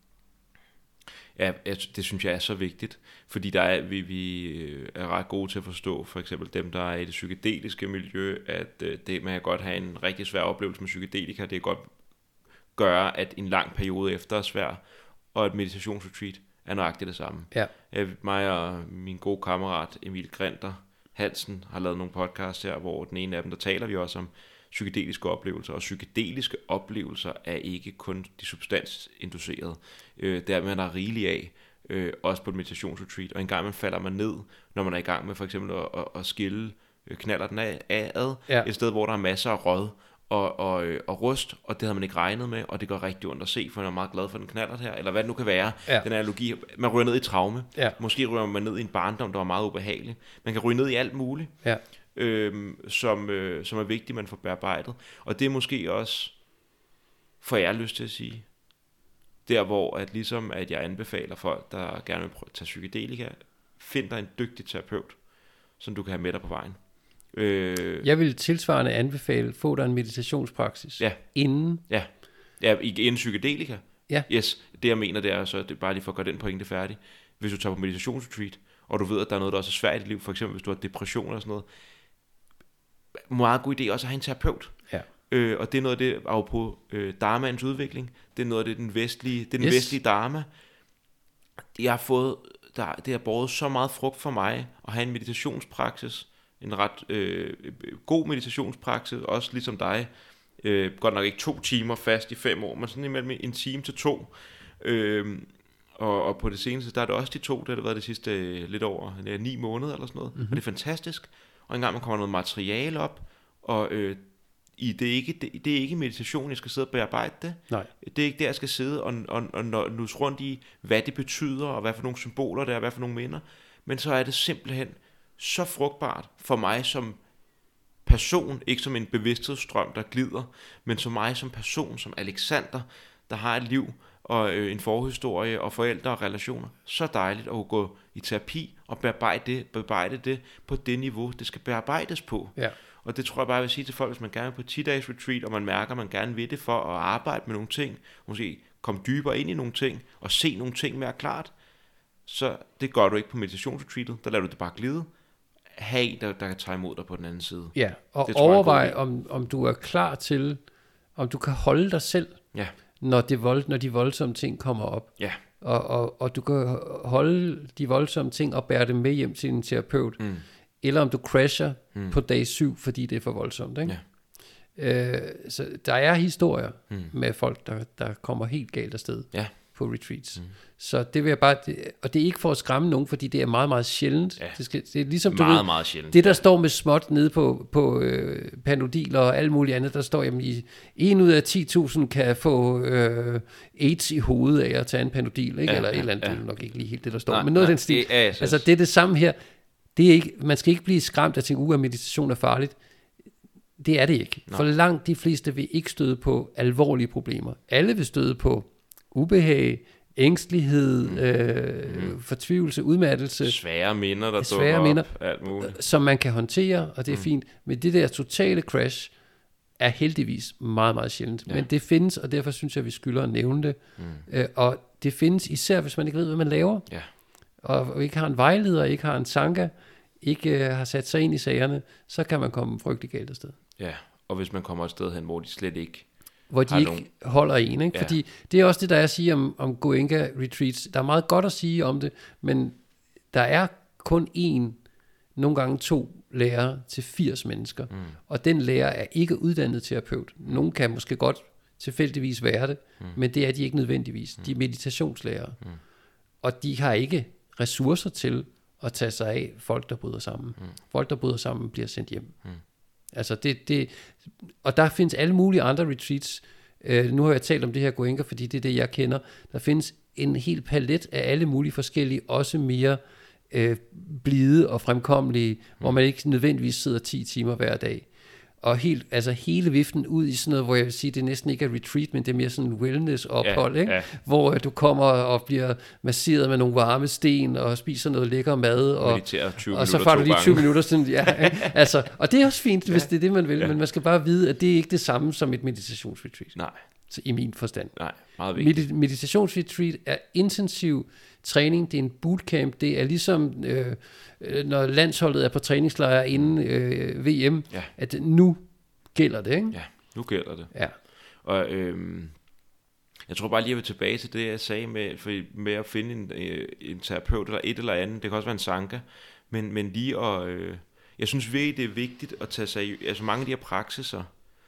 ja, det synes jeg er så vigtigt, fordi der er, vi, vi er ret gode til at forstå, for eksempel dem, der er i det psykedeliske miljø, at det, man kan godt have en rigtig svær oplevelse med psykedelika, det kan godt gøre, at en lang periode efter er svær, og et meditationsretreat er nøjagtigt det samme. Ja. Jeg, mig og min gode kammerat Emil Grinter Hansen har lavet nogle podcasts her, hvor den ene af dem, der taler vi også om psykedeliske oplevelser, og psykedeliske oplevelser er ikke kun de substansinducerede. Øh, det er man er rigelig af, øh, også på et meditationsretreat, og en gang man falder man ned, når man er i gang med for eksempel at, at, at skille knaller den af, af ad, ja. Et sted, hvor der er masser af rød og, og, og rust, og det havde man ikke regnet med, og det går rigtig ondt at se, for man er meget glad for den knaller her, eller hvad det nu kan være, ja. Den analogi, man ryger ned i traume, ja. Måske ryger man ned i en barndom, der var meget ubehagelig, man kan ryge ned i alt muligt, ja. øhm, som, øh, som er vigtigt, man får bearbejdet, og det er måske også, får jeg lyst til at sige, der hvor, at ligesom at jeg anbefaler folk, der gerne vil prøve, tage psykedelika, find dig en dygtig terapeut, som du kan have med dig på vejen. Øh, jeg vil tilsvarende anbefale, få dig en meditationspraksis ja. inden. Ja, ja, inden psykedelika. Ja. Yes, det jeg mener, det er så, det er bare lige for at gøre den pointe færdig. Hvis du tager på meditationsretreat, og du ved, at der er noget, der også er svært i dit liv, for eksempel hvis du har depression eller sådan noget, meget god idé også at have en terapeut. Ja. Øh, og det er noget af det, apropos øh, dharmaens udvikling, det er noget af det, den vestlige, det er den yes. vestlige dharma. Jeg har fået, der, det har båret så meget frugt for mig, at have en meditationspraksis, en ret øh, god meditationspraksis, også ligesom dig, øh, godt nok ikke to timer fast i fem år, men sådan imellem en time til to, øh, og, og på det seneste, der er det også de to, det har det været det sidste øh, lidt over øh, ni måneder eller sådan noget, mm-hmm. Og det er fantastisk, og engang man kommer noget materiale op, og øh, i, det, er ikke, det, det er ikke meditation, jeg skal sidde og bearbejde det, Nej. Det er ikke der, jeg skal sidde og, og, og, og nus rundt i, hvad det betyder, og hvad for nogle symboler det er, hvad for nogle minder, men så er det simpelthen så frugtbart for mig som person, ikke som en bevidsthedsstrøm, der glider, men som mig som person, som Alexander, der har et liv og øh, en forhistorie og forældre og relationer. Så dejligt at gå i terapi og bearbejde det, bearbejde det på det niveau, det skal bearbejdes på. Ja. Og det tror jeg bare, jeg vil sige til folk, hvis man gerne vil på ti-dages retreat, og man mærker, at man gerne vil det for at arbejde med nogle ting, måske komme dybere ind i nogle ting, og se nogle ting mere klart, så det gør du ikke på meditationsretreatet, der lader du det bare glide. Have en, der, der kan tage imod dig på den anden side. Ja, og overvej, om, om du er klar til, om du kan holde dig selv, ja. når, det vold, når de voldsomme ting kommer op. Ja. Og, og, og du kan holde de voldsomme ting og bære dem med hjem til en terapeut. Mm. Eller om du crasher mm. på dag syv, fordi det er for voldsomt. Ikke? Ja. Øh, så der er historier mm. med folk, der, der kommer helt galt afsted. Ja. På retreats. Mm. Så det vil jeg bare, det, og det er ikke for at skræmme nogen, fordi det er meget, meget sjældent. Ja. Det, skal, det er ligesom, meget, du ved, meget sjældent. Det der står med småt nede på, på øh, Panodil og alt muligt andet, der står, jamen i en ud af ti tusind kan få øh, AIDS i hovedet af at tage en Panodil, ikke? Ja, Eller et ja, eller andet, ja. det er nok ikke lige helt det, der står, nej, men noget nej, af den stil. Det er, altså det er det samme her. Det er ikke, man skal ikke blive skræmt af at tænke, uh, meditation er farligt. Det er det ikke. Nej. For langt de fleste vil ikke støde på alvorlige problemer. Alle vil støde på ubehag, ængstelighed, mm. Øh, mm. fortvivlelse, udmattelse. Svære minder, der svære dukker minder, op, alt muligt. Som man kan håndtere, og det er mm. fint. Men det der totale crash er heldigvis meget, meget sjældent. Ja. Men det findes, og derfor synes jeg, vi skylder at nævne det. Mm. Øh, og det findes især, hvis man ikke ved, hvad man laver. Ja. Og ikke har en vejleder, ikke har en sanka, ikke øh, har sat sig ind i sagerne, så kan man komme frygtelig galt afsted. Ja, og hvis man kommer et sted hen, hvor de slet ikke hvor de ikke nogen... holder en, ikke? Ja. Fordi det er også det, der er at sige om, om Goenka retreats. Der er meget godt at sige om det, men der er kun én, nogle gange to lærere til firs mennesker, mm. og den lærer er ikke uddannet terapeut. Nogen kan måske godt tilfældigvis være det, mm. men det er de ikke nødvendigvis. De er meditationslærere, mm. og de har ikke ressourcer til at tage sig af folk, der bryder sammen. Mm. Folk, der bryder sammen, bliver sendt hjem. Mm. Altså det, det, og der findes alle mulige andre retreats. Uh, nu har jeg talt om det her Goenka, fordi det er det, jeg kender. Der findes en hel palet af alle mulige forskellige, også mere uh, blide og fremkommelige, mm. hvor man ikke nødvendigvis sidder ti timer hver dag. Og helt, altså hele viften ud i sådan noget, hvor jeg vil sige, det næsten ikke er retreat, men det er mere sådan en wellness-ophold, ja, ikke? Ja. Hvor du kommer og bliver masseret med nogle varme sten, og spiser noget lækker mad, og, og så får du lige tyve minutter sådan, ja, altså, og det er også fint, hvis ja. det er det, man vil, ja. men man skal bare vide, at det er ikke det samme som et meditationsretreat. Nej. Så i min forstand. Nej, meget vigtigt. Medit- meditationsretreat er intensiv træning, det er en bootcamp, det er ligesom øh, når landsholdet er på træningslejr inden øh, V M, ja. at nu gælder det, ikke? Ja, nu gælder det. Ja. Og øhm, jeg tror bare lige, jeg vil tilbage til det, jeg sagde med, for, med at finde en, øh, en terapeut eller et eller andet, det kan også være en sanka, men, men lige at, øh, jeg synes virkelig, det er vigtigt at tage sig, altså mange af de her praksiser,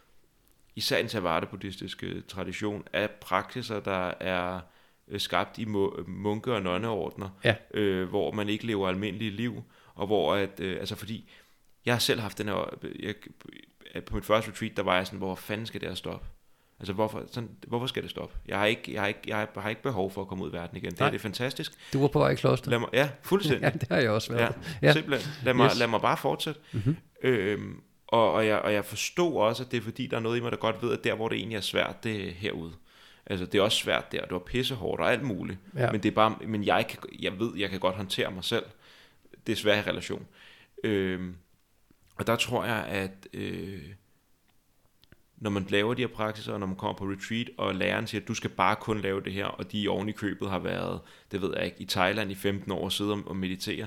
især i den theravada-buddhistiske tradition, er praksiser, der er skabt i munke- og nonneordner, ja. øh, hvor man ikke lever almindelige liv, og hvor at, øh, altså fordi, jeg har selv haft den her, jeg, på mit første retreat, der var jeg sådan, hvor fanden skal det her stoppe? Altså, hvorfor, sådan, hvorfor skal det stoppe? Jeg har, ikke, jeg, har ikke, jeg har ikke behov for at komme ud i verden igen. Det, er, det er fantastisk. Du var på vej i kloster. Lad mig, ja, fuldstændig. Ja, det har jeg også været. Ja, ja. Simpelthen. Lad mig, yes. lad mig bare fortsætte. Mm-hmm. Øhm, og, og, jeg, og jeg forstod også, at det er fordi, der er noget i mig, der godt ved, at der, hvor det egentlig er svært, det er herude. Altså, det er også svært der. Det var pissehårdt og alt muligt. Ja. Men det er bare, men jeg, kan, jeg ved, jeg kan godt håndtere mig selv. Det er svært i relation. Øhm, og der tror jeg, at øh, når man laver de her praksiser, og når man kommer på retreat, og læreren siger, at du skal bare kun lave det her, og de oven i købet har været, det ved jeg ikke, i Thailand i femten år og sidde og meditere.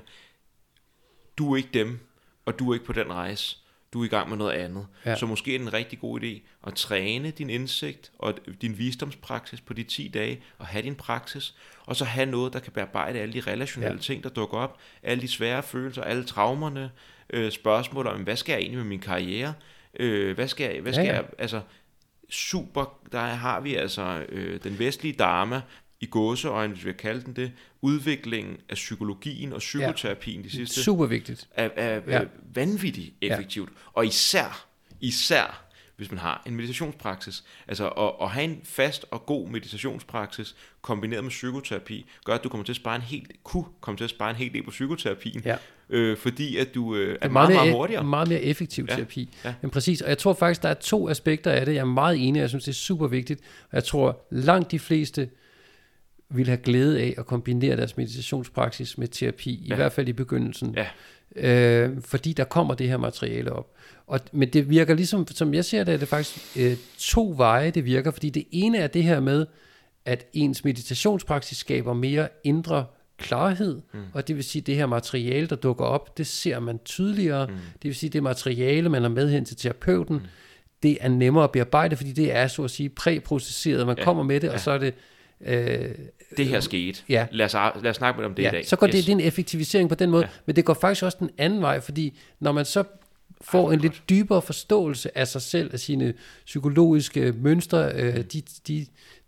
Du er ikke dem, og du er ikke på den rejse. Du er i gang med noget andet. Ja. Så måske er det en rigtig god idé at træne din indsigt og din visdomspraksis på de ti dage, og have din praksis, og så have noget, der kan bearbejde alle de relationelle ja. ting, der dukker op, alle de svære følelser, alle traumerne, øh, spørgsmål om, hvad skal jeg egentlig med min karriere? Øh, hvad skal jeg, hvad skal ja, ja. jeg, altså, super, der har vi altså øh, den vestlige dharma, i gåseøjne, hvis vi kalde den det, udviklingen af psykologien og psykoterapien ja. de sidste super vigtigt. er, er, er ja. vanvittigt effektivt. Ja. Og især, især hvis man har en meditationspraksis. Altså at, at have en fast og god meditationspraksis kombineret med psykoterapi, gør, at du kommer til at spare en helt, kunne komme til at spare en hel del på psykoterapien. Ja. Øh, fordi at du øh, er, er meget, meget hurtigere. Meget mere effektiv ja. terapi. Ja. Men præcis, og jeg tror faktisk, der er to aspekter af det. Jeg er meget enig, jeg synes, det er super vigtigt. Og jeg tror, langt de fleste vil have glæde af at kombinere deres meditationspraksis med terapi, ja. i hvert fald i begyndelsen. Ja. Øh, fordi der kommer det her materiale op. Og, men det virker ligesom, som jeg ser det, er det faktisk øh, to veje, det virker. Fordi det ene er det her med, at ens meditationspraksis skaber mere indre klarhed, mm. og det vil sige, at det her materiale, der dukker op, det ser man tydeligere. Mm. Det vil sige, at det materiale, man har med hen til terapeuten, mm. det er nemmere at bearbejde, fordi det er, så at sige, præprocesseret. Man ja. kommer med det, ja. og så er det Øh, det her skete. Ja. Lad os, lad os snakke med om det ja, i dag. Så går yes. det, det er en effektivisering på den måde, ja. men det går faktisk også den anden vej, fordi når man så får Ej, en lidt dybere forståelse af sig selv, af sine psykologiske mønstre, øh, de, de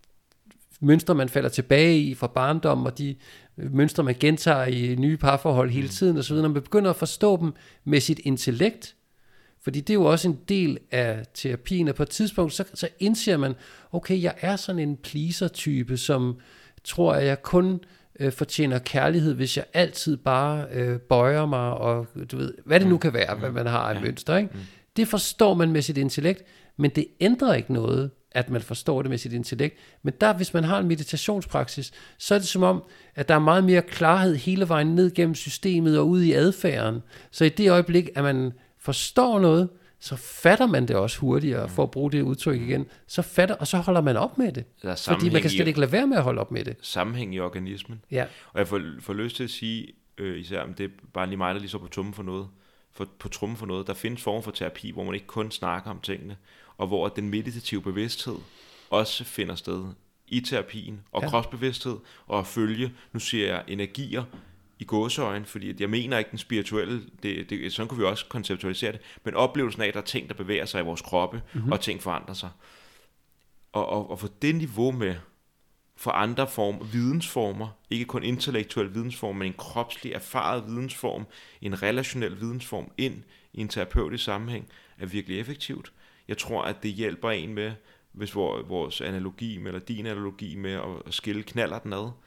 mønstre, man falder tilbage i fra barndom, og de mønstre, man gentager i nye parforhold hele tiden, og så videre, når man begynder at forstå dem med sit intellekt, fordi det er jo også en del af terapien, og på et tidspunkt, så, så indser man, okay, jeg er sådan en pleaser-type, som tror, at jeg kun øh, fortjener kærlighed, hvis jeg altid bare øh, bøjer mig, og du ved, hvad det nu kan være, mm. hvad man har af ja. mønster, ikke? Mm. Det forstår man med sit intellekt, men det ændrer ikke noget, at man forstår det med sit intellekt. Men der, hvis man har en meditationspraksis, så er det som om, at der er meget mere klarhed hele vejen ned gennem systemet og ud i adfærden. Så i det øjeblik, at man forstår noget, så fatter man det også hurtigere, for at bruge det udtryk igen. Så fatter, og så holder man op med det. Fordi man kan slet ikke lade være med at holde op med det. Sammenhæng i organismen. Ja. Og jeg får, får lyst til at sige, øh, især om det er bare lige mig, der lige så på trummen for noget, for, på trummen for noget. Der findes former for terapi, hvor man ikke kun snakker om tingene, og hvor den meditative bevidsthed også finder sted i terapien, og ja. Kropsbevidsthed, og at følge, nu siger jeg, energier i gåseøjne, fordi at jeg mener ikke den spirituelle, det, det, sådan kunne vi også konceptualisere det, men oplevelsen af, at der er ting, der bevæger sig i vores kroppe, mm-hmm. og ting forandrer sig. Og, og, og for det niveau med, for andre former, vidensformer, ikke kun intellektuel vidensform, men en kropslig erfaret vidensform, en relationel vidensform ind i en terapeutisk sammenhæng, er virkelig effektivt. Jeg tror, at det hjælper en med, hvis vores analogi med, eller din analogi med at skille knaller den ad.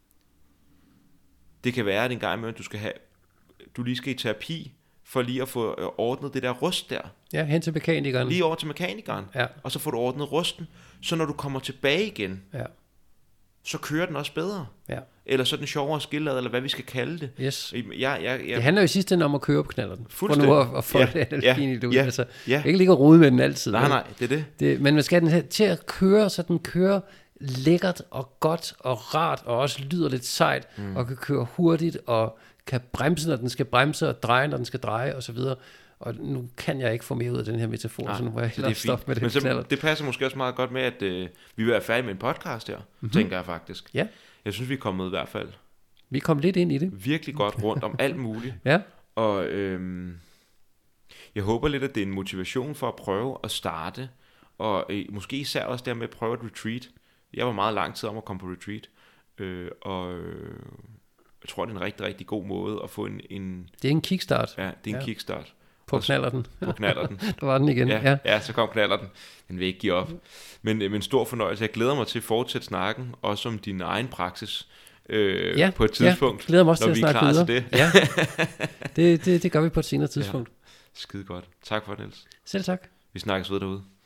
Det kan være, at en gang med, at du skal have, du lige skal i terapi, for lige at få ordnet det der rust der. Ja, hen til mekanikeren. Lige over til mekanikeren. Ja. Og så får du ordnet rusten. Så når du kommer tilbage igen, ja. så kører den også bedre. Ja. Eller så er den sjovere skillad, eller hvad vi skal kalde det. Yes. Jeg, jeg, jeg, det handler jo i sidste ende om at køre på knalleren. Fuldstændig. For nu at, at få ja, det ja, fint ud. Ja, altså, ja. Jeg kan ikke ligge og rode med den altid. Nej, nej, det er det. det men man skal have den til at køre, så den kører lækkert og godt og rart, og også lyder lidt sejt, mm. og kan køre hurtigt, og kan bremse, når den skal bremse, og dreje, når den skal dreje, og så videre. Og nu kan jeg ikke få mere ud af den her metafor, nej, så nu må jeg hellere stoppe med det. Men så, det passer måske også meget godt med, at øh, vi vil være færdige med en podcast her, mm-hmm. tænker jeg faktisk. Ja. Jeg synes, vi er kommet i hvert fald. Vi er kommet lidt ind i det. Virkelig godt rundt om alt muligt. Ja. Og øhm, jeg håber lidt, at det er en motivation for at prøve at starte, og øh, måske især også der med at prøve et retreat. Jeg var meget lang tid om at komme på retreat, øh, og øh, jeg tror, det er en rigtig, rigtig god måde at få en... en det er en kickstart. Ja, det er en ja. kickstart. På knallerten. På knallerten. Der var den igen. Ja, ja. ja, så kom knallerten. Den vil ikke give op. Men, men stor fornøjelse. Jeg glæder mig til at fortsætte snakken, også om din egen praksis øh, ja, på et tidspunkt. Ja, glæder mig også når til vi at snakke videre. det. Ja. det, det. Det gør vi på et senere tidspunkt. Ja. Skide godt. Tak for det, Niels. Selv tak. Vi snakkes ved derude.